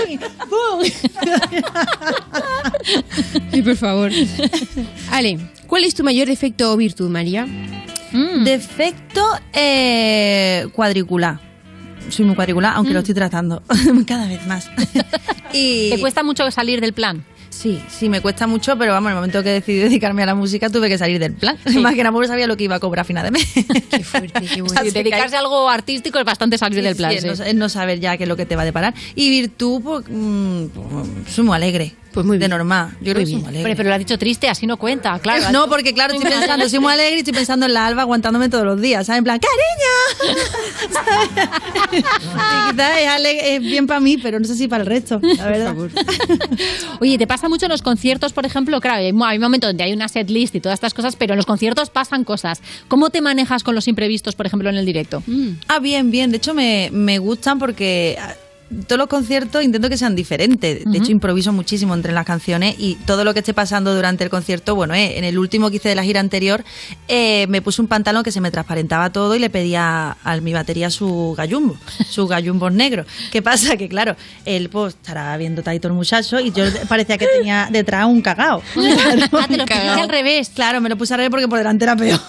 Sí, por favor. Ale, ¿cuál es tu mayor defecto o virtud, María? Defecto cuadricular. Soy muy cuadricular, aunque lo estoy tratando cada vez más. Y ¿te cuesta mucho salir del plan? Sí, me cuesta mucho, pero vamos, en el momento que decidí dedicarme a la música tuve que salir del plan. Sí. Más que tampoco sabía lo que iba a cobrar a final de mes. Qué fuerte, qué bueno. Dedicarse a algo artístico es bastante salir del plan. Sí. Es no saber ya qué es lo que te va a deparar. Y virtud, pues, soy muy alegre. Pues muy bien. De normal. Yo creo que soy muy alegre. Pero lo has dicho triste, así no cuenta, claro. No, porque claro, estoy pensando, soy muy alegre y estoy pensando en la Alba aguantándome todos los días, ¿sabes? En plan, ¡cariño! Y quizás es bien para mí, pero no sé si para el resto, la verdad. Oye, ¿te pasa mucho en los conciertos, por ejemplo? Claro, hay momentos donde hay una setlist y todas estas cosas, pero en los conciertos pasan cosas. ¿Cómo te manejas con los imprevistos, por ejemplo, en el directo? Bien. De hecho, me gustan porque todos los conciertos intento que sean diferentes. De hecho, improviso muchísimo entre las canciones y todo lo que esté pasando durante el concierto, bueno, en el último que hice de la gira anterior, me puse un pantalón que se me transparentaba todo y le pedía a mi batería sus gallumbos negros. ¿Qué pasa? Que claro, él pues estará viendo Taito el muchacho y yo parecía que tenía detrás un cagao. Ah, te lo pusiste al revés. Claro, me lo puse al revés porque por delante era peor.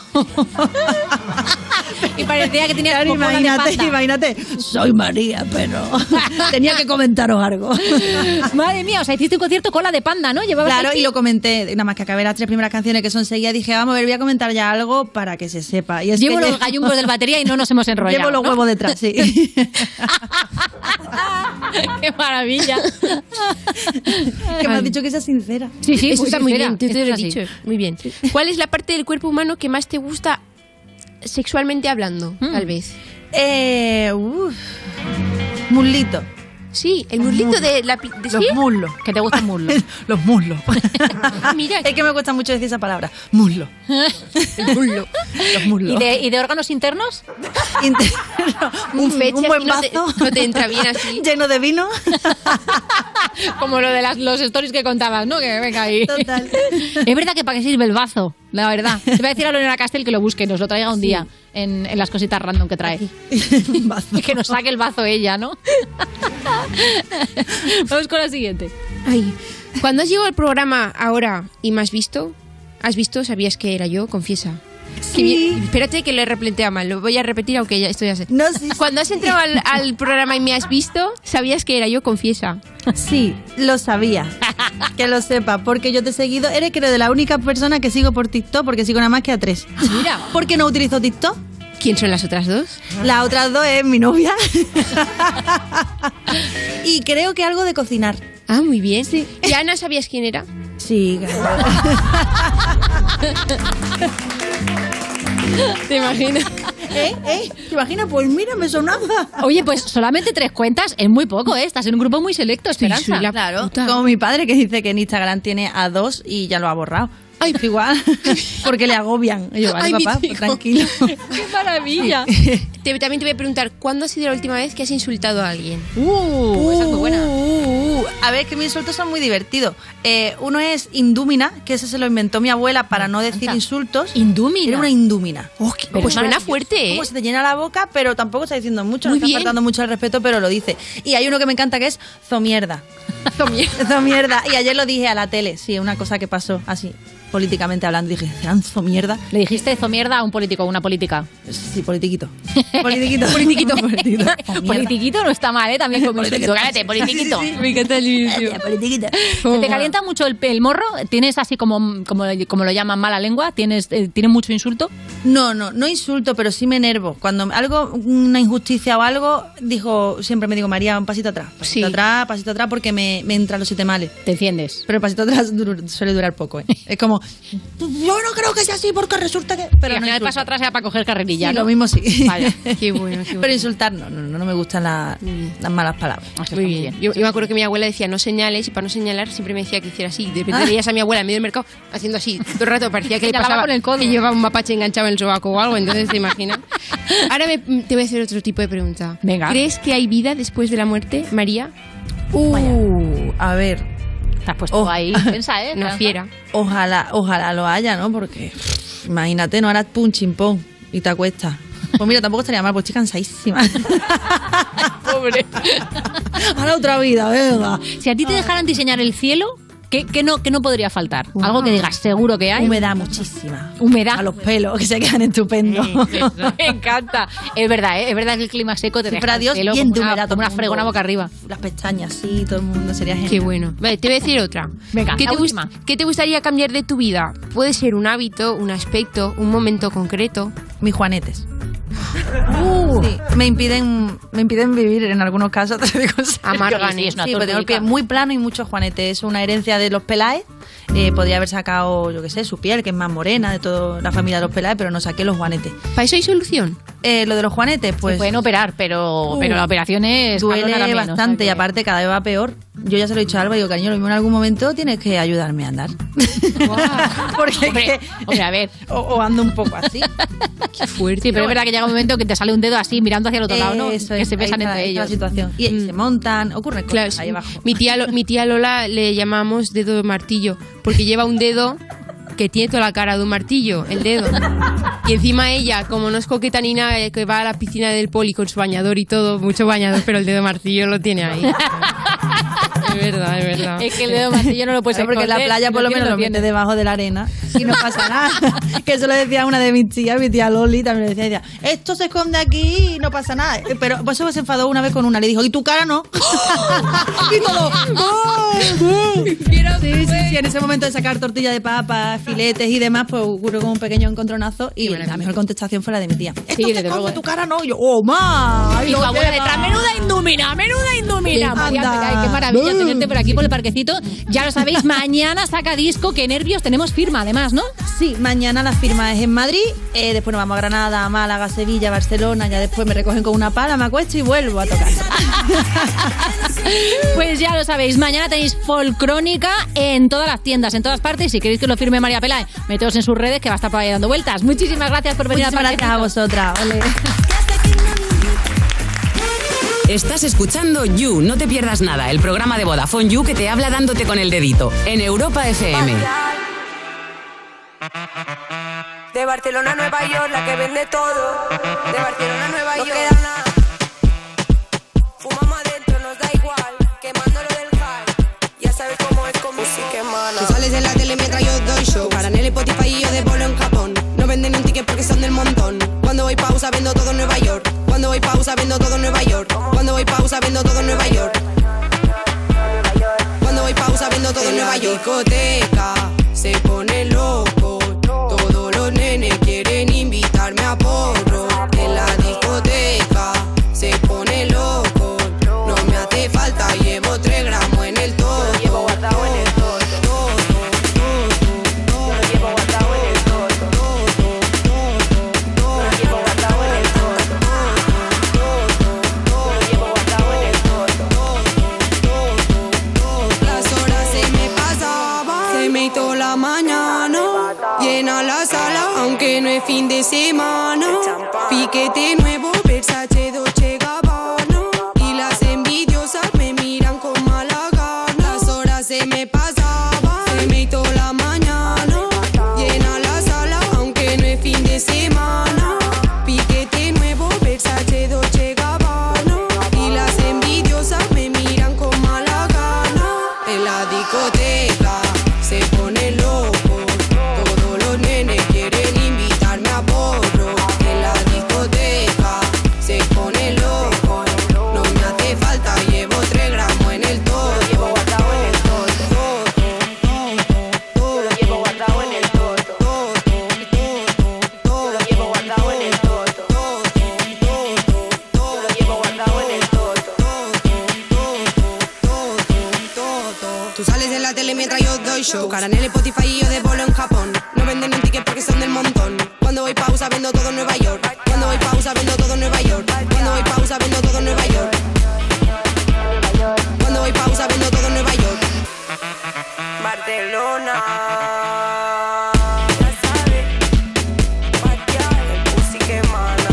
Y parecía que tenía imagínate, soy María, pero tenía que comentaros algo. Madre mía, o sea, hiciste un concierto con la de Panda, ¿no? Claro, y lo comenté, nada más que acabé las 3 primeras canciones que son seguidas, dije, vamos a ver, voy a comentar ya algo para que se sepa. Y es llevo que los gallumbos del batería y no nos hemos enrollado. Llevo los huevos detrás, sí. ¡Qué maravilla! Que me has dicho que sea sincera. Sí, Eso está muy sincera. bien, tú te lo he Así. dicho. Muy bien. ¿Cuál es la parte del cuerpo humano que más te gusta sexualmente hablando, tal vez? Muslito. Sí, el muslito de la... Los muslos. Que te gustan muslos. Los muslos. Mira, es que me cuesta mucho decir esa palabra. Muslo. El muslo. Los muslos. ¿Y de órganos internos? Un buen no vaso. no te entra bien así. Lleno de vino. Como lo de los stories que contabas, ¿no? Que venga ahí. Total. Es verdad que para qué sirve el bazo, la verdad. Te voy a decir a Lorena Castel que lo busque, nos lo traiga un día en las cositas random que trae. Que nos saque el bazo ella, ¿no? Vamos con la siguiente. Ay, cuando has llegado al programa ahora y me has visto, sabías que era yo, confiesa. Sí. Espérate que lo he replanteado mal, lo voy a repetir aunque ya esto ya sé. No, sí. Cuando has entrado al programa y me has visto, sabías que era yo, confiesa. Sí, lo sabía. Que lo sepa, porque yo te he seguido. Eres creo de la única persona que sigo por TikTok, porque sigo nada más que a 3. Mira. ¿Por qué no utilizo TikTok? ¿Quién son las otras dos? Las otras 2 es mi novia. Y creo que algo de cocinar. Ah, muy bien. Sí. ¿Y Ana sabías quién era? Sí, ¿Te imaginas? ¿Te imaginas? Pues mira, me sonaba. Oye, pues solamente 3 cuentas es muy poco, ¿eh? Estás en un grupo muy selecto, Esperanza. Sí, claro. Como mi padre que dice que en Instagram tiene a 2 y ya lo ha borrado. Ay, igual, porque le agobian. Y yo, vale, Ay, papá, mi pues tranquilo. ¡Qué maravilla! También te voy a preguntar, ¿cuándo ha sido la última vez que has insultado a alguien? Esa es muy buena. A ver, que mis insultos son muy divertidos. Uno es indúmina, que ese se lo inventó mi abuela para no decir insultos. ¿Indúmina? Era una indúmina. Pues suena fuerte, ¿eh? Como se te llena la boca, pero tampoco está diciendo mucho, no Muy está bien. faltando mucho el respeto, pero lo dice. Y hay uno que me encanta que es zomierda. Zomierda. Zomierda. Y ayer lo dije a la tele, sí, una cosa que pasó así, políticamente hablando. Dije, ¿serán zomierda? ¿Le dijiste zomierda a un político o una política? Sí, politiquito. Politiquito. Politiquito. Politiquito. Politiquito no está mal, ¿eh? También como Politiquito, cállate, politiquito. Me encanta el inicio. Politiquito. ¿Te calienta mucho el morro? ¿Tienes así como lo llaman mala lengua? ¿Tienes mucho insulto? No insulto, pero sí me enervo. Cuando algo, una injusticia o algo, siempre me digo, María, un pasito atrás. Pasito atrás, porque me entran los 7 males. Te enciendes. Pero el pasito atrás suele durar poco, ¿eh? Es como, yo no creo que sea así porque resulta que... Pero al final el paso atrás era para coger carrerilla, sí, ¿no? lo mismo sí. Vale. Qué bueno. Pero insultar no me gustan las malas palabras. Muy bien. Yo me acuerdo que mi abuela decía no señales y para no señalar siempre me decía que hiciera así. De repente veías a mi abuela en medio del mercado haciendo así todo el rato, parecía que le pasaba con el codo. y llevaba un mapache enganchado en el sobaco o algo, entonces te imaginas. Ahora te voy a hacer otro tipo de pregunta. Venga. ¿Crees que hay vida después de la muerte, María? A ver. Te has puesto ahí, piensa, ¿eh? Una fiera. Ojalá lo haya, ¿no? Porque imagínate, no harás pum chimpón y te acuestas. Pues mira, tampoco estaría mal, pues estoy cansadísima. Pobre. Ahora otra vida, venga. Si a ti te dejaran diseñar el cielo, ¿qué no podría faltar? Algo que digas, seguro que hay. Humedad muchísima. Humedad. A los pelos, que se quedan estupendos. Me encanta. Es verdad, ¿eh? Es verdad que el clima seco te deja pero adiós, el pelo bien de como humedad, una todo el fregona mundo. boca arriba. Las pestañas, sí, todo el mundo sería genial. Qué bueno. Vale, te voy a decir otra. Venga, ¿Qué la última. ¿Qué te gustaría cambiar de tu vida? Puede ser un hábito, un aspecto, un momento concreto. Mis juanetes. Sí, me impiden vivir en algunos casos. Amargan, sí, es una Sí, porque tengo el tortuga. pie muy plano y muchos juanetes. Es una herencia de los Peláez. Podría haber sacado, yo qué sé, su piel, que es más morena, de toda la familia de los Peláez, pero no saqué los juanetes. ¿Para eso hay solución? Lo de los juanetes, pues... Se pueden operar, pero la operación es... duele cabrona también, bastante o sea que- y aparte cada vez va peor. yo ya se lo he dicho a Alba, digo, cariño, lo mismo en algún momento tienes que ayudarme a andar. Porque hombre, a ver. O ando un poco así. Qué fuerte. Sí, pero es verdad que llega un momento que te sale un dedo así mirando hacia el otro lado, ¿no? Que se besan entre ellos. La situación. Y se montan, ocurre cosas Claro, ahí abajo. Mi tía Lola le llamamos dedo de martillo, porque lleva un dedo que tiene toda la cara de un martillo, el dedo. Y encima ella, como no es coqueta ni nada, que va a la piscina del poli con su bañador y todo, mucho bañador, pero el dedo de martillo lo tiene ahí. Es verdad, es verdad. Es que el dedo martillo no lo puedes porque en la playa por lo menos lo metes debajo de la arena y no pasa nada. Que eso lo decía una de mis tías, mi tía Loli, también le decía, esto se esconde aquí y no pasa nada. Pero pues eso se enfadó una vez con una, le dijo, ¿y tu cara no? Y todo. Sí, en ese momento de sacar tortilla de papa, filetes y demás, pues ocurrió como un pequeño encontronazo y la mejor contestación fue la de mi tía. Esto se esconde, tu cara no. Y yo, ¡oh, ma! Y tu abuela detrás, menuda indumina. María, ay, qué maravilla tenerte por aquí por el parquecito. Ya lo sabéis, mañana saca disco, qué nervios, tenemos firma además, ¿no? Sí, mañana la firma es en Madrid, después nos vamos a Granada, Málaga, Sevilla, Barcelona, ya después me recogen con una pala, me acuesto y vuelvo a tocar. Pues ya lo sabéis, mañana tenéis Folcrónica en todas las tiendas, en todas partes. Si queréis que lo firme María Peláez, meteos en sus redes que va a estar por ahí dando vueltas. Muchísimas gracias por venir. Muchísimas gracias a vosotras. Ole. Estás escuchando You, no te pierdas nada, el programa de Vodafone You que te habla dándote con el dedito, en Europa FM. De Barcelona a Nueva York, la que vende todo. De Barcelona a Nueva York, no queda nada. Fumamos adentro, nos da igual. Quemándolo del high. Ya sabes cómo es con música, mana. Tú sales en la tele mientras yo doy show. Para en el Spotify y yo de bolo en Japón. No venden ni un ticket porque son del montón. Cuando voy pausa vendo todo en Nueva York. Cuando voy pausa vendo todo en Nueva York. Cuando voy pausa vendo todo en Nueva York. Cuando voy pausa vendo todo en Nueva York. Discoteca se pone loco. Todos los nenes quieren invitarme a porro. En la discoteca se pone loco. No me hace falta, llevo 3 gramos en el todo. Lo llevo guardado en el todo. Lo llevo guardado en el todo. Lo llevo guardado en el todo. Lo llevo guardado en el todo. Las horas se me pasaban, se me hizo la mañana. Llena la sala, aunque no es fin de semana. Piquete nuevo, Versace, Dolce Gabbana. Y las envidiosas me miran con mala gana. Las horas se me pasaban, se me hizo la mañana. Llena la sala, aunque no es fin de semana. Piquete nuevo, Versace, Dolce Gabbana. Y las envidiosas me miran con mala gana. En la discoteca se pone loco. Quieren invitarme a porro. En la discoteca se pone loco. No me hace falta, llevo 3 gramos en el todo. Lo llevo guardado en el todo. Lo llevo guardado en el todo. Lo llevo guardado en el todo. Lo llevo guardado en el todo. Tú sales en la tele mientras yo doy show. Tu cara en el Spotify y yo de bolo en Japón. No venden un ticket porque son del montón. Cuando voy pausa vendo todo en Nueva York. Cuando voy pausa vendo todo en Nueva York. Cuando voy pausa vendo todo en Nueva York. Cuando voy pausa vendo todo en Nueva York. Barcelona. Ya sabes. Patear el pussy que mana.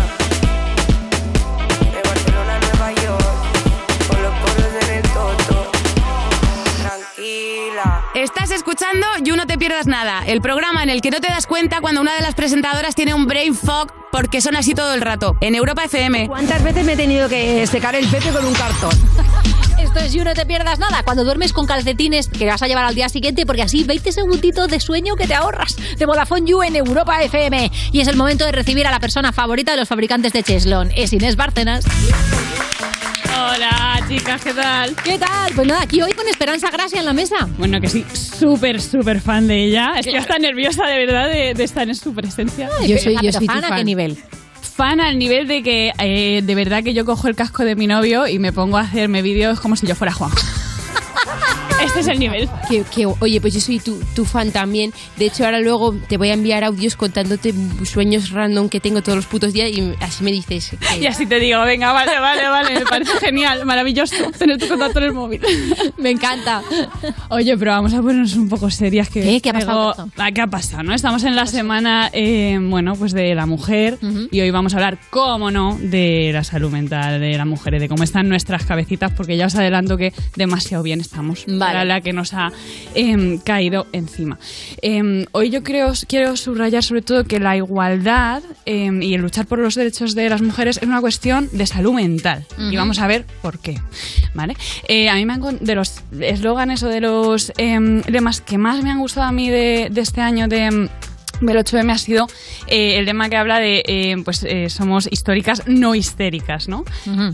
De Barcelona a Nueva York. Con los poros en el toto. Tranquila. Estás escuchando You, no te pierdas nada, el programa en el que no te das cuenta cuando una de las presentadoras tiene un brain fog porque son así todo el rato, en Europa FM. ¿Cuántas veces me he tenido que secar el pepe con un cartón? Esto es You, no te pierdas nada. Cuando duermes con calcetines que vas a llevar al día siguiente, porque así 20 segunditos de sueño que te ahorras. De Vodafone You en Europa FM. Y es el momento de recibir a la persona favorita de los fabricantes de Cheslón. Es Inés Bárcenas. Hola, chicas, ¿qué tal? ¿Qué tal? Pues nada, aquí hoy con Esperanza Gracia en la mesa. Bueno, que sí, súper fan de ella. Estoy hasta nerviosa, de verdad, de estar en su presencia. Ay, yo soy fan. ¿A qué nivel? Fan al nivel de que, de verdad, que yo cojo el casco de mi novio y me pongo a hacerme vídeos como si yo fuera Juan. Este es el nivel. Oye, pues yo soy tu fan también. De hecho, ahora luego te voy a enviar audios contándote sueños random que tengo todos los putos días y así me dices. Y así te digo, venga, vale, me parece genial, maravilloso tener tu contacto en el móvil. Me encanta. Oye, pero vamos a ponernos un poco serias. ¿Qué ha pasado? ¿Qué ha pasado? ¿No? Estamos en la semana, pues de la mujer y hoy vamos a hablar, cómo no, de la salud mental de la mujer y de cómo están nuestras cabecitas, porque ya os adelanto que demasiado bien estamos para la que nos ha caído encima. Hoy yo quiero subrayar sobre todo que la igualdad y el luchar por los derechos de las mujeres es una cuestión de salud mental. Y vamos a ver por qué. ¿Vale? A mí de los eslóganes o de los lemas que más me han gustado a mí de este año del 8M ha sido el lema que habla de somos históricas, no histéricas, ¿no?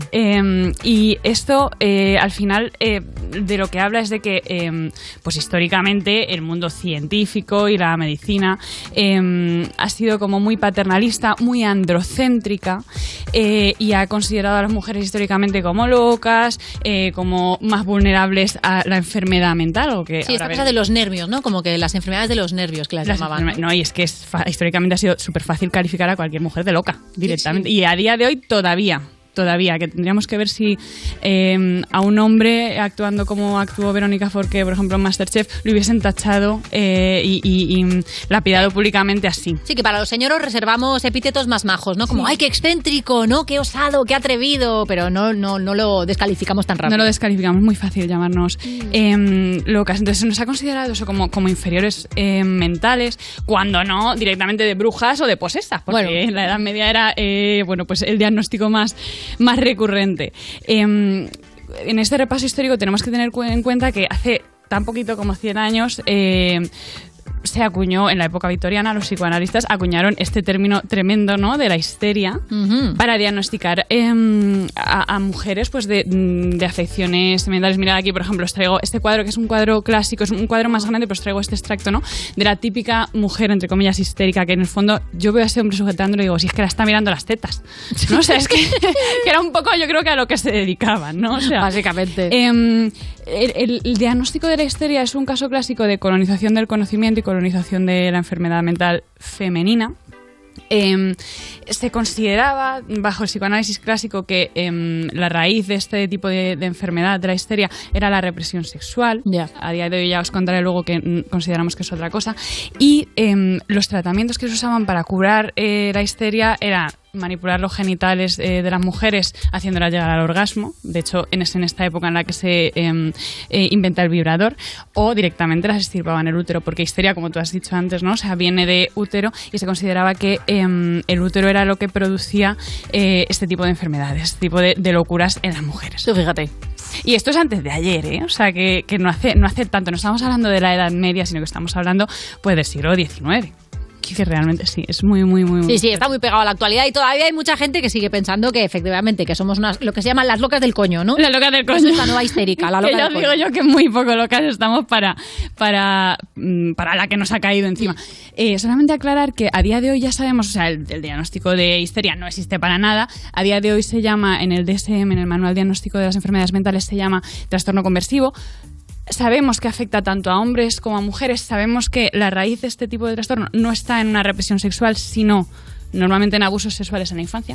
Y esto al final de lo que habla es de que pues históricamente el mundo científico y la medicina ha sido como muy paternalista, muy androcéntrica y ha considerado a las mujeres históricamente como locas, como más vulnerables a la enfermedad mental. O que sí, esta cosa de los nervios, ¿no? Como que las enfermedades de los nervios que las llamaban. No, y es que históricamente ha sido súper fácil calificar a cualquier mujer de loca directamente. Sí. Y a día de hoy todavía, que tendríamos que ver si a un hombre actuando como actuó Verónica Forqué, por ejemplo, en MasterChef, lo hubiesen tachado y lapidado públicamente así. Sí, que para los señoros reservamos epítetos más majos, ¿no? Como, ¡ay, qué excéntrico! ¿No? ¡Qué osado! ¡Qué atrevido! Pero no lo descalificamos tan rápido. No lo descalificamos, muy fácil llamarnos locas. Entonces se nos ha considerado eso como inferiores mentales, cuando no directamente de brujas o de posesas, porque en la Edad Media era pues el diagnóstico más recurrente. En este repaso histórico tenemos que tener en cuenta que hace tan poquito como 100 años se acuñó, en la época victoriana, los psicoanalistas acuñaron este término tremendo, ¿no?, de la histeria, para diagnosticar a mujeres pues de afecciones mentales. Mirad aquí, por ejemplo, os traigo este cuadro, que es un cuadro clásico, es un cuadro más grande, pero os traigo este extracto, ¿no?, de la típica mujer, entre comillas, histérica, que en el fondo yo veo a ese hombre sujetándolo y digo, si es que la está mirando las tetas, ¿no? O sea, es que era un poco, yo creo que a lo que se dedicaban, ¿no? O sea, básicamente. El diagnóstico de la histeria es un caso clásico de colonización del conocimiento y colonización de la enfermedad mental femenina. Se consideraba, bajo el psicoanálisis clásico, que la raíz de este tipo de enfermedad, de la histeria, era la represión sexual. A día de hoy ya os contaré luego que consideramos que es otra cosa. Y los tratamientos que se usaban para curar la histeria eran manipular los genitales de las mujeres haciéndolas llegar al orgasmo. De hecho, en esta época en la que se inventa el vibrador, o directamente las extirpaban el útero, porque histeria, como tú has dicho antes, ¿no?, o sea, viene de útero, y se consideraba que el útero era lo que producía este tipo de enfermedades, este tipo de locuras en las mujeres. Tú fíjate. Y esto es antes de ayer, ¿eh? O sea, que no hace tanto. No estamos hablando de la Edad Media, sino que estamos hablando pues del siglo XIX. Que realmente sí, es muy, muy, muy... Sí, está muy pegado a la actualidad y todavía hay mucha gente que sigue pensando que efectivamente que somos lo que se llaman las locas del coño, ¿no? Las locas del coño. Esa es la nueva histérica, la loca del coño. Digo yo que muy poco locas estamos para la que nos ha caído encima. Solamente aclarar que a día de hoy ya sabemos, o sea, el diagnóstico de histeria no existe para nada. A día de hoy se llama, en el DSM, en el Manual Diagnóstico de las Enfermedades Mentales, se llama trastorno conversivo. Sabemos que afecta tanto a hombres como a mujeres. Sabemos que la raíz de este tipo de trastorno no está en una represión sexual, sino normalmente en abusos sexuales en la infancia.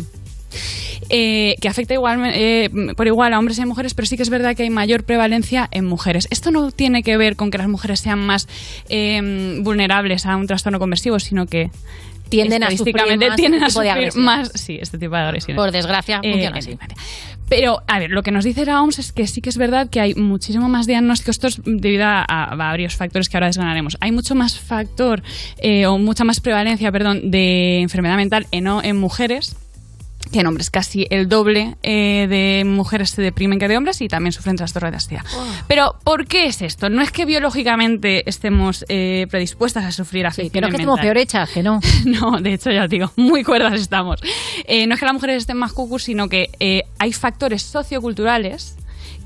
Que afecta por igual a hombres y a mujeres, pero sí que es verdad que hay mayor prevalencia en mujeres. Esto no tiene que ver con que las mujeres sean más vulnerables a un trastorno conversivo, sino que tienden a sufrir más este tipo de agresiones. Por desgracia, funciona así. Pero, a ver, lo que nos dice la OMS es que sí que es verdad que hay muchísimo más diagnósticos, esto es debido a varios factores que ahora desgranaremos. Hay mucho más mucha más prevalencia, de enfermedad mental en mujeres que en hombres. Casi el doble de mujeres se deprimen que de hombres y también sufren trastorno de ansiedad. Pero, ¿por qué es esto? No es que biológicamente estemos predispuestas a sufrir afecciones pero es que estemos peor hechas, que no. No, de hecho, ya os digo, muy cuerdas estamos. No es que las mujeres estén más cucus, sino que hay factores socioculturales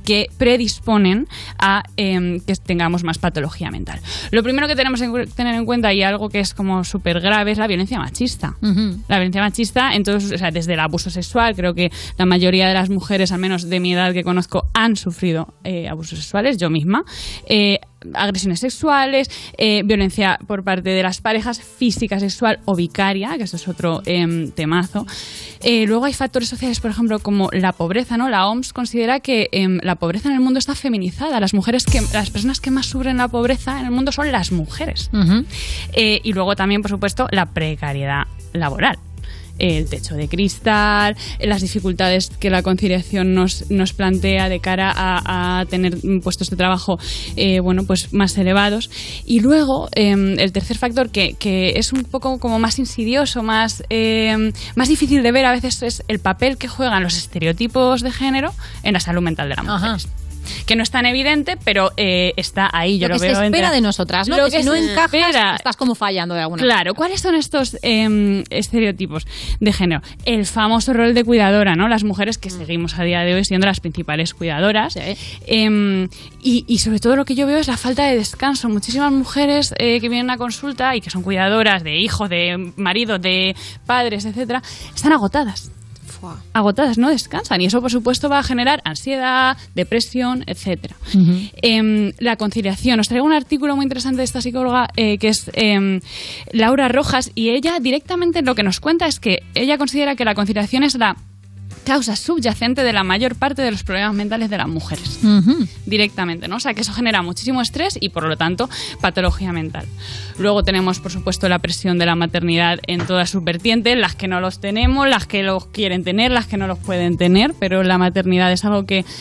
que predisponen a que tengamos más patología mental. Lo primero que tenemos que tener en cuenta, y algo que es como súper grave, es la violencia machista. La violencia machista, entonces, o sea, desde el abuso sexual, creo que la mayoría de las mujeres, al menos de mi edad que conozco, han sufrido abusos sexuales, yo misma, agresiones sexuales, violencia por parte de las parejas, física, sexual o vicaria, que eso es otro temazo. Luego hay factores sociales, por ejemplo, como la pobreza, ¿no? La OMS considera que la pobreza en el mundo está feminizada. Las personas que más sufren la pobreza en el mundo son las mujeres. Y luego también, por supuesto, la precariedad laboral. El techo de cristal, las dificultades que la conciliación nos plantea de cara a tener puestos de trabajo pues más elevados. Y luego el tercer factor que es un poco como más insidioso, más difícil de ver a veces, es el papel que juegan los estereotipos de género en la salud mental de la mujer. Que no es tan evidente, pero está ahí. Yo lo veo. Lo que se espera de nosotras, ¿no? Lo que si no encajas, estás como fallando de alguna manera. Claro, ¿cuáles son estos estereotipos de género? El famoso rol de cuidadora, ¿no? Las mujeres que seguimos a día de hoy siendo las principales cuidadoras. Y sobre todo lo que yo veo es la falta de descanso. Muchísimas mujeres que vienen a consulta y que son cuidadoras de hijos, de marido, de padres, etcétera, están agotadas. No descansan, y eso por supuesto va a generar ansiedad, depresión, etcétera. La conciliación, os traigo un artículo muy interesante de esta psicóloga que es Laura Rojas, y ella directamente lo que nos cuenta es que ella considera que la conciliación es la causa subyacente de la mayor parte de los problemas mentales de las mujeres. Directamente, ¿no? O sea, que eso genera muchísimo estrés y, por lo tanto, patología mental. Luego tenemos, por supuesto, la presión de la maternidad en todas sus vertientes, las que no los tenemos, las que los quieren tener, las que no los pueden tener, pero la maternidad es algo que,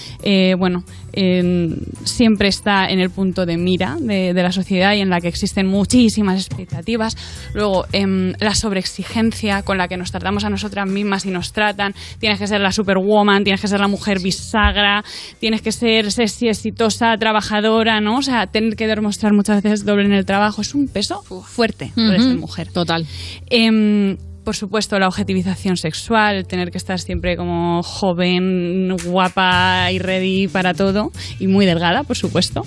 siempre está en el punto de mira de la sociedad y en la que existen muchísimas expectativas. Luego, la sobreexigencia con la que nos tratamos a nosotras mismas y nos tratan. Tienes que ser la superwoman, tienes que ser la mujer bisagra, tienes que ser sexy, exitosa, trabajadora, ¿no? O sea, tener que demostrar muchas veces doble en el trabajo es un peso fuerte de ser mujer. Total. Por supuesto, la objetivización sexual, tener que estar siempre como joven, guapa y ready para todo, y muy delgada, por supuesto.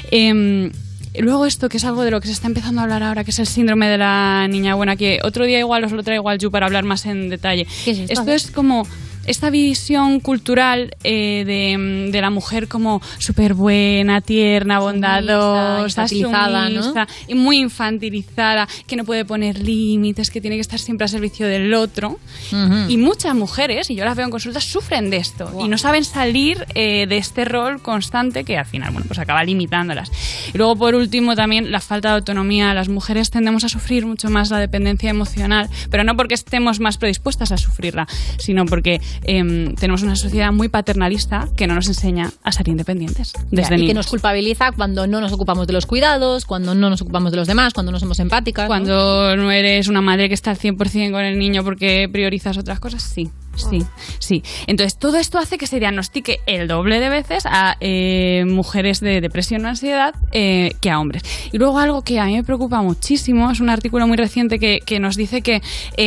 Luego esto, que es algo de lo que se está empezando a hablar ahora, que es el síndrome de la niña buena, que otro día igual os lo traigo al You para hablar más en detalle. ¿Qué es esto? Esto es como esta visión cultural de la mujer como súper buena, tierna, bondadosa, infantilizada, sumisa, ¿no? y muy infantilizada, que no puede poner límites, que tiene que estar siempre al servicio del otro. Y muchas mujeres, y yo las veo en consultas, sufren de esto y no saben salir de este rol constante que al final, pues acaba limitándolas. Y luego, por último, también la falta de autonomía. Las mujeres tendemos a sufrir mucho más la dependencia emocional, pero no porque estemos más predispuestas a sufrirla, sino porque tenemos una sociedad muy paternalista que no nos enseña a ser independientes desde niños. Y que nos culpabiliza cuando no nos ocupamos de los cuidados, cuando no nos ocupamos de los demás, cuando no somos empáticas. Cuando no eres una madre que está al 100% con el niño porque priorizas otras cosas, sí. Entonces, todo esto hace que se diagnostique el doble de veces a mujeres de depresión o ansiedad que a hombres. Y luego algo que a mí me preocupa muchísimo, es un artículo muy reciente que nos dice que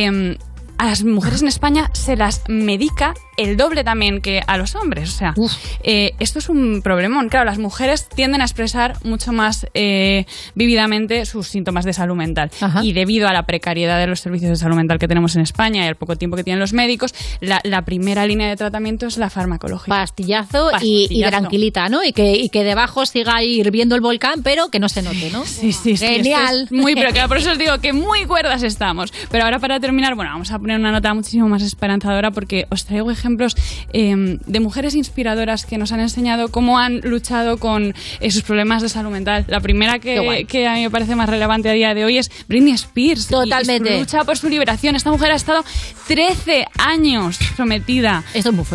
a las mujeres en España se las medica el doble también que a los hombres. O sea, esto es un problemón. Claro, las mujeres tienden a expresar mucho más vívidamente sus síntomas de salud mental. Y debido a la precariedad de los servicios de salud mental que tenemos en España y al poco tiempo que tienen los médicos, la primera línea de tratamiento es la farmacológica. Pastillazo. Y tranquilita, ¿no? Y que debajo siga hirviendo el volcán, pero que no se note, ¿no? Sí. Genial. Muy, pero claro, por eso os digo que muy cuerdas estamos. Pero ahora, para terminar, vamos a poner una nota muchísimo más esperanzadora, porque os traigo ejemplos de mujeres inspiradoras que nos han enseñado cómo han luchado con sus problemas de salud mental. La primera que a mí me parece más relevante a día de hoy es Britney Spears. Totalmente. Y su lucha por su liberación. Esta mujer ha estado 13 años sometida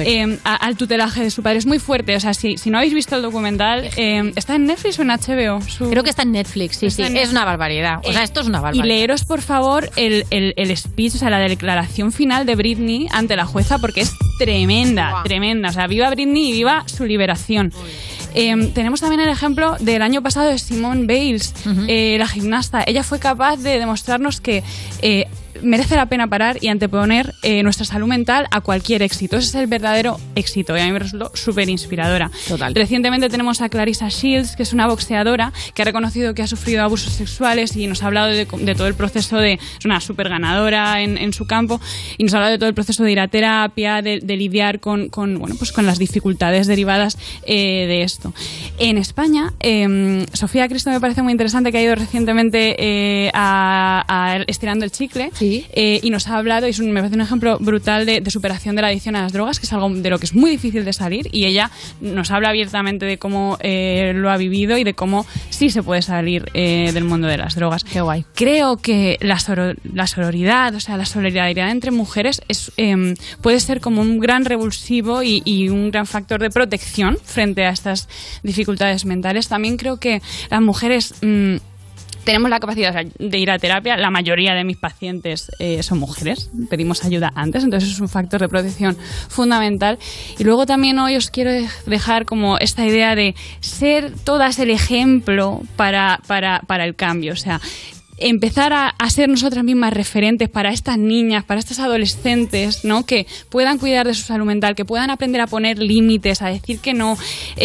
al tutelaje de su padre. Es muy fuerte. O sea, si no habéis visto el documental, ¿está en Netflix o en HBO? Creo que está en Netflix, sí. Es una barbaridad. O sea, esto es una barbaridad. Y leeros, por favor, el speech, o sea, la declaración final de Britney ante la jueza, porque es tremenda. O sea, viva Britney y viva su liberación. Tenemos también el ejemplo del año pasado de Simone Biles, la gimnasta. Ella fue capaz de demostrarnos que merece la pena parar y anteponer nuestra salud mental a cualquier éxito. Ese es el verdadero éxito y a mí me resultó súper inspiradora. Total. Recientemente tenemos a Clarissa Shields, que es una boxeadora que ha reconocido que ha sufrido abusos sexuales y nos ha hablado de todo el proceso es una súper ganadora en su campo, y nos ha hablado de todo el proceso de ir a terapia, de lidiar con las dificultades derivadas de esto. En España, Sofía Cristo me parece muy interesante, que ha ido recientemente a Estirando el Chicle, y nos ha hablado, y me parece un ejemplo brutal de superación de la adicción a las drogas, que es algo de lo que es muy difícil de salir, y ella nos habla abiertamente de cómo lo ha vivido y de cómo sí se puede salir del mundo de las drogas. Qué guay. Creo que la sororidad, o sea, la solidaridad entre mujeres puede ser como un gran revulsivo y un gran factor de protección frente a estas dificultades mentales. También creo que las mujeres tenemos la capacidad de ir a terapia. La mayoría de mis pacientes son mujeres, pedimos ayuda antes, entonces es un factor de protección fundamental. Y luego también hoy os quiero dejar como esta idea de ser todas el ejemplo para el cambio, o sea, empezar a ser nosotras mismas referentes para estas niñas, para estas adolescentes, ¿no? Que puedan cuidar de su salud mental, que puedan aprender a poner límites, a decir que no,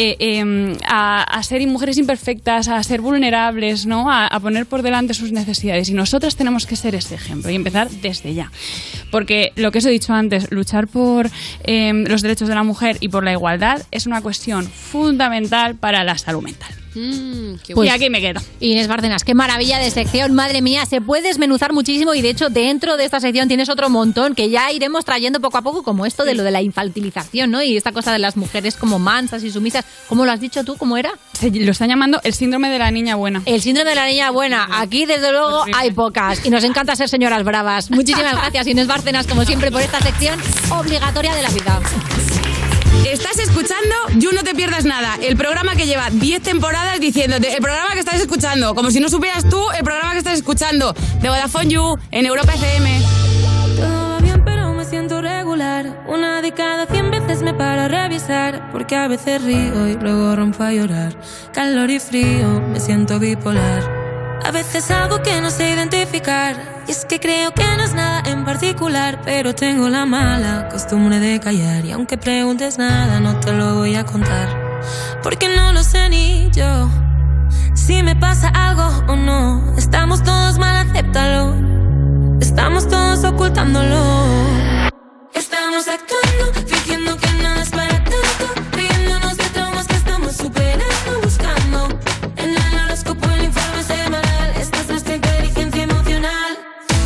a ser mujeres imperfectas, a ser vulnerables, ¿no? A poner por delante sus necesidades. Y nosotras tenemos que ser ese ejemplo y empezar desde ya. Porque lo que os he dicho antes, luchar por los derechos de la mujer y por la igualdad es una cuestión fundamental para la salud mental. Pues, y aquí me quedo. Inés Bárcenas, qué maravilla de sección, madre mía, se puede desmenuzar muchísimo y de hecho dentro de esta sección tienes otro montón que ya iremos trayendo poco a poco, como esto de lo de la infantilización, ¿no? Y esta cosa de las mujeres como mansas y sumisas. ¿Cómo lo has dicho tú? ¿Cómo era? Lo están llamando el síndrome de la niña buena. El síndrome de la niña buena. Aquí desde luego hay pocas y nos encanta ser señoras bravas. Muchísimas gracias, Inés Bárcenas, como siempre, por esta sección obligatoria de la vida. Estás escuchando You No Te Pierdas Nada, el programa que lleva 10 temporadas diciéndote el programa que estás escuchando, como si no supieras tú el programa que estás escuchando, de Vodafone You, en Europa FM. Todo va bien pero me siento regular. Una de cada 100 veces me paro a revisar, porque a veces río y luego rompo a llorar. Calor y frío, me siento bipolar. A veces algo que no sé identificar, y es que creo que no es nada en particular, pero tengo la mala costumbre de callar, y aunque preguntes nada no te lo voy a contar, porque no lo sé ni yo si me pasa algo o no. Estamos todos mal, acéptalo. Estamos todos ocultándolo. Estamos actuando, fingiendo que nada es para tanto, riéndonos de traumas que estamos superando, buscando en el horóscopo el informe semanal. Esta es nuestra inteligencia emocional.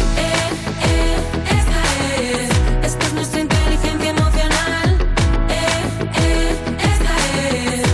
Esta es nuestra inteligencia emocional. Esta es.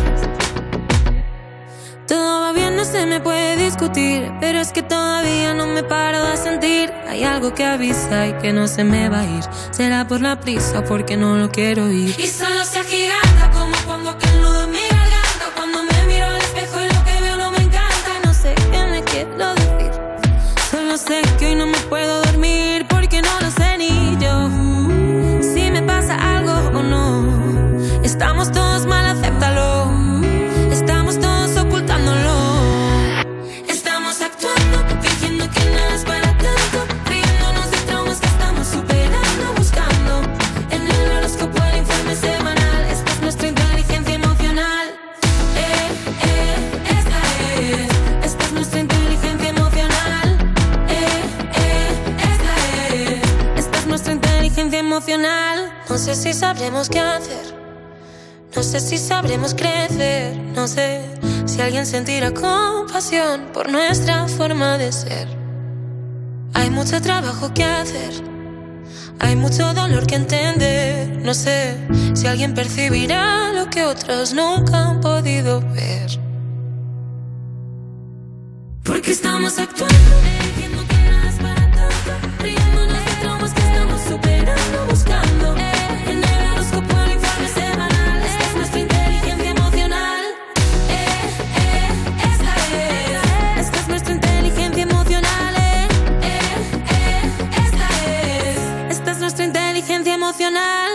Todo va bien, no se me puede discutir, pero es que todavía no me paro de sentir. Hay algo que avisa y que no se me va a ir. Será por la prisa o porque no lo quiero oír. Y solo se agiganta como cuando que el nudo en mi garganta, cuando me miro al espejo y lo que veo no me encanta. No sé qué me quiero decir, solo sé que hoy no me puedo dormir, porque no lo sé ni yo si me pasa algo o no. Estamos todos mal, acéptalo. Estamos todos ocultándolo. Estamos actuando, fingiendo que nada es para tanto, riéndonos de traumas que estamos superando, buscando en el horóscopo el informe semanal. Esta es nuestra inteligencia emocional. Esta es nuestra inteligencia emocional. Esta es nuestra inteligencia emocional. No sé si sabremos qué hacer, no sé si sabremos crecer, no sé si alguien sentirá compasión por nuestra forma de ser. Hay mucho trabajo que hacer, hay mucho dolor que entender. No sé si alguien percibirá lo que otros nunca han podido ver. Porque estamos actuando, diciendo que nada es para tanto, riéndonos de traumas que estamos superando, buscando en el horóscopo el informe semanal. Esta es nuestra inteligencia emocional. Esta es nuestra inteligencia emocional. Esta es nuestra inteligencia emocional.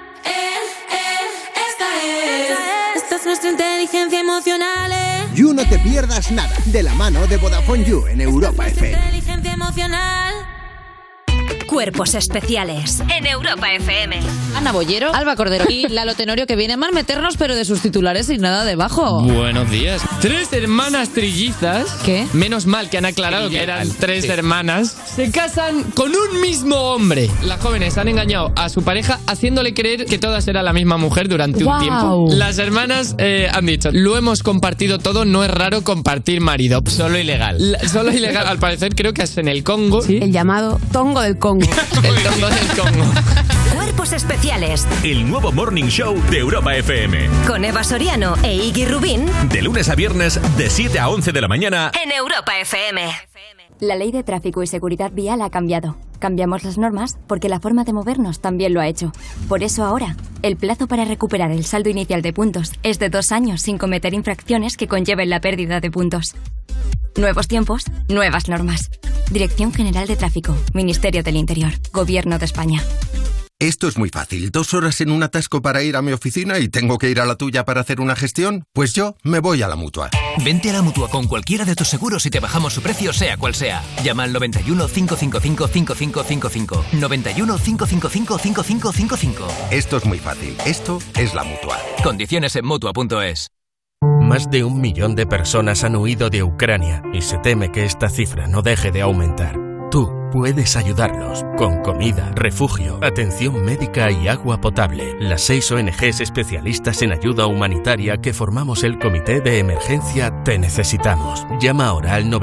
Esta es nuestra inteligencia emocional. You No Te Pierdas Nada, de la mano de Vodafone You en Europa FM. Inteligencia emocional. Cuerpos Especiales en Europa FM. Ana Bollero, Alba Cordero y Lalo Tenorio, que viene a meternos, pero de sus titulares sin nada debajo. Buenos días. 3 hermanas trillizas. ¿Qué? Menos mal que han aclarado que eran 3 hermanas. Se casan con un mismo hombre. Las jóvenes han engañado a su pareja haciéndole creer que todas eran la misma mujer durante un tiempo. Las hermanas han dicho, lo hemos compartido todo, no es raro compartir marido. Solo ilegal. Solo ilegal, al parecer creo que es en el Congo. ¿Sí? El llamado Tongo del Congo. El Tongo del Congo. Cuerpos Especiales. El nuevo Morning Show de Europa FM. Con Eva Soriano e Iggy Rubín. De lunes a viernes, de 7 a 11 de la mañana. En Europa FM. La ley de tráfico y seguridad vial ha cambiado. Cambiamos las normas porque la forma de movernos también lo ha hecho. Por eso ahora, el plazo para recuperar el saldo inicial de puntos es de 2 años sin cometer infracciones que conlleven la pérdida de puntos. Nuevos tiempos, nuevas normas. Dirección General de Tráfico, Ministerio del Interior, Gobierno de España. Esto es muy fácil. 2 horas en un atasco para ir a mi oficina y tengo que ir a la tuya para hacer una gestión. Pues yo me voy a la Mutua. Vente a la Mutua con cualquiera de tus seguros y te bajamos su precio sea cual sea. Llama al 91 555 5555. 91 555 5555. Esto es muy fácil. Esto es la Mutua. Condiciones en Mutua.es. Más de 1 millón de personas han huido de Ucrania y se teme que esta cifra no deje de aumentar. Tú puedes ayudarlos con comida, refugio, atención médica y agua potable. Las 6 ONGs especialistas en ayuda humanitaria que formamos el Comité de Emergencia Te Necesitamos. Llama ahora al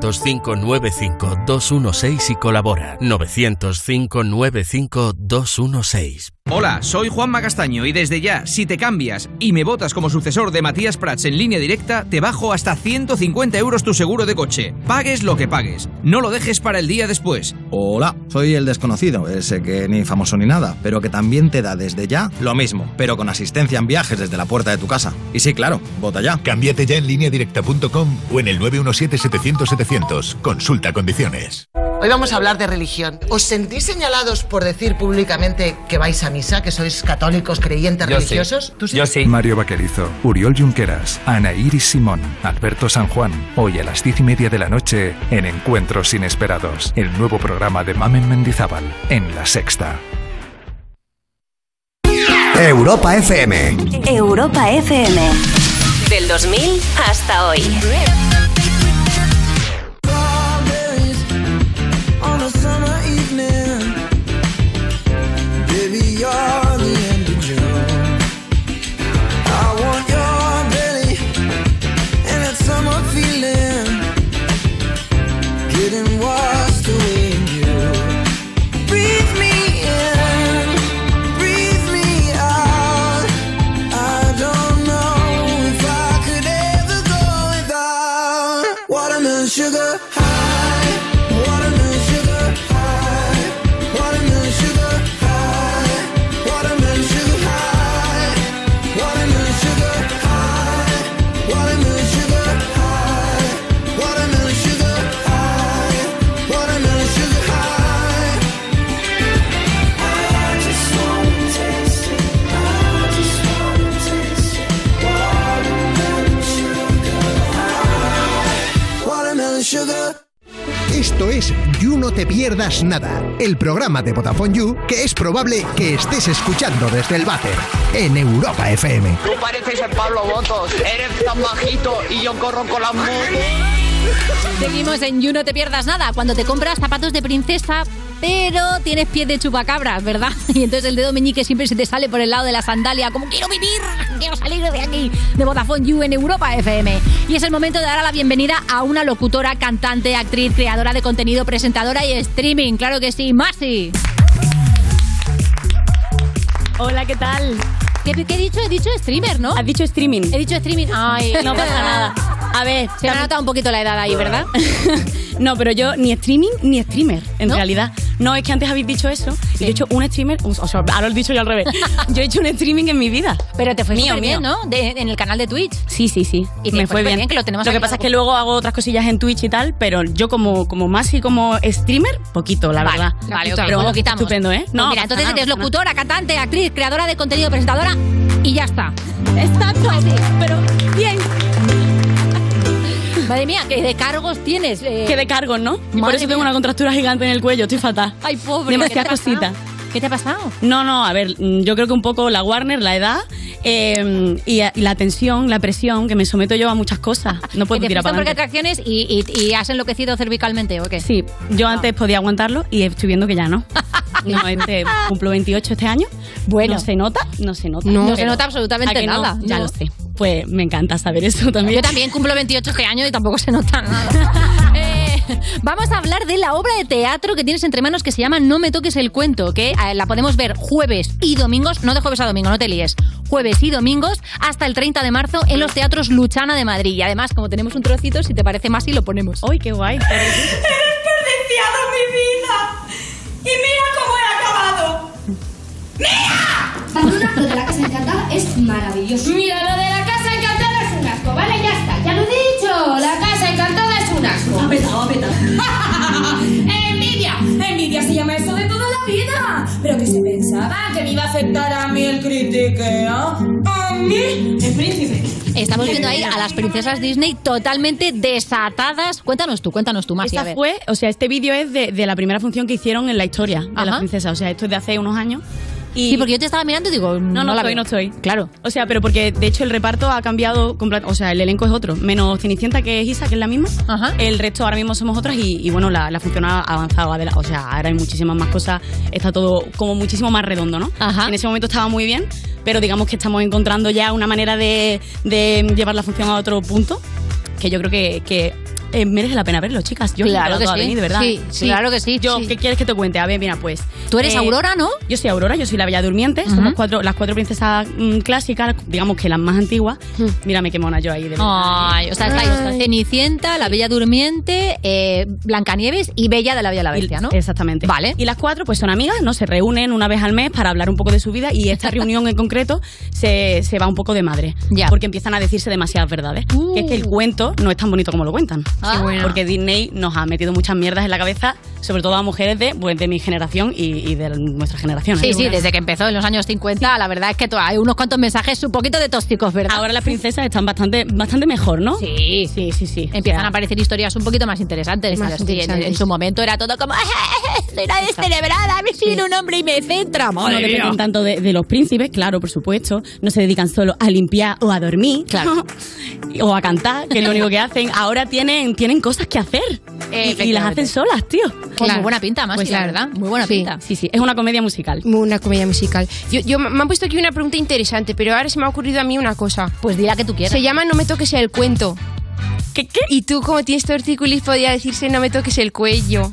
900-595-216 y colabora. 900-595-216. Hola, soy Juanma Castaño y desde ya, si te cambias y me votas como sucesor de Matías Prats en Línea Directa, te bajo hasta 150 € tu seguro de coche. Pagues lo que pagues. No lo dejes para el día después. Hola, soy el desconocido, ese que ni famoso ni nada, pero que también te da desde ya lo mismo, pero con asistencia en viajes desde la puerta de tu casa. Y sí, claro, vota ya. Cámbiate ya en lineadirecta.com o en el 917-700-700. Consulta condiciones. Hoy vamos a hablar de religión. ¿Os sentís señalados por decir públicamente que vais a misa, que sois católicos creyentes religiosos? Sí. ¿Tú sí? Yo sí. Mario Vaquerizo, Uriol Junqueras, Ana Iris Simón, Alberto San Juan. Hoy a las 10:30 de la noche en Encuentros Inesperados, el nuevo programa de Mamen Mendizábal en La Sexta. Europa FM. Europa FM. Del 2000 hasta hoy. Sugar high, watermelon sugar high, watermelon sugar high, watermelon sugar high, watermelon sugar high, watermelon sugar high, watermelon sugar high, watermelon sugar high. I just wanna taste it, I just wanna taste it, watermelon sugar high, watermelon sugar. Esto es You No Te Pierdas Nada, el programa de Vodafone You que es probable que estés escuchando desde el váter en Europa FM. Tú pareces el Pablo Botos, eres tan bajito y yo corro con las motos. Seguimos en You No Te Pierdas Nada, cuando te compras zapatos de princesa, pero tienes pies de chupacabras, ¿verdad? Y entonces el dedo meñique siempre se te sale por el lado de la sandalia, como quiero vivir, quiero salir de aquí, de Vodafone You en Europa FM. Y es el momento de dar la bienvenida a una locutora, cantante, actriz, creadora de contenido, presentadora y streaming, claro que sí, Masi. Hola, ¿qué tal? ¿Qué he dicho? He dicho streamer, ¿no? Has dicho streaming. He dicho streaming. Ay, no pasa nada. A ver, se me ha notado un poquito la edad ahí, ¿verdad? No, pero yo ni streaming ni streamer, en ¿no? realidad. No, es que antes habéis dicho eso. Sí. Y yo he hecho un streamer, o sea, ahora lo he dicho yo al revés. Yo he hecho un streaming en mi vida. Pero te fue súper bien, ¿no? En el canal de Twitch. Sí. Y me fue bien, que lo tenemos. Lo que pasa es que luego hago otras cosillas en Twitch y tal, pero yo como más y como streamer, poquito, la verdad. Vale, pero lo quitamos. Estupendo, ¿eh? No, mira, entonces eres locutora, cantante, actriz, creadora de contenido, presentadora y ya está. Exacto, pero bien. Madre mía, ¿qué de cargos tienes? ¿Qué de cargos, no? Y por eso tengo mía. una contractura gigante en el cuello, estoy fatal. Ay, pobre. Demasiadas cositas. ¿Qué te ha pasado? No, a ver, yo creo que un poco la Warner, la edad y la tensión, la presión, que me someto yo a muchas cosas. No puedo tirar para porque adelante. atracciones y has enloquecido cervicalmente, ¿o qué? Sí, yo antes podía aguantarlo y estoy viendo que ya no. No, cumplo 28 este año. Bueno. No se nota. No se nota absolutamente ¿a que no? nada. Ya lo sé. Pues me encanta saber eso también. Yo también cumplo 28 este año y tampoco se nota nada. Vamos a hablar de la obra de teatro que tienes entre manos que se llama No me toques el cuento, que la podemos ver jueves y domingos, no de jueves a domingo, no te líes, jueves y domingos hasta el 30 de marzo en los teatros Luchana de Madrid. Y además, como tenemos un trocito, si te parece más, y lo ponemos. ¡Ay, qué guay! ¡He desperdiciado mi vida! ¡Y mira cómo he acabado! ¡Mira! Lo de la casa encantada es maravilloso. Mira, lo de la casa encantada es un asco, ¿vale? Ya está, ya lo he dicho. La casa encantada es un asco. Ha petado. ¡Envidia se llama eso de toda la vida! ¿Pero qué se pensaba? ¿Que me iba a aceptar a mí el critiqueo? ¿A mí? El príncipe. Estamos viendo ahí a las princesas Disney totalmente desatadas. Cuéntanos tú, Masi. Esta fue, o sea, este vídeo es de la primera función que hicieron en la historia de las princesas. O sea, esto es de hace unos años. Sí, porque yo te estaba mirando y digo, no estoy. Claro. O sea, pero porque de hecho el reparto ha cambiado, o sea, el elenco es otro. Menos Cenicienta, que es Isa, que es la misma. Ajá. El resto ahora mismo somos otras y bueno, la función ha avanzado. O sea, ahora hay muchísimas más cosas. Está todo como muchísimo más redondo, ¿no? Ajá. En ese momento estaba muy bien, pero digamos que estamos encontrando ya una manera de llevar la función a otro punto que yo creo que merece la pena verlo, chicas. Yo claro que sí. Venir, de verdad. Sí, claro que sí. Yo, ¿qué quieres que te cuente? A ver, mira, pues... Tú eres Aurora, ¿no? Yo soy Aurora, yo soy la Bella Durmiente. Somos las cuatro princesas clásicas, digamos que las más antiguas. Mírame qué mona yo ahí. De verdad. Ay, o sea, estáis Cenicienta, la Bella Durmiente, Blancanieves y Bella de la Bella y la Bestia, ¿no? Exactamente. Vale. Y las cuatro pues son amigas, ¿no? Se reúnen una vez al mes para hablar un poco de su vida y esta reunión en concreto se va un poco de madre. Ya. Porque empiezan a decirse demasiadas verdades. Que es que el cuento no es tan bonito como lo cuentan. Qué bueno. Porque Disney nos ha metido muchas mierdas en la cabeza, sobre todo a mujeres de mi generación y de nuestra generación. Sí, desde que empezó en los años 50, la verdad es que hay unos cuantos mensajes un poquito de tóxicos, ¿verdad? Ahora las princesas están bastante mejor, ¿no? Sí. Empiezan a aparecer historias un poquito más interesantes. En su momento era todo como soy una descerebrada, me sigue un hombre y me centra. No dependen tanto de los príncipes, claro, por supuesto. No se dedican solo a limpiar o a dormir, claro. O a cantar, que es lo único que hacen. Ahora tienen cosas que hacer y las hacen solas, tío. Con muy buena pinta, más, la verdad. Muy buena pinta. Sí, es una comedia musical. Una comedia musical. Yo me han puesto aquí una pregunta interesante, pero ahora se me ha ocurrido a mí una cosa. Pues di la que tú quieras. Se llama No me toques el cuento. ¿Qué? Y tú, como tienes tortícolis, podría decirse No me toques el cuello.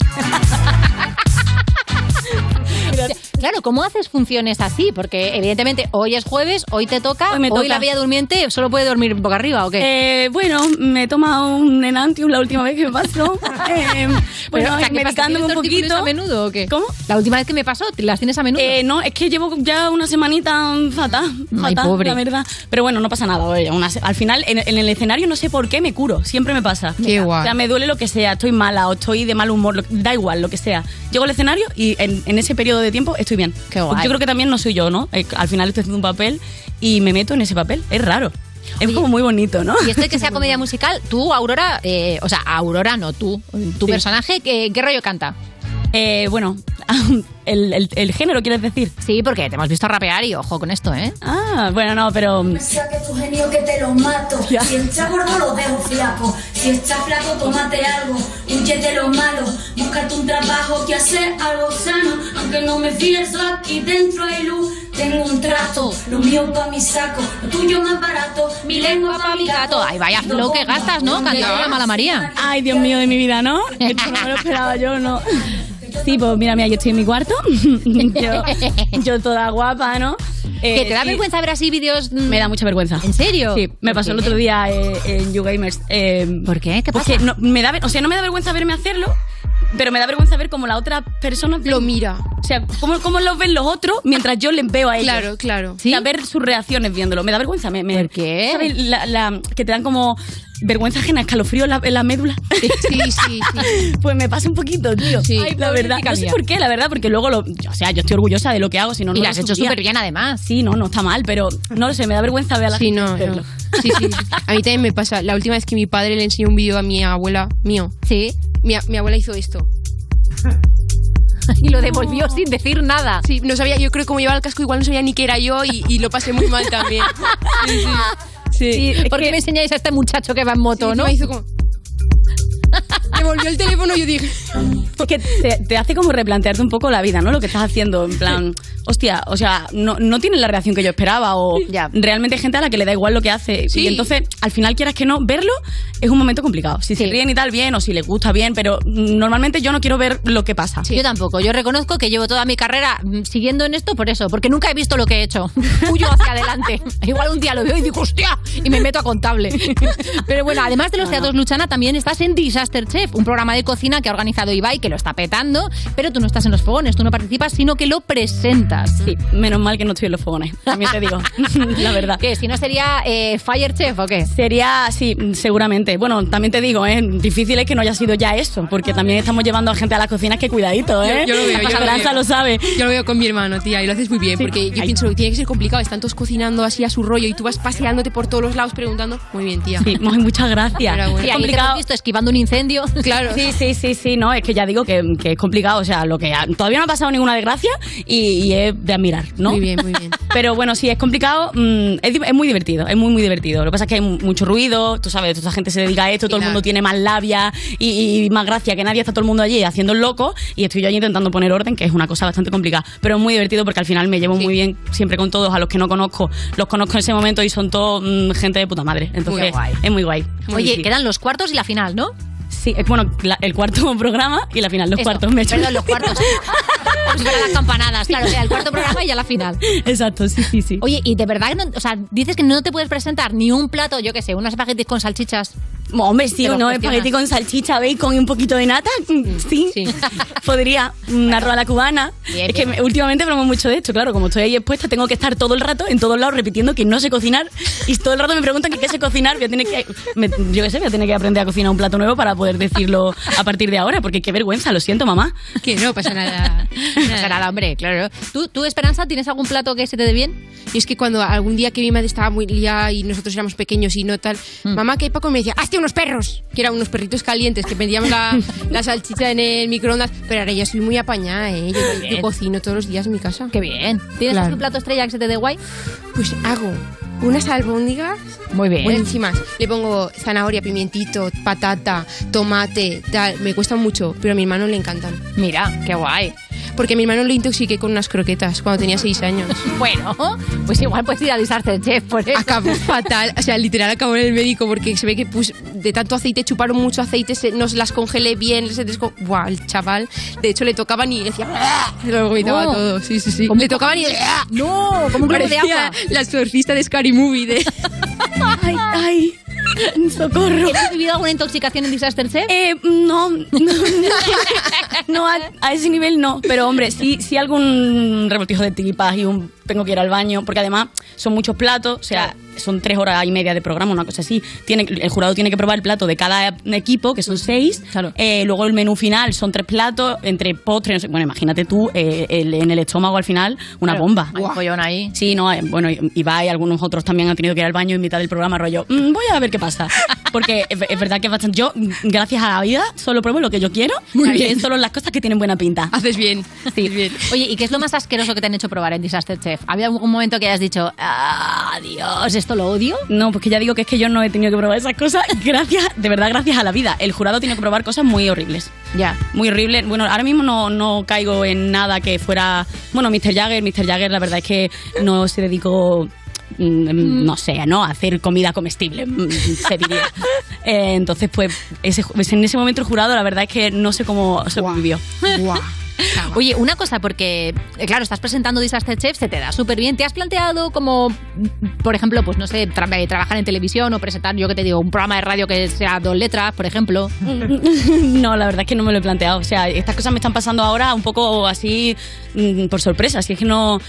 Claro, ¿cómo haces funciones así? Porque evidentemente hoy es jueves, hoy te toca, hoy la Bella Durmiente solo puede dormir boca arriba, ¿o qué? Bueno, me he tomado un Enantium la última vez que me pasó. Bueno, medicándome un poquito. ¿A menudo o qué? ¿Cómo? La última vez que me pasó, ¿las tienes a menudo? No, es que llevo ya una semanita fatal, pobre. La verdad. Pero bueno, no pasa nada. Oye, al final, en el escenario no sé por qué me curo, siempre me pasa. Qué guay. O sea, me duele lo que sea, estoy mala o estoy de mal humor, da igual, lo que sea. Llego al escenario y en ese periodo de tiempo estoy bien. Qué guay. Yo creo que también no soy yo, ¿no? Al final estoy haciendo un papel y me meto en ese papel. Es raro. Es como muy bonito, ¿no? Y esto de que sea comedia musical, tú, Aurora, o sea, Aurora no tú, tu personaje, ¿qué rollo canta? Bueno, el género, ¿quieres decir? Sí, porque te hemos visto rapear y ojo con esto, ¿eh? Ah, bueno, no, pero... Saque tu genio que te lo mato. Ya. Si está gordo lo dejo flaco. Si está flaco tómate algo. Huye de lo malo. Búscate un trabajo que hacer algo sano. Aunque no me fíes, aquí dentro hay luz. Tengo un trato, lo mío pa' mi saco, lo tuyo más barato, mi lengua pa' mi gato. Ay, vaya flow que gastas, ¿no? Cantando la Mala María. Ay, Dios mío de mi vida, ¿no? Esto no me lo esperaba yo, ¿no? Sí, pues mira, yo estoy en mi cuarto. yo toda guapa, ¿no? ¿Que te da vergüenza ver así vídeos? Me da mucha vergüenza. ¿En serio? Sí, me pasó el otro día en YouGamers. ¿Por qué? ¿Qué pasa? Porque no me da vergüenza verme hacerlo, pero me da vergüenza ver cómo la otra persona lo mira. O sea, cómo lo ven los otros mientras yo les veo a ellos. Claro. ¿Sí? O sea, ver sus reacciones viéndolo. Me da vergüenza. ¿Por qué? ¿Sabes? Que te dan como vergüenza ajena, escalofrío en la médula. Sí. Pues me pasa un poquito, tío. Sí. Ay, la verdad. No sé por qué, la verdad, porque luego yo estoy orgullosa de lo que hago. Si no, y no lo has hecho súper bien, además. Sí, no está mal, pero no lo sé, me da vergüenza ver a la gente hacerlo. Sí. A mí también me pasa. La última vez que mi padre le enseñó un vídeo a mi abuela, mío. Sí. Mi abuela hizo esto. Y lo devolvió sin decir nada. Sí, no sabía, yo creo que como llevaba el casco igual no sabía ni que era yo y lo pasé muy mal también. Sí. ¿Por qué me enseñáis a este muchacho que va en moto, no? Me hizo como... Me volvió el teléfono y yo dije... Es que te hace como replantearte un poco la vida, ¿no? Lo que estás haciendo, en plan... Hostia, o sea, no tiene la reacción que yo esperaba o realmente hay gente a la que le da igual lo que hace. Sí. Y entonces, al final, quieras que no, verlo es un momento complicado. Si se ríen y tal, bien, o si les gusta, bien, pero normalmente yo no quiero ver lo que pasa. Sí. Yo tampoco. Yo reconozco que llevo toda mi carrera siguiendo en esto por eso, porque nunca he visto lo que he hecho. Huyo hacia adelante. Igual un día lo veo y digo, ¡hostia! Y me meto a contable. Pero bueno, además de Los Teatros Luchana, también estás en Disaster Chef, un programa de cocina que ha organizado Ibai, que lo está petando, pero tú no estás en los fogones, tú no participas, sino que lo presentas. Sí, menos mal que no estoy en los fogones, también te digo, la verdad. ¿Qué? Si no sería Fire Chef o qué? Sería, sí, seguramente. Bueno, también te digo, difícil es que no haya sido ya eso, porque también estamos llevando a gente a las cocinas que cuidadito, Yo lo veo, Esperanza lo sabe. Yo lo veo con mi hermano, tía, y lo haces muy bien, porque yo pienso que tiene que ser complicado, están todos cocinando así a su rollo y tú vas paseándote por todos los lados preguntando. Muy bien, tía. Sí, muchas gracias. Bueno. Sí, ahí te has visto esquivando un incendio. Claro. Sí, no, es que ya digo que es complicado, o sea, todavía no ha pasado ninguna desgracia y es de admirar, ¿no? Muy bien. Pero bueno, sí, es complicado, es muy divertido, es muy divertido. Lo que pasa es que hay mucho ruido, tú sabes, toda esa gente se dedica a esto, todo el mundo tiene más labia y más gracia que nadie, está todo el mundo allí haciendo el loco y estoy yo allí intentando poner orden, que es una cosa bastante complicada, pero es muy divertido porque al final me llevo muy bien siempre con todos, a los que no conozco, los conozco en ese momento y son todos gente de puta madre, entonces es muy guay. Oye, quedan los cuartos y la final, ¿no? Sí, bueno, el cuarto programa y la final, los cuartos. Perdón, los cuartos. Como para las campanadas, claro, o sea, el cuarto programa y ya la final. Exacto, sí. Oye, y de verdad, o sea, dices que no te puedes presentar ni un plato, yo qué sé, unos espaguetis con salchichas. Hombre, sí, unos espagueti con salchicha, bacon y un poquito de nata, sí. Podría, un arroz a la cubana. Bien, es que últimamente promo mucho de esto, claro, como estoy ahí expuesta, tengo que estar todo el rato en todos lados repitiendo que no sé cocinar y todo el rato me preguntan que qué sé cocinar, voy a tener que aprender a cocinar un plato nuevo para poder decirlo a partir de ahora, porque qué vergüenza, lo siento, mamá. Que no pasa nada. No pasa nada, hombre, claro. ¿Tú, Esperanza, tienes algún plato que se te dé bien? Y es que cuando algún día que mi madre estaba muy liada y nosotros éramos pequeños y no tal, mamá, ¿qué hay para comer? Me decía, ¡hazte unos perros! Que eran unos perritos calientes, que vendíamos la salchicha en el microondas. Pero ahora ya soy muy apañada, yo cocino todos los días en mi casa. Qué bien. ¿Tienes algún plato estrella que se te dé guay? Pues hago unas albóndigas muy bien, buenísimas. Le pongo zanahoria, pimientito, patata, tomate, tal. Me cuesta mucho, pero a mi hermano le encantan. Mira, qué guay. Porque a mi hermano lo intoxiqué con unas croquetas cuando tenía 6 años. Bueno, pues igual puedes ir a Disaster Chef por eso. Acabó fatal, o sea, literal acabó en el médico porque se ve que de tanto aceite chuparon mucho aceite, no se las congelé bien, ¡buah! El chaval, de hecho le tocaban y decía, lo vomitaba todo, sí. Le tocaban y no, como un globo de agua. La surfista de Scary Movie de... Ay, socorro. ¿Has vivido alguna intoxicación en Disaster Chef? No, a ese nivel no, pero hombre, sí algún revoltijo de tripas y tengo que ir al baño, porque además son muchos platos, o sea, son 3 horas y media de programa, una cosa así. El jurado tiene que probar el plato de cada equipo, que son 6. Claro. Luego el menú final son 3 platos, entre postres, no sé, bueno, imagínate tú, en el estómago al final, una bomba. Hay un follón ahí. Sí, no, bueno, Ibai y algunos otros también han tenido que ir al baño en mitad del programa, rollo, voy a ver qué pasa. Porque es verdad que es bastante... Yo, gracias a la vida, solo pruebo lo que yo quiero. Muy bien. Solo las cosas que tienen buena pinta. Haces bien. Sí. Bien. Oye, ¿y qué es lo más asqueroso que te han hecho probar en Disaster Chef? ¿Había algún momento que hayas dicho, Dios, esto lo odio? No, pues que ya digo que es que yo no he tenido que probar esas cosas. De verdad, gracias a la vida. El jurado tiene que probar cosas muy horribles. Ya. Muy horribles. Bueno, ahora mismo no caigo en nada que fuera... Bueno, Mr. Jagger, la verdad es que no se dedicó... no sé, ¿no? A hacer comida comestible, se diría. Entonces, pues, en ese momento el jurado, la verdad es que no sé cómo sobrevivió. Oye, una cosa, porque, claro, estás presentando Disaster Chef, se te da súper bien. ¿Te has planteado como, por ejemplo, pues no sé, trabajar en televisión o presentar, yo que te digo, un programa de radio que sea 2 letras, por ejemplo? No, la verdad es que no me lo he planteado. O sea, estas cosas me están pasando ahora un poco así por sorpresa. Así es que no...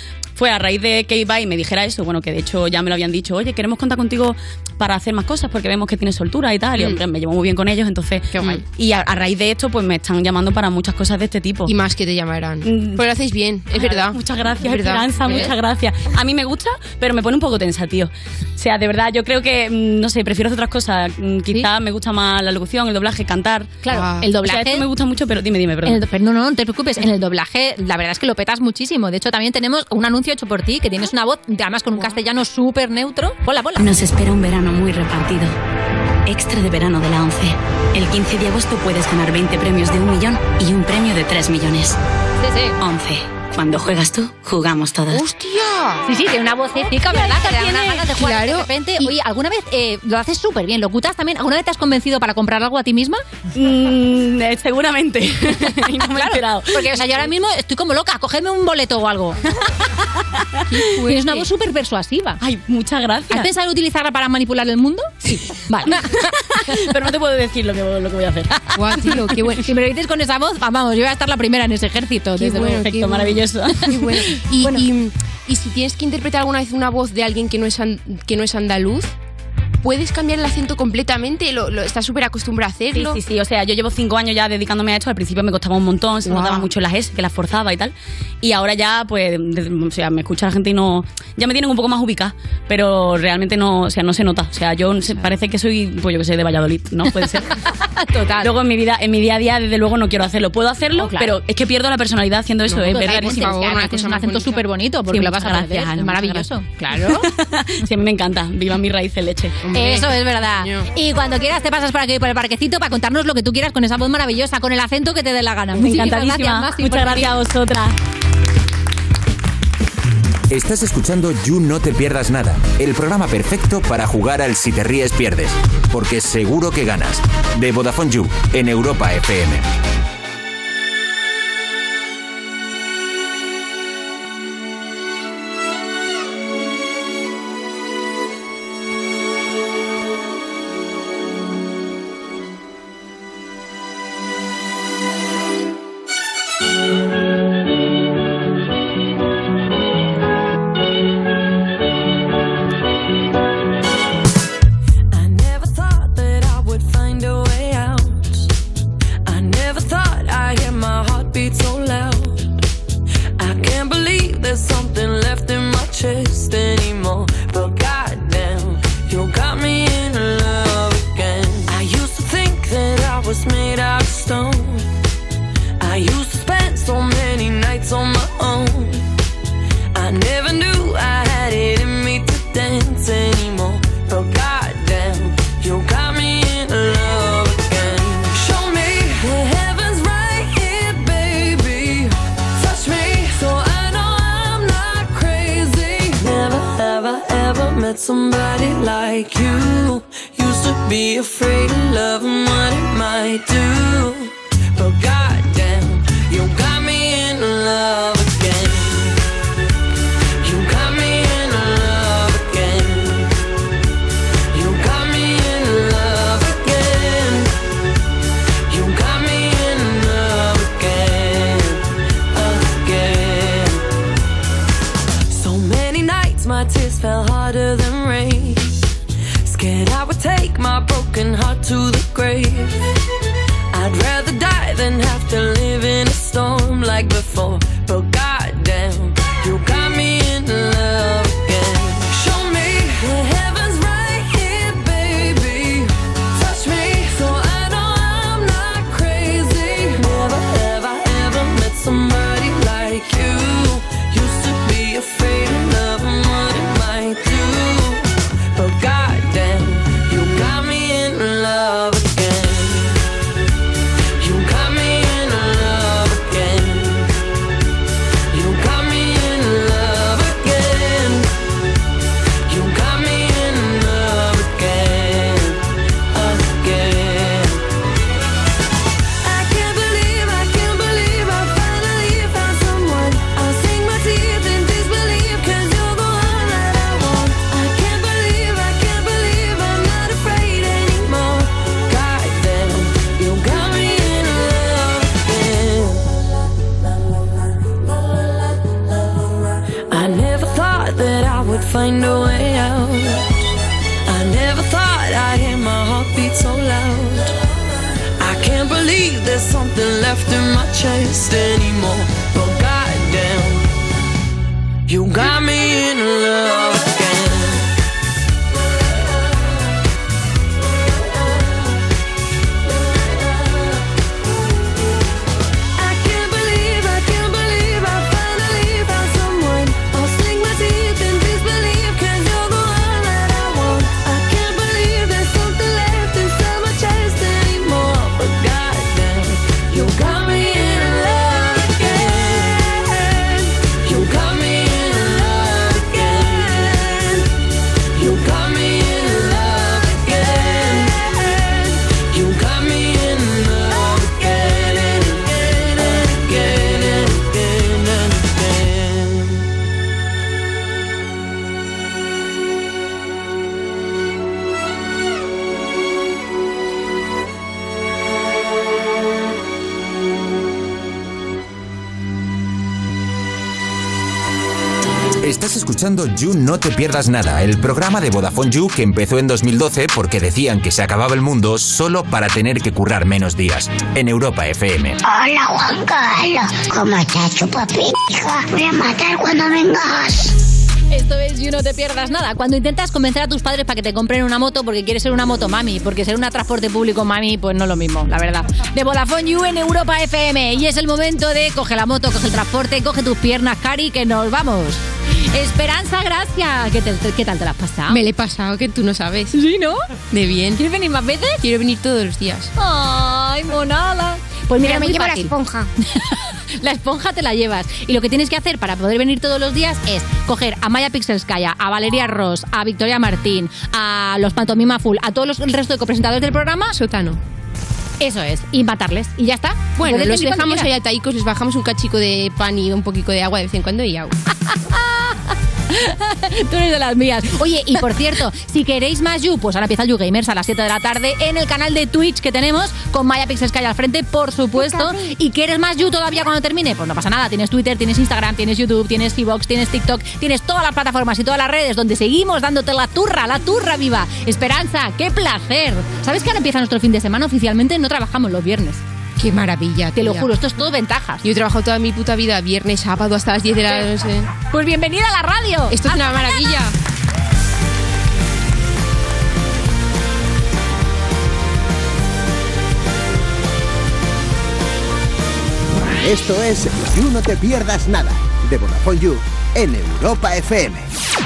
fue a raíz de que Ibai me dijera eso, bueno, que de hecho ya me lo habían dicho, oye, queremos contar contigo para hacer más cosas porque vemos que tienes soltura y tal, y hombre, me llevo muy bien con ellos, entonces... Qué guay. Y a raíz de esto, pues me están llamando para muchas cosas de este tipo. Y más que te llamarán. Pues lo hacéis bien, es verdad. Muchas gracias, Es verdad. Esperanza, muchas gracias. A mí me gusta, pero me pone un poco tensa, tío. O sea, de verdad, yo creo que, no sé, prefiero hacer otras cosas. Quizás me gusta más la locución, el doblaje, cantar. Claro, el doblaje... O sea, esto me gusta mucho, pero dime, perdón. No te preocupes. En el doblaje, la verdad es que lo petas muchísimo. De hecho, también tenemos un anuncio hecho por ti, que tienes una voz, además con un castellano súper neutro. Ponla. Nos espera un verano muy repartido. Extra de verano de la 11. El 15 de agosto puedes ganar 20 premios de 1 millón y un premio de 3 millones. Sí. 11. Cuando juegas tú, jugamos todos. ¡Hostia! Sí, tiene una vocecita, ¿verdad? Que te da unas ganas de jugar. Claro. De repente, oye, ¿alguna vez lo haces súper bien? ¿Locutas también? ¿Alguna vez te has convencido para comprar algo a ti misma? Seguramente. Y no me he enterado. Porque, o sea, yo ahora mismo estoy como loca. Cógeme un boleto o algo. Tienes una voz súper persuasiva. Ay, muchas gracias. ¿Has pensado en utilizarla para manipular el mundo? Sí. Vale. Pero no te puedo decir lo que voy a hacer. Guau, tío, qué bueno. Si me lo dices con esa voz, vamos, yo voy a estar la primera en ese ejército. Qué bueno, perfecto, maravilloso. Qué bueno. Y si tienes que interpretar alguna vez una voz de alguien que no es andaluz, ¿puedes cambiar el acento completamente? ¿Estás súper acostumbrado a hacerlo? Sí. O sea, yo llevo 5 años ya dedicándome a esto. Al principio me costaba un montón, se notaba mucho las S, que las forzaba y tal. Y ahora ya, pues, o sea, me escucha la gente y no... Ya me tienen un poco más ubicada, pero realmente no, o sea, no se nota. O sea, parece que soy, pues yo que sé, de Valladolid, ¿no? Puede ser. Total. Luego en mi día a día, desde luego, no quiero hacerlo. Puedo hacerlo, pero es que pierdo la personalidad haciendo eso. Es rarísimo. Es un acento súper bonito, porque Sí, lo vas a muchas perder. gracias, Es maravilloso. Claro. Sí, a mí me encanta. Viva mi raíz en leche. Eso es verdad. Y cuando quieras te pasas por aquí, por el parquecito, para contarnos lo que tú quieras con esa voz maravillosa, con el acento que te dé la gana. Encantadísima. Muchas gracias a vosotras. Estás escuchando You No Te Pierdas Nada, el programa perfecto para jugar al Si Te Ríes Pierdes, porque seguro que ganas. De Vodafone You, en Europa FM. Somebody like you used to be afraid of love and what it might do, but goddamn, you got me in love again. You got me in love again. You got me in love again. You got me in love again, again. So many nights my tears fell harder than rain. Scared I would take my broken heart to the grave. I'd rather die than have to live in a storm like before. But goddamn, you got me in love again. Show me the heavens right here, baby. Touch me so I know I'm not crazy. Never have I ever met somebody like you. Used to be afraid of love and what it might do. But goddamn, you got me in love again. You got me in love again. find a way out. I never thought I'd hear my heartbeat so loud. I can't believe there's something left in my chest anymore. But goddamn, you got me in love again. Estás escuchando You No Te Pierdas Nada, el programa de Vodafone You que empezó en 2012 porque decían que se acababa el mundo solo para tener que currar menos días, en Europa FM. Hola, Juan Carlos. ¿Cómo estás, chupapija? Voy a matar cuando vengas. Esto es You No Te Pierdas Nada. Cuando intentas convencer a tus padres para que te compren una moto porque quieres ser una moto mami, porque ser un transporte público mami, pues no es lo mismo, la verdad. De Vodafone You en Europa FM. Y es el momento de coge la moto, coge el transporte, coge tus piernas, Cari, que nos vamos. Esperanza Gracia, ¿qué tal te la has pasado? Me la he pasado, que tú no sabes. ¿Sí, no? De bien. ¿Quieres venir más veces? Quiero venir todos los días. Ay, monada. Pues mira, me muy llevo fácil. la esponja. La esponja te la llevas. Y lo que tienes que hacer para poder venir todos los días es coger a Maya Pixelskaya, a Valeria Ross, a Victoria Martín, a los Pantomima Full, a todos el resto de copresentadores del programa. Sótano. Eso es, y matarles. Y ya está. Bueno, los dejamos ahí ataicos, les bajamos un cachico de pan y un poquito de agua de vez en cuando y agua. Tú eres de las mías. Oye, y por cierto, si queréis más You, pues ahora empieza el You Gamers a las 7 de la tarde en el canal de Twitch que tenemos con Maya Pixelskaya al frente, por supuesto. ¿Y quieres más You todavía cuando termine? Pues no pasa nada, tienes Twitter, tienes Instagram, tienes YouTube, tienes Evox, tienes TikTok, tienes todas las plataformas y todas las redes donde seguimos dándote la turra viva. Esperanza, qué placer. ¿Sabes que ahora empieza nuestro fin de semana? Oficialmente no trabajamos los viernes. Qué maravilla, te lo juro, esto es todo ventajas. Yo he trabajado toda mi puta vida viernes, sábado hasta las 10 de la noche. Pues bienvenida a la radio. Esto es una maravilla. Esto es You No Te Pierdas Nada, de Vodafone You en Europa FM.